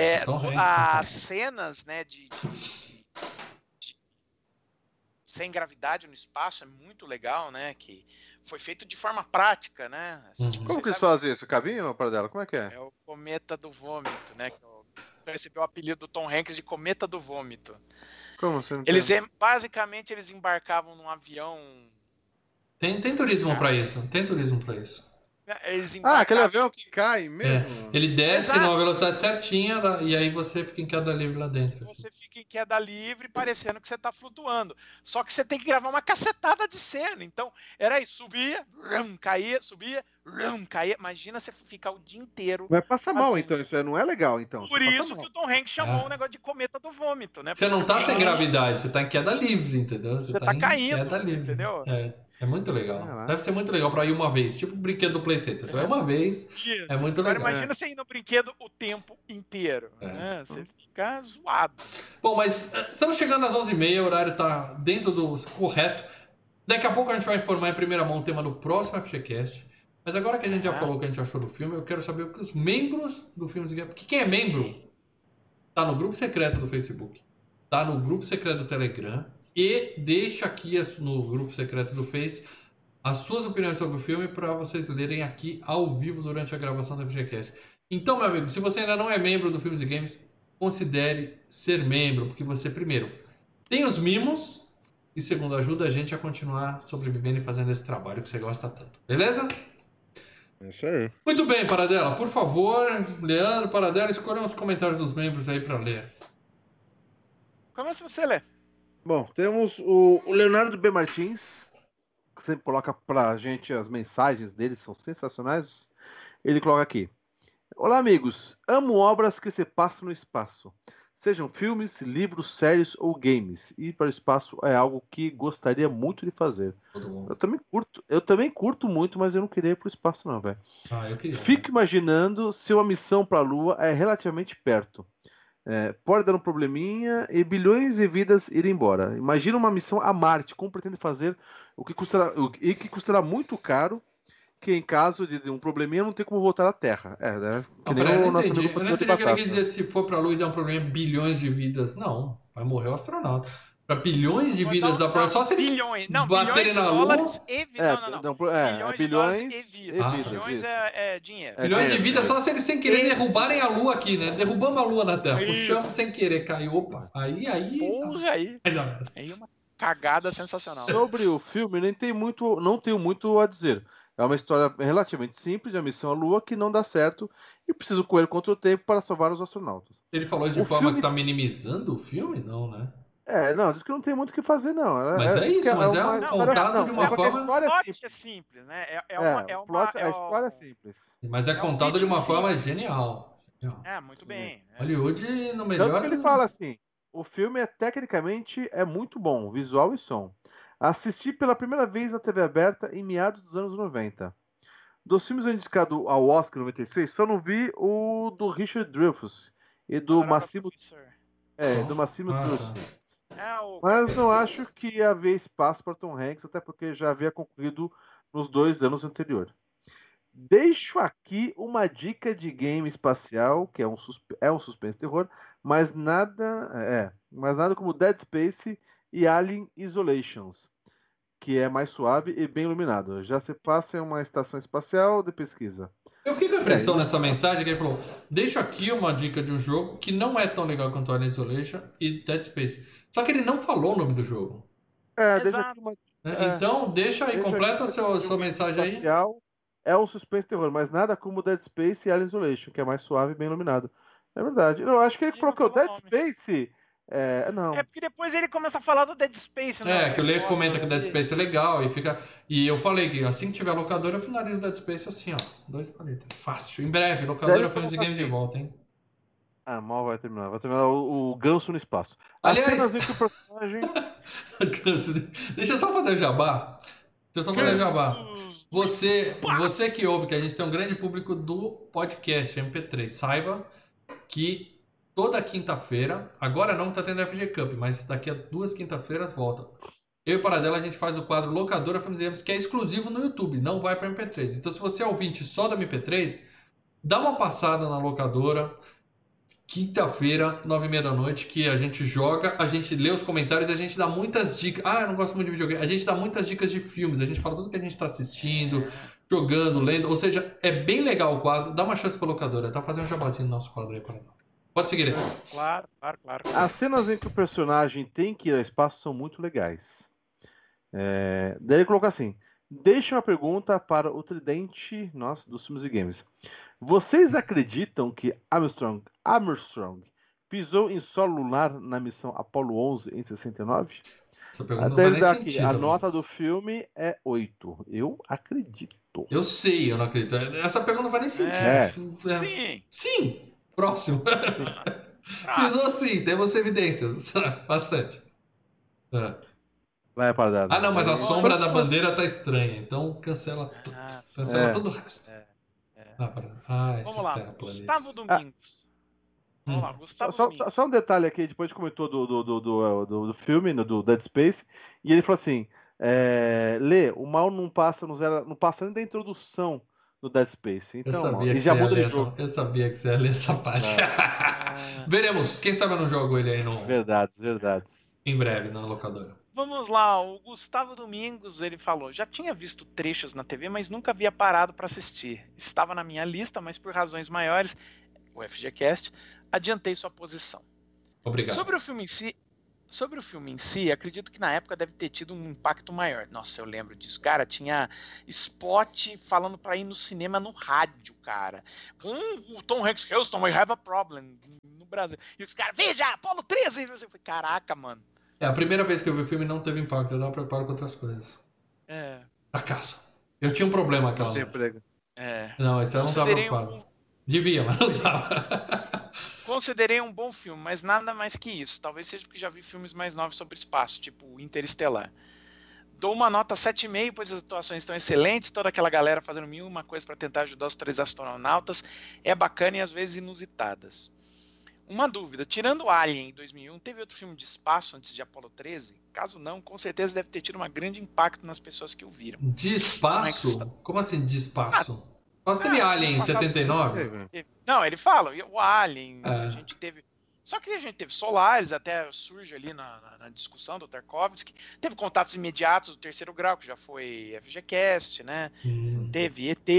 As cenas, né, de sem gravidade no espaço é muito legal, né? Que foi feito de forma prática, né? Como que eles fazem isso? Cabinho, para dela? Como é que é? É o Cometa do Vômito, né? Que recebeu o apelido do Tom Hanks de Cometa do Vômito. Como você não basicamente eles embarcavam num avião. Tem turismo pra isso. Tem turismo pra isso. Aquele avião que cai mesmo? Ele desce numa velocidade certinha e aí você fica em queda livre lá dentro. Você fica em queda livre, parecendo que você tá flutuando. Só que você tem que gravar uma cacetada de cena. Então, era isso. Subia, caía, subia, caía. Imagina você ficar o dia inteiro. Vai passar mal, então. Isso não é legal, então. Por isso que o Tom Hanks chamou o negócio de cometa do vômito, né? Você não tá sem gravidade, você tá em queda livre, entendeu? Você tá caindo, queda livre, entendeu? É muito legal. Deve ser muito legal pra ir uma vez. Tipo o brinquedo do Play Center. Você vai uma vez, isso. É muito legal. Agora imagina você ir no brinquedo o tempo inteiro. Né? Você fica zoado. Bom, mas estamos chegando às 11h30, o horário tá dentro do correto. Daqui a pouco a gente vai informar em primeira mão o tema do próximo FGCast. Mas agora que a gente já falou o que a gente achou do filme, eu quero saber o que os membros do Filmes e Games... Porque quem é membro tá no grupo secreto do Facebook, tá no grupo secreto do Telegram e deixa aqui no grupo secreto do Face as suas opiniões sobre o filme para vocês lerem aqui ao vivo durante a gravação do FGCast. Então, meu amigo, se você ainda não é membro do Filmes e Games, considere ser membro, porque você, primeiro, tem os mimos e, segundo, ajuda a gente a continuar sobrevivendo e fazendo esse trabalho que você gosta tanto. Beleza? É isso aí. Muito bem, Paradela. Por favor, Leandro, Paradela, escolham os comentários dos membros aí para ler. Começa você, Lê. Bom, temos o Leonardo B. Martins, que sempre coloca pra gente as mensagens dele, são sensacionais. Ele coloca aqui: olá, amigos. Amo obras que se passam no espaço. Sejam filmes, livros, séries ou games. Ir para o espaço é algo que gostaria muito de fazer. Todo mundo. Eu também curto muito, mas eu não queria ir para o espaço não, velho. Eu queria. Fico imaginando se uma missão para a Lua é relativamente perto. Pode dar um probleminha e bilhões de vidas irem embora. Imagina uma missão a Marte, como pretende fazer, o que custará muito caro, que em caso de um probleminha não tem como voltar à Terra. Não, eu não entendi. Eu não entendi o que ele quer dizer, se for pra Lua e der um problema, bilhões de vidas. Não, vai morrer o astronauta. Pra bilhões de vidas da prova, só se eles baterem na Lua. Bilhões bilhões e e vidas. vidas. Bilhões é dinheiro. Bilhões de vidas só se eles sem querer derrubarem a Lua aqui, né? Derrubamos a Lua na Terra. Isso. Puxamos sem querer, caiu. Opa. Aí. Porra, aí. Aí uma cagada sensacional. Sobre o filme, não tenho muito a dizer. É uma história relativamente simples de uma missão à Lua que não dá certo e preciso correr contra o tempo para salvar os astronautas. Ele falou isso de forma que tá minimizando o filme? Não, né? Não, diz que não tem muito o que fazer, não. Mas é isso, mas é um contado de uma forma... A história é simples, né? A história é simples. Mas é contado de uma forma genial. Muito bem. Hollywood no melhor... Tanto que ele fala assim, o filme tecnicamente é muito bom, visual e som. Assisti pela primeira vez na TV aberta em meados dos anos 90. Dos filmes indicados ao Oscar 96, só não vi o do Richard Dreyfuss e do Massimo Trussi. Mas não acho que havia espaço para Tom Hanks, até porque já havia concluído nos 2 anos anteriores. Deixo aqui uma dica de game espacial, que é um suspense terror, mas nada como Dead Space e Alien Isolations, que é mais suave e bem iluminado. Já se passa em uma estação espacial de pesquisa. Eu fiquei com a impressão nessa mensagem que ele falou: deixo aqui uma dica de um jogo que não é tão legal quanto Alien Isolation e Dead Space. Só que ele não falou o nome do jogo. Deixa aqui então, deixa aí, completa a sua mensagem aí. É um suspense terror, mas nada como Dead Space e Alien Isolation, que é mais suave e bem iluminado. É verdade. Eu acho que ele falou que o Dead Space... não. É porque depois ele começa a falar do Dead Space. Que o Lê comenta que o Dead Space é legal e fica... E eu falei que assim que tiver locadora, eu finalizo o Dead Space assim, ó. 2 palitos. Fácil. Em breve, locadora Filmes e Games de volta, hein? Mal vai terminar. Vai terminar o Ganso no espaço. Aliás... As cenas em que o personagem... Deixa eu só fazer o jabá. Você que ouve, que a gente tem um grande público do podcast MP3, saiba que toda quinta-feira, agora não tá tendo FG Cup, mas daqui a 2 quinta-feiras volta. Eu e o Paradela, a gente faz o quadro Locadora Filmes e Games, que é exclusivo no YouTube, não vai para MP3. Então, se você é ouvinte só da MP3, dá uma passada na locadora. Quinta-feira, 9h30 da noite, que a gente joga, a gente lê os comentários e a gente dá muitas dicas. Eu não gosto muito de videogame. A gente dá muitas dicas de filmes, a gente fala tudo que a gente está assistindo, jogando, lendo. Ou seja, é bem legal o quadro. Dá uma chance pra locadora, tá? Fazendo um jabazinho no nosso quadro aí, para dar. Pode seguir aí. Claro. As cenas em que o personagem tem que ir ao espaço são muito legais. Daí ele colocou assim: deixa uma pergunta para o tridente dos filmes e games. Vocês acreditam que Armstrong pisou em solo lunar na missão Apollo 11 em 69? Essa pergunta não faz nem sentido. A nota do filme é 8. Eu acredito. Eu sei, eu não acredito. Essa pergunta não faz nem sentido. Sim. Próximo. Pisou sim, temos evidências. Bastante. Vai, Paradela. Não, mas a sombra da bandeira tá estranha. Então cancela tudo. Cancela todo o resto. Vamos lá, Gustavo Domingos. Vamos lá, Gustavo Domingos. Só um detalhe aqui, depois a gente comentou do filme, do Dead Space, e ele falou assim: Lê, o mal não passa nem da introdução do Dead Space. Então, eu sabia que você ia ler essa parte. Veremos, quem sabe eu não jogo ele aí no. Verdades. Em breve, na locadora. Vamos lá, o Gustavo Domingos, ele falou: já tinha visto trechos na TV, mas nunca havia parado para assistir. Estava na minha lista, mas por razões maiores, o FGCast, adiantei sua posição. Obrigado. Sobre o filme em si, acredito que na época deve ter tido um impacto maior. Nossa, eu lembro disso. Cara, tinha spot falando pra ir no cinema no rádio, cara. Com o Tom Hanks, Houston, we have a problem, no Brasil. E os caras, veja, Apollo 13! Eu falei, caraca, mano. A primeira vez que eu vi o filme não teve impacto, eu tava preocupado com outras coisas. Fracasso. Eu tinha um problema aquela hora. Não, esse eu não tava preocupado. Devia, mas não tava. Considerei um bom filme, mas nada mais que isso. Talvez seja porque já vi filmes mais novos sobre espaço, tipo Interestelar. Dou uma nota 7,5, pois as atuações estão excelentes, toda aquela galera fazendo mil uma coisa para tentar ajudar os 3 astronautas é bacana e às vezes inusitadas. Uma dúvida, tirando Alien em 2001, teve outro filme de espaço antes de Apollo 13? Caso não, com certeza deve ter tido um grande impacto nas pessoas que o viram. De espaço? Como assim de espaço? Nós teve Alien em 79? Não, ele fala, o Alien, a gente teve... Só que a gente teve Solaris, até surge ali na discussão do Tarkovsky, teve Contatos Imediatos do Terceiro Grau, que já foi FGCast, né? Teve ET,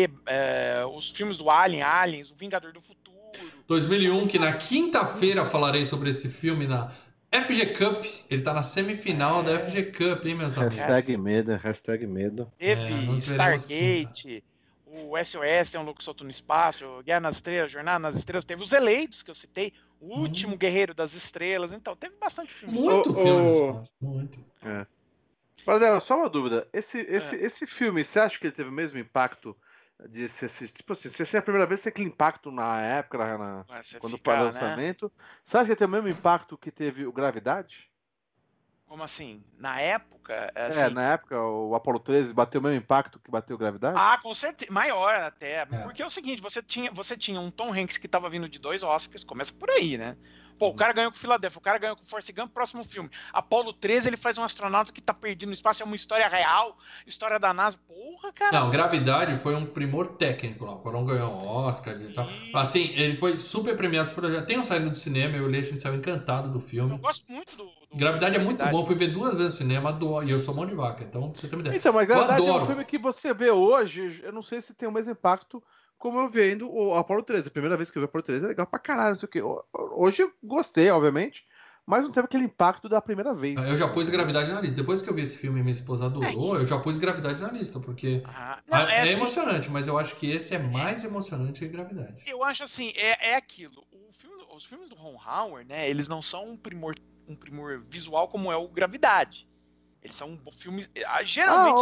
os filmes do Alien, Aliens, O Vingador do Futuro. 2001, que na quinta-feira falarei sobre esse filme na FG Cup. Ele tá na semifinal da FG Cup, hein, meus amigos? Hashtag medo. Teve Stargate... O SOS, Tem um Louco Solto no Espaço, Guerra nas Estrelas, Jornada nas Estrelas, teve Os Eleitos, que eu citei, O Último Guerreiro das Estrelas, então teve bastante filme. Muito filme. Muito. Paradela, só uma dúvida. Esse filme, você acha que ele teve o mesmo impacto de ser, tipo assim, se é a primeira vez, tem aquele impacto na época, quando para o lançamento, né? Você acha que ele tem o mesmo impacto que teve o Gravidade? Como assim? Na época? Assim... na época o Apollo 13 bateu o mesmo impacto que bateu Gravidade? Ah, com certeza. Maior até. Porque é o seguinte, você tinha um Tom Hanks que estava vindo de 2 Oscars, começa por aí, né? Pô, o cara ganhou com Philadelphia, o cara ganhou com Forrest Gump, próximo filme. Apollo 13, ele faz um astronauta que tá perdido no espaço, é uma história real, história da NASA. Porra, cara. Não, Gravidade foi um primor técnico lá. O Corão ganhou um Oscar e tal. Assim, ele foi super premiado. Já tenho saído do cinema, eu e a gente saiu encantado do filme. Eu gosto muito do Gravidade é muito bom, fui ver 2 vezes no cinema, adoro, e eu sou mão de vaca, então você tem uma ideia. Então, mas Gravidade é um filme que você vê hoje, eu não sei se tem o mesmo impacto como eu vendo o Apollo 13. A primeira vez que eu vi o Apollo 13 é legal pra caralho, não sei o quê. Hoje eu gostei, obviamente, mas não teve aquele impacto da primeira vez. Eu já pus Gravidade na lista. Depois que eu vi esse filme e minha esposa adorou, eu já pus Gravidade na lista, porque é emocionante, mas eu acho que esse é mais emocionante que Gravidade. Eu acho assim, é aquilo. Os filmes do Ron Howard, né, eles não são um primor visual como é o Gravidade. Eles são filmes, geralmente...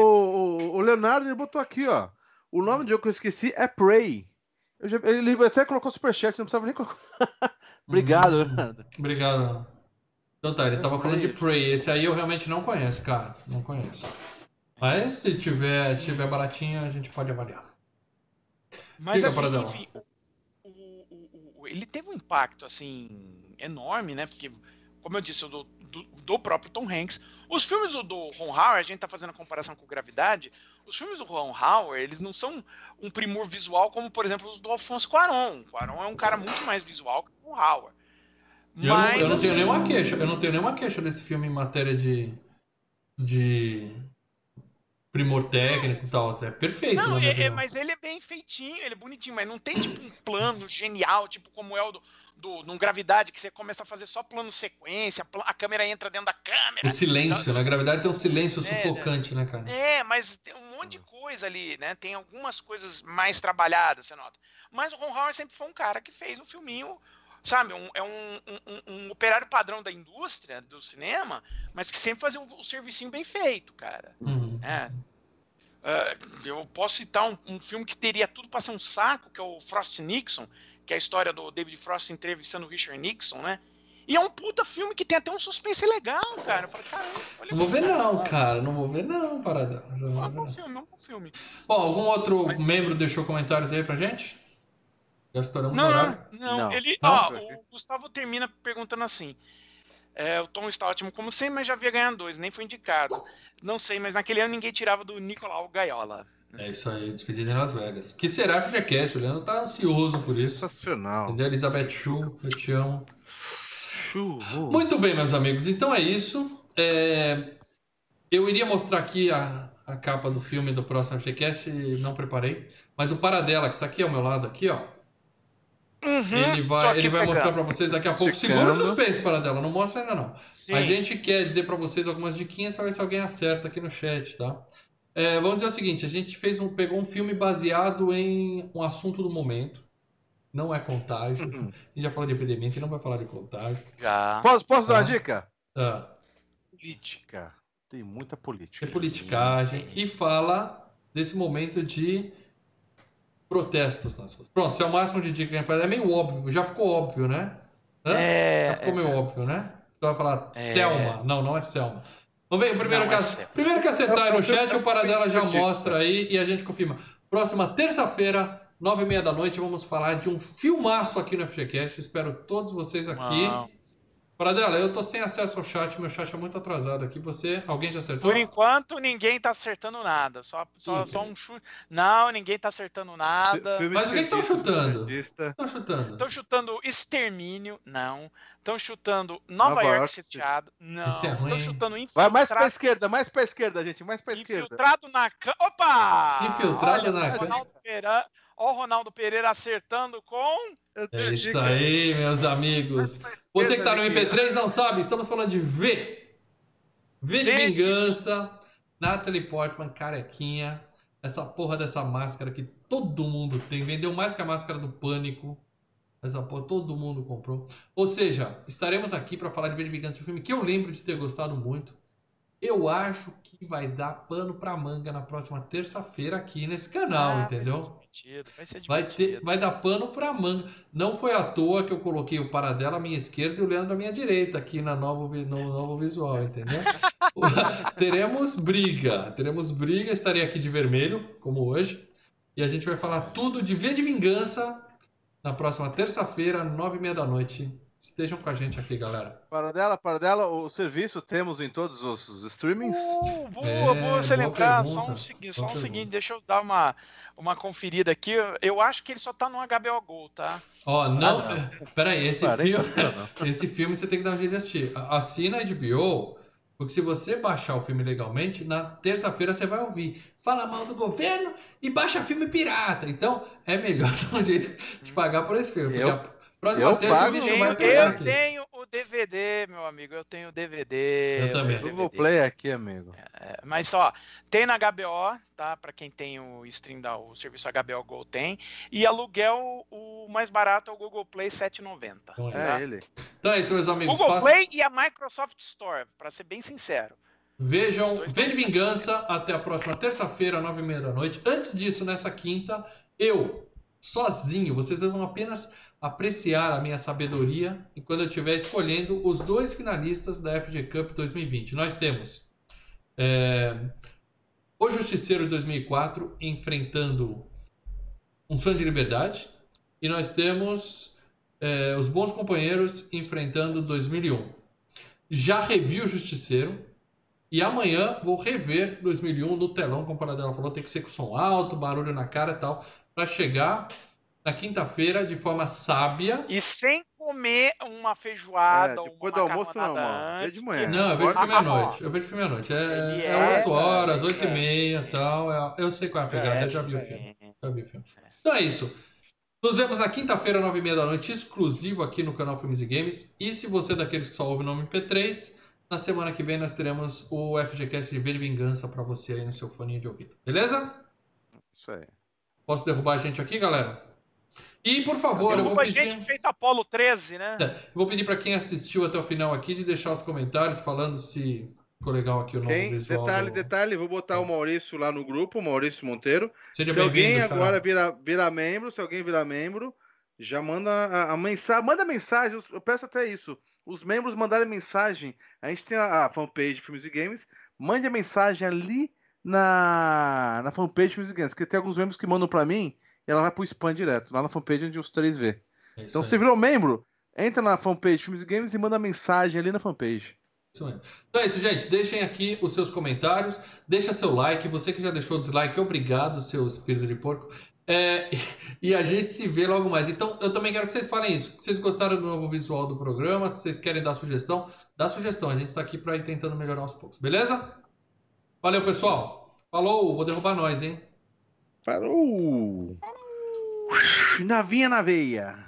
o Leonardo, ele botou aqui, ó. O nome do jogo que eu esqueci é Prey. Ele até colocou superchat, não precisava nem colocar. Obrigado, Leonardo. Obrigado. Então tá, ele tava falando de Prey. Esse aí eu realmente não conheço, cara. Não conheço. Mas se tiver baratinho, a gente pode avaliar. Mas enfim, ele teve um impacto, assim, enorme, né? Porque, como eu disse, do próprio Tom Hanks. Os filmes do Ron Howard, a gente tá fazendo a comparação com Gravidade, os filmes do Ron Howard, eles não são um primor visual como, por exemplo, os do Alfonso Cuarón. O Cuarón é um cara muito mais visual que o Ron Howard. Mas, eu não tenho nenhuma queixa. Eu não tenho nenhuma queixa desse filme em matéria de primor técnico e tal. É perfeito. Não, mas ele é bem feitinho, ele é bonitinho, mas não tem tipo um plano genial, tipo como é o no Gravidade, que você começa a fazer só plano sequência, a câmera entra dentro da câmera. O silêncio, na Gravidade tem um silêncio sufocante, né, cara? Mas tem um monte de coisa ali, né? Tem algumas coisas mais trabalhadas, você nota. Mas o Ron Howard sempre foi um cara que fez um filminho, sabe? Um operário padrão da indústria, do cinema, mas que sempre fazia o servicinho bem feito, cara. Eu posso citar um filme que teria tudo para ser um saco, que é o Frost Nixon, que é a história do David Frost entrevistando o Richard Nixon, né? E é um puta filme que tem até um suspense legal, cara. Eu falei, caramba, olha. Não vou ver não, cara. Não vou ver não, parada. É um bom filme. Bom, algum outro membro deixou comentários aí pra gente? Já estouramos o horário? Não. O Gustavo termina perguntando assim. O Tom está ótimo como sempre, mas já havia ganhado 2, nem foi indicado. Não sei, mas naquele ano ninguém tirava do Nicolau Gaiola. É isso aí, despedida em Las Vegas. Que será FGCast, o Leandro tá ansioso por isso. Sensacional. Entendeu? Elizabeth Chu, eu te amo. Muito bem, meus amigos, então é isso. Eu iria mostrar aqui a capa do filme do próximo FGCast e não preparei. Mas o Paradela, que tá aqui ao meu lado, aqui, ó. Uhum, Ele vai mostrar pra vocês daqui a pouco. Segura o suspense, Paradela, não mostra ainda não. Sim. A gente quer dizer pra vocês algumas diquinhas pra ver se alguém acerta aqui no chat, tá? Vamos dizer o seguinte, a gente pegou um filme baseado em um assunto do momento. Não é contágio. A gente já falou de epidemia, a gente não vai falar de contágio. Já. Posso dar uma dica? Ah, Política. Tem muita política. tem politicagem. E fala desse momento de protestos nas ruas. Pronto, isso é o máximo de dica que a gente faz. É meio óbvio, já ficou óbvio, né? Já ficou meio óbvio, né? Você vai falar Selma. Não, não é Selma. Vamos ver, o primeiro que acertar aí no chat, o Paradela já mostra aí e a gente confirma. Próxima terça-feira, 9h30 da noite, vamos falar de um filmaço aqui no FGCast. Espero todos vocês aqui. Paradela, eu tô sem acesso ao chat, meu chat é muito atrasado aqui. Alguém já acertou? Por enquanto, ninguém tá acertando nada. Só um chute. Não, ninguém tá acertando nada. Mas o que estão chutando? Estão chutando? Estão chutando Extermínio, não. Estão chutando Nova York Sitiado, não. Estão chutando Infiltrado. Vai mais pra esquerda, gente, mais pra esquerda. Infiltrado na cama. Opa! Infiltrado na cama. Olha o Ronaldo Pereira acertando com... É isso aí, meus amigos. Você que tá no MP3 não sabe, estamos falando de V. V de Vingança. Natalie Portman, carequinha. Essa porra dessa máscara que todo mundo tem. Vendeu mais que a máscara do Pânico. Essa porra todo mundo comprou. Ou seja, estaremos aqui para falar de V de Vingança, um filme que eu lembro de ter gostado muito. Eu acho que vai dar pano pra manga na próxima terça-feira aqui nesse canal, entendeu? Vai ser divertido. Vai dar pano pra manga. Não foi à toa que eu coloquei o Paradela à minha esquerda e o Leandro à minha direita aqui no novo visual, entendeu? Teremos briga, estarei aqui de vermelho, como hoje, e a gente vai falar tudo de V de Vingança na próxima terça-feira, 9h30 da noite. Estejam com a gente aqui, galera. Paradela, o serviço temos em todos os streamings? Boa você lembrar. Só um seguinte, deixa eu dar uma conferida aqui. Eu acho que ele só tá no HBO Go, tá? Não. Peraí, esse filme você tem que dar um jeito de assistir. Assina a HBO, porque se você baixar o filme legalmente, na terça-feira você vai ouvir. Fala mal do governo e baixa filme pirata. Então, é melhor dar um jeito de pagar por esse filme. Próxima terça o bicho vai pegar aqui. Eu tenho o DVD, meu amigo. Eu tenho o DVD. Eu também. Google Play aqui, amigo. Mas, tem na HBO, tá? Pra quem tem o stream o serviço HBO Go tem. E aluguel, o mais barato é o Google Play, R$7,90. Então ele. Então é isso, meus amigos. Google Play e a Microsoft Store, pra ser bem sincero. Vejam V de Vingança até a próxima terça-feira, 9h30 da noite. Antes disso, nessa quinta, eu, sozinho, vocês vão apenas apreciar a minha sabedoria e quando eu estiver escolhendo os 2 finalistas da FG Cup 2020. Nós temos o Justiceiro 2004 enfrentando Um Sonho de Liberdade e nós temos os Bons Companheiros enfrentando 2001. Já revi o Justiceiro e amanhã vou rever 2001 no telão, como a Paradela falou, tem que ser com som alto, barulho na cara e tal, para chegar na quinta-feira de forma sábia. E sem comer uma feijoada ou depois do almoço não, mano. É de manhã. Não, eu vejo filme à noite. É 8 horas, 8h30 e tal. Eu sei qual é a pegada, eu já vi o filme. Então é isso. Nos vemos na quinta-feira, 9h30 da noite, exclusivo aqui no canal Filmes e Games. E se você é daqueles que só ouve o nome MP3, na semana que vem nós teremos o FGCast de V de Vingança pra você aí no seu foninho de ouvido. Beleza? Isso aí. Posso derrubar a gente aqui, galera? E, por favor, eu vou pedir... gente feito Apolo 13, né? Eu vou pedir para quem assistiu até o final aqui de deixar os comentários falando se ficou legal aqui o novo visual. Detalhe, vou botar o Maurício lá no grupo, o Maurício Monteiro. Seja se alguém agora virar membro, já manda a mensagem. Manda mensagem, eu peço até isso. Os membros mandarem mensagem. A gente tem a fanpage Filmes e Games. Mande a mensagem ali na fanpage Filmes e Games, porque tem alguns membros que mandam para mim. E ela vai pro spam direto, lá na fanpage onde os 3 vê. Então, se você virou membro, entra na fanpage Filmes e Games e manda mensagem ali na fanpage. Isso mesmo. Então é isso, gente. Deixem aqui os seus comentários. Deixa seu like. Você que já deixou o dislike, obrigado, seu espírito de porco. E a gente se vê logo mais. Então, eu também quero que vocês falem isso. Se vocês gostaram do novo visual do programa, se vocês querem dar sugestão, dá sugestão. A gente tá aqui pra ir tentando melhorar aos poucos. Beleza? Valeu, pessoal. Falou. Vou derrubar nós, hein? Falou! Navinha na veia.